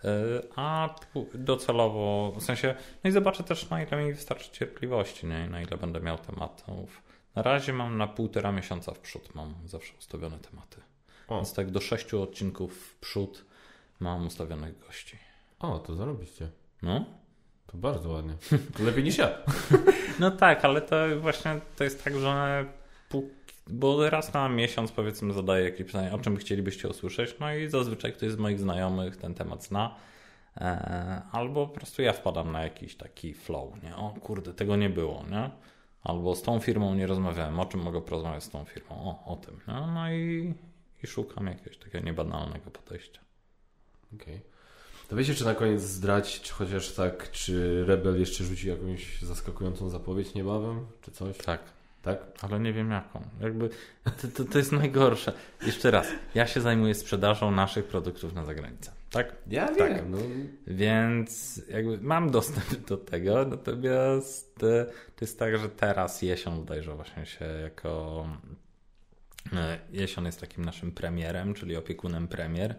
A docelowo, w sensie, no i zobaczę też, na ile mi wystarczy cierpliwości, nie? Na ile będę miał tematów. Na razie mam na półtora miesiąca w przód, mam zawsze ustawione tematy. O. Więc tak do sześciu odcinków w przód mam ustawionych gości. O, to zarobiście. No. To bardzo ładnie. To lepiej niż ja. No tak, ale to właśnie to jest tak, że bo raz na miesiąc powiedzmy zadaję jakieś pytanie, o czym chcielibyście usłyszeć, no i zazwyczaj ktoś z moich znajomych ten temat zna, albo po prostu ja wpadam na jakiś taki flow, nie? O kurde, tego nie było, nie? Albo z tą firmą nie rozmawiałem, o czym mogę porozmawiać z tą firmą, o, o tym, nie? No i, i szukam jakiegoś takiego niebanalnego podejścia. Okej. Okay. To wiecie, czy na koniec zdrać, czy chociaż tak, czy Rebel jeszcze rzuci jakąś zaskakującą zapowiedź niebawem, czy coś? Tak. Tak? Ale nie wiem jaką. Jakby to, to, to jest najgorsze. Jeszcze raz, ja się zajmuję sprzedażą naszych produktów na zagranicę. Tak? Ja tak. wiem. No. Więc jakby mam dostęp do tego, natomiast to jest tak, że teraz Jesion bodajże właśnie się jako Jesion jest takim naszym premierem, czyli opiekunem premier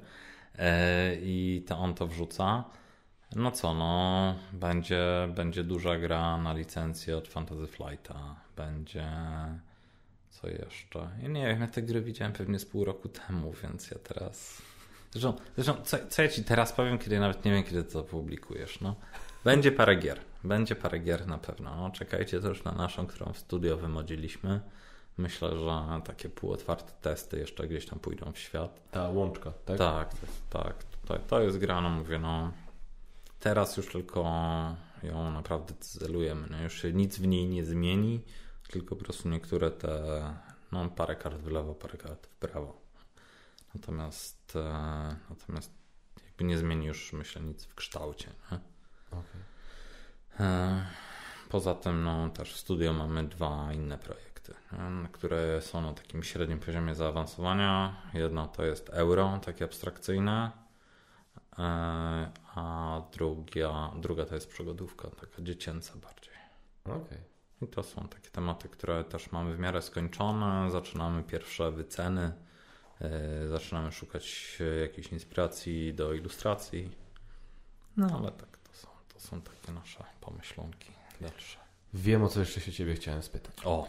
i to on to wrzuca. No co, no będzie, będzie duża gra na licencję od Fantasy Flighta. Będzie co jeszcze? Ja nie wiem, ja te gry widziałem pewnie z pół roku temu, więc ja teraz... Zresztą, zresztą co, co ja ci teraz powiem, kiedy ja nawet nie wiem, kiedy to opublikujesz. No. Będzie parę gier. Będzie parę gier na pewno. No, czekajcie też na naszą, którą w studio wymodziliśmy. Myślę, że takie półotwarte testy jeszcze gdzieś tam pójdą w świat. Ta łączka, tak? Tak, tak. To, to jest gra, no mówię, no teraz już tylko ją naprawdę celujemy. No już się nic w niej nie zmieni, tylko po prostu niektóre te, no parę kart w lewo, parę kart w prawo. Natomiast, e, natomiast jakby nie zmieni już, myślę, nic w kształcie. Nie? Okay. E, poza tym, no też w studio mamy dwa inne projekty, nie? Które są na takim średnim poziomie zaawansowania. Jedno to jest euro, takie abstrakcyjne, e, a druga, druga to jest przygodówka, taka dziecięca bardziej. Okay. I to są takie tematy, które też mamy w miarę skończone. Zaczynamy pierwsze wyceny. Zaczynamy szukać jakiejś inspiracji do ilustracji. No ale tak, to są, to są takie nasze pomyślonki dalsze. Wiem, o co jeszcze się ciebie chciałem spytać. O.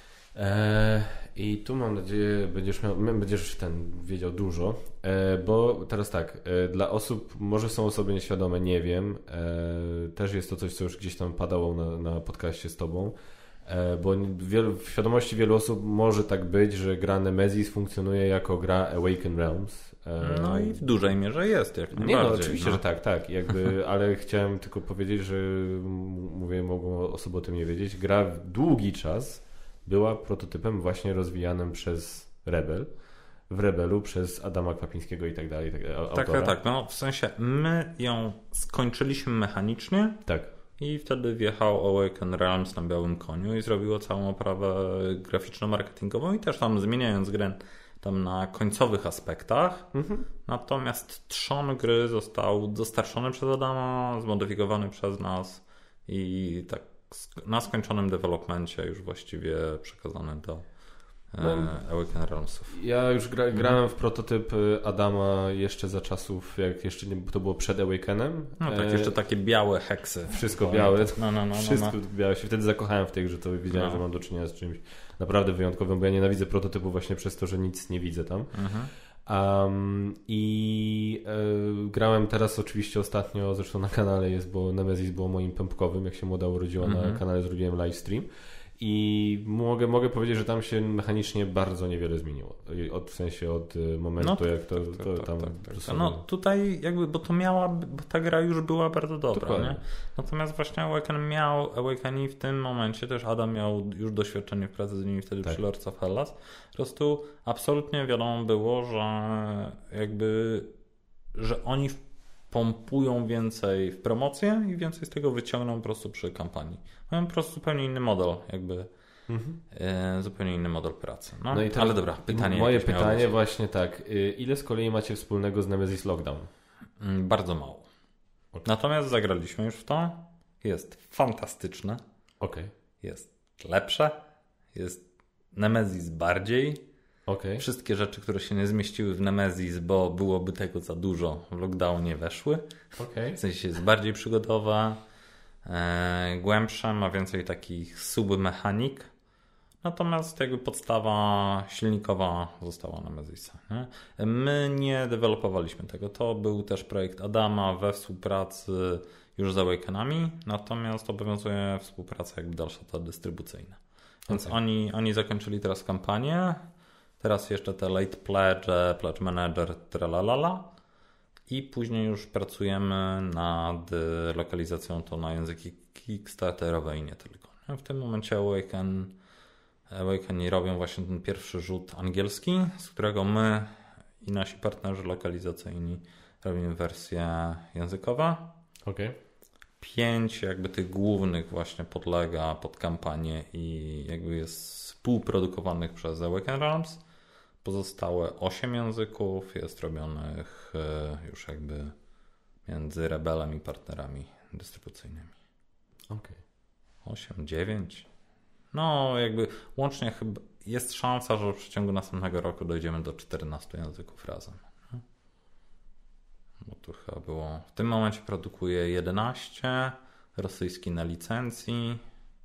E, I tu mam nadzieję, będziesz miał, będziesz ten wiedział dużo, e, bo teraz tak, e, dla osób, może są osoby nieświadome, nie wiem, e, też jest to coś, co już gdzieś tam padało na, na podcaście z tobą, e, bo wielu, w świadomości wielu osób może tak być, że gra Nemesis funkcjonuje jako gra Awaken Realms. E, no i w dużej mierze jest, jak najbardziej. Nie, no oczywiście, no. że tak, tak, jakby, ale chciałem tylko powiedzieć, że mówię, mogą osoby o tym nie wiedzieć, gra w długi czas była prototypem właśnie rozwijanym przez Rebel, w Rebelu przez Adama Kwapińskiego i tak dalej. Tak, tak, tak. No, w sensie my ją skończyliśmy mechanicznie tak. i wtedy wjechał Awaken Realms na białym koniu i zrobiło całą oprawę graficzno-marketingową i też tam zmieniając grę tam na końcowych aspektach. Mhm. Natomiast trzon gry został dostarczony przez Adama, zmodyfikowany przez nas i tak na skończonym developmencie już właściwie przekazany do no, Awaken Realmsów. Ja już gra, grałem w prototyp Adama jeszcze za czasów, jak jeszcze nie, to było przed Awakenem. No tak, e... jeszcze takie białe heksy. Wszystko białe. No, no, no, Wszystko no, no. białe. Się wtedy zakochałem w tej grze, to wiedziałem, no. że mam do czynienia z czymś naprawdę wyjątkowym, bo ja nienawidzę prototypu właśnie przez to, że nic nie widzę tam. Mhm. Um, I e, grałem teraz oczywiście ostatnio, zresztą na kanale jest, bo Nemesis było moim pępkowym, jak się młoda urodziła, mm-hmm. na kanale zrobiłem livestream i mogę, mogę powiedzieć, że tam się mechanicznie bardzo niewiele zmieniło, od, w sensie od momentu no, jak to, tak, to tak, tam... Tak, tak, tak. No tutaj jakby, bo to miała, bo ta gra już była bardzo dobra, nie? Natomiast właśnie Awaken miał, Awaken i w tym momencie też Adam miał już doświadczenie w pracy z nimi wtedy tak. przy Lords of Hellas. Po prostu absolutnie wiadomo było, że jakby, że oni pompują więcej w promocję i więcej z tego wyciągną po prostu przy kampanii. Mają po prostu zupełnie inny model, jakby mhm. e, zupełnie inny model pracy. No, no i ale dobra, pytanie. Moje pytanie właśnie tak. Ile z kolei macie wspólnego z Nemesis Lockdown? Bardzo mało. Okay. Natomiast zagraliśmy już w to jest fantastyczne. Okej. Okay. Jest lepsze. Jest Nemesis bardziej. Okay. Wszystkie rzeczy, które się nie zmieściły w Nemesis, bo byłoby tego za dużo, w lockdownie weszły. Okay. W sensie jest bardziej przygodowa, e, głębsza, ma więcej takich submechanik. Natomiast jakby podstawa silnikowa została Nemesisa. Nie? My nie dewelopowaliśmy tego. To był też projekt Adama we współpracy już z Awakenami, natomiast obowiązuje współpraca jakby dalsza ta dystrybucyjna. Więc okay. oni, oni zakończyli teraz kampanię. Teraz jeszcze te late pledge, pledge manager, tralalala. I później już pracujemy nad lokalizacją to na języki kickstarterowe i nie tylko. W tym momencie Awaken, Awaken robią właśnie ten pierwszy rzut angielski, z którego my i nasi partnerzy lokalizacyjni robimy wersję językową. Okay. Pięć jakby tych głównych właśnie podlega pod kampanię i jakby jest współprodukowanych przez Awaken Realms. Pozostałe osiem języków jest robionych już jakby między Rebelem i partnerami dystrybucyjnymi. Okej. osiem, dziewięć. No jakby łącznie chyba jest szansa, że w przeciągu następnego roku dojdziemy do czternastu języków razem. Bo tu chyba było... W tym momencie produkuje jedenaście, rosyjski na licencji.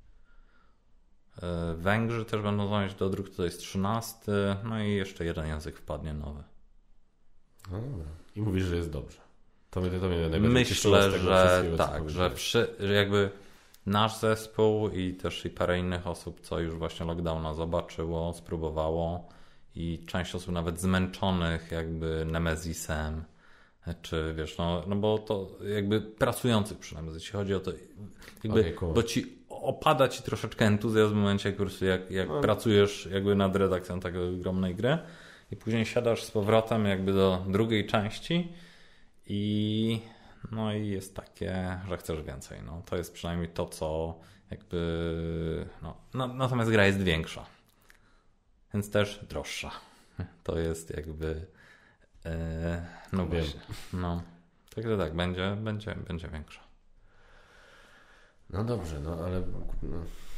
Węgrzy też będą zdążyć do druk, to jest trzynasty, no i jeszcze jeden język wpadnie nowy. No dobra. I mówisz, że jest dobrze. To mnie, to mnie najbardziej Myślę, że tak, że, przy, że jakby nasz zespół i też i parę innych osób, co już właśnie lockdowna zobaczyło, spróbowało i część osób nawet zmęczonych jakby Nemesisem, czy wiesz, no, no bo to jakby pracujących przy Nemesis, jeśli chodzi o to, jakby, okay, cool. Bo ci opada ci troszeczkę entuzjazm w momencie, jak, po prostu jak, jak no. pracujesz jakby nad redakcją takiej ogromnej gry i później siadasz z powrotem jakby do drugiej części i no i jest takie, że chcesz więcej. No, to jest przynajmniej to, co jakby no, no, natomiast gra jest większa, więc też droższa. To jest jakby yy, no Wiem. właśnie. No. Także tak, będzie, będzie, będzie większa. No dobrze, no ale no.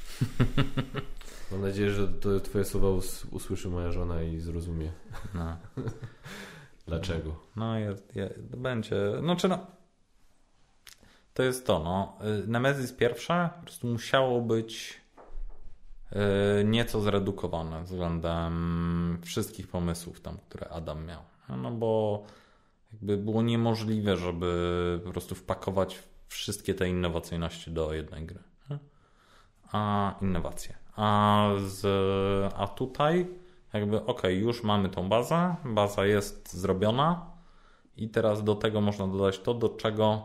Mam nadzieję, że to twoje słowa us- usłyszy moja żona i zrozumie. No. Dlaczego? No jest, jest, będzie, no czy no to jest to, no Nemesis pierwsze po prostu musiało być yy, nieco zredukowane względem wszystkich pomysłów tam, które Adam miał. No, no bo jakby było niemożliwe, żeby po prostu wpakować wszystkie te innowacyjności do jednej gry. A innowacje. A, z, a tutaj jakby ok, już mamy tą bazę, baza jest zrobiona i teraz do tego można dodać to, do czego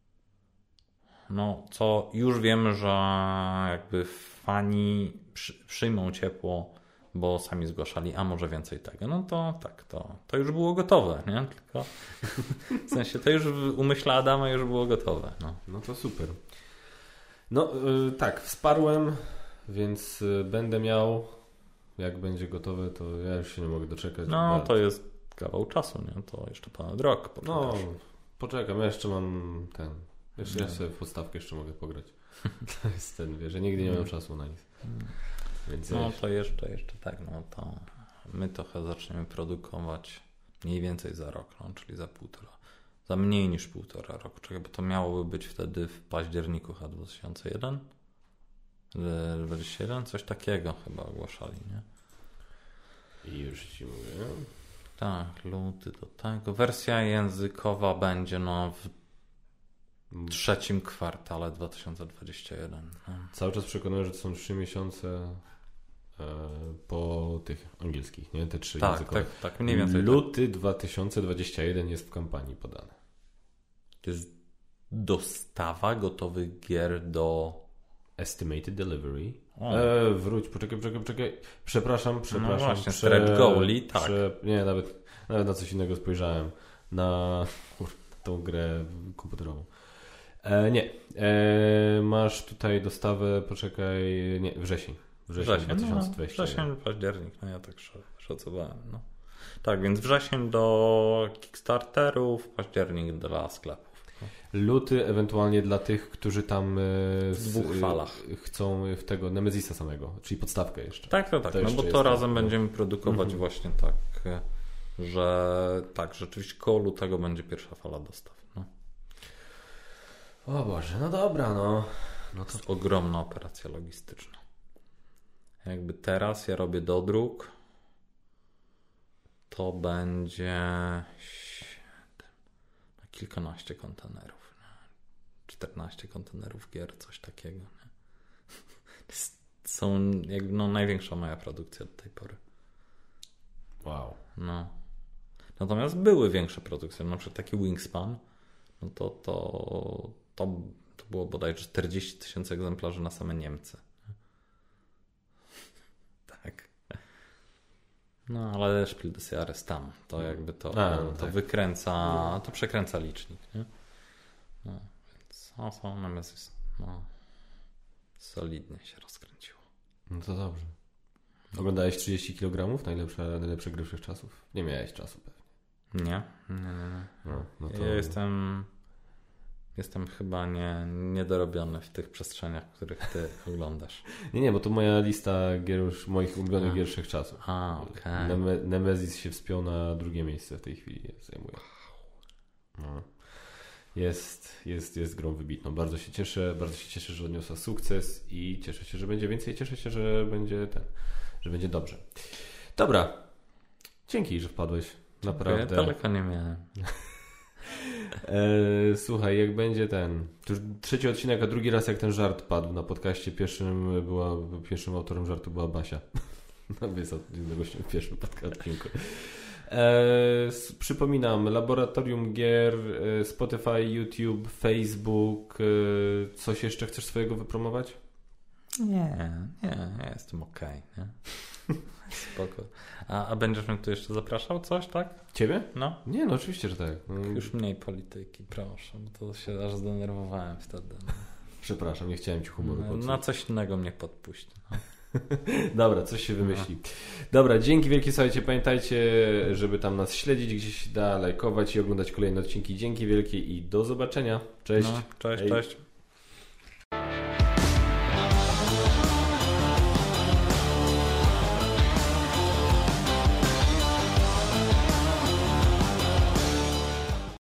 no, co już wiemy, że jakby fani przy, przyjmą ciepło, bo sami zgłaszali, a może więcej tego. No to tak, to, to już było gotowe, nie? Tylko w sensie to już w umyśle Adama już było gotowe. No, no to super. No yy, tak, wsparłem, więc yy, będę miał, jak będzie gotowe, to ja już się nie mogę doczekać. No bardzo. To jest kawał czasu, nie? To jeszcze ponad rok poczekasz. No, poczekam, ja jeszcze mam ten, jeszcze ja sobie w podstawkę jeszcze mogę pograć. To jest ten, wiesz, że nigdy nie mam czasu na nic. Więc no to jeszcze, jeszcze tak, no to my trochę zaczniemy produkować mniej więcej za rok, no, czyli za półtora, za mniej niż półtora roku, czekaj, bo to miałoby być wtedy w październiku chyba dwa tysiące jeden, dwudziesty jeden, coś takiego chyba ogłaszali, nie? I już ci mówię. Tak, luty do tego. Wersja językowa będzie no w trzecim kwartale dwa tysiące dwudziesty pierwszy. No. Cały czas przekonuję, że to są trzy miesiące e, po tych angielskich, nie? Te trzy tak, językowe. Tak, tak, mniej więcej. Luty tak. dwa tysiące dwudziesty pierwszy jest w kampanii podane. To jest dostawa gotowych gier do... Estimated delivery. E, wróć, poczekaj, poczekaj, poczekaj. Przepraszam, przepraszam. No właśnie, prze, stretch goali, tak. Prze, nie, nawet, nawet na coś innego spojrzałem. Na tą grę komputerową. E, nie. E, masz tutaj dostawę, poczekaj, nie, wrzesień. Wrzesień, wrzesień dwa tysiące dwudziesty. No, wrzesień, październik, no ja tak szacowałem. No. Tak, więc wrzesień do Kickstarterów, październik dla sklepów. Luty ewentualnie dla tych, którzy tam e, w dwóch falach chcą w tego Nemezisa samego, czyli podstawkę jeszcze. Tak, to tak, to no bo to razem tak, będziemy produkować mhm. właśnie tak, że tak, rzeczywiście koło lutego będzie pierwsza fala dostaw. No. O Boże, no dobra, no. no to jest ogromna operacja logistyczna. Jakby teraz ja robię dodruk, to będzie kilkanaście kontenerów, nie? czternaście kontenerów gier, coś takiego. Nie? Są jakby no, największa moja produkcja do tej pory. Wow. No. Natomiast były większe produkcje, na przykład taki Wingspan, no to, to, to, to było bodajże czterdzieści tysięcy egzemplarzy na same Niemcy. Tak. No ale Spiel des Jahres tam, to jakby to, A, to, to tak. wykręca, to przekręca licznik, nie? No, więc o, co Nemesis, no, solidnie się rozkręciło. No to dobrze. Oglądałeś trzydzieści kilogramów? Najlepsze, najlepsze gry wszechczasów? Nie miałeś czasu pewnie. Nie, nie, nie. nie. No, no to... Ja jestem jestem chyba nie, niedorobiony w tych przestrzeniach, w których ty oglądasz. Nie, nie, bo to moja lista gier już, moich ulubionych A. gier wszechczasów. A, okej. Okay. Neme- Nemesis się wspiął na drugie miejsce w tej chwili. Zajmuje. No. Jest, jest, jest grą wybitną. Bardzo się cieszę, bardzo się cieszę, że odniosła sukces i cieszę się, że będzie więcej. Cieszę się, że będzie ten, że będzie dobrze. Dobra. Dzięki, że wpadłeś. Naprawdę. Ja daleko nie miałem. e, słuchaj, jak będzie ten... To już trzeci odcinek, a drugi raz jak ten żart padł na podcaście. Pierwszym była, pierwszym autorem żartu była Basia. No więc jednego w pierwszym odcinku. E, przypominam, Laboratorium Gier, e, Spotify, YouTube, Facebook. E, coś jeszcze chcesz swojego wypromować? Nie, nie, ja jestem okej. Okay, spoko. A, a będziesz mnie tu jeszcze zapraszał coś, tak? Ciebie? No. Nie, no oczywiście, że tak. Już mniej polityki, proszę, bo to się aż zdenerwowałem wtedy. Przepraszam, nie chciałem ci humoru popsuć. Na coś innego mnie podpuść. No. Dobra, coś się wymyśli. Dobra, dzięki wielkie, słuchajcie, pamiętajcie, żeby tam nas śledzić, gdzieś da, lajkować i oglądać kolejne odcinki. Dzięki wielkie i do zobaczenia. Cześć. No, cześć, Hej. cześć.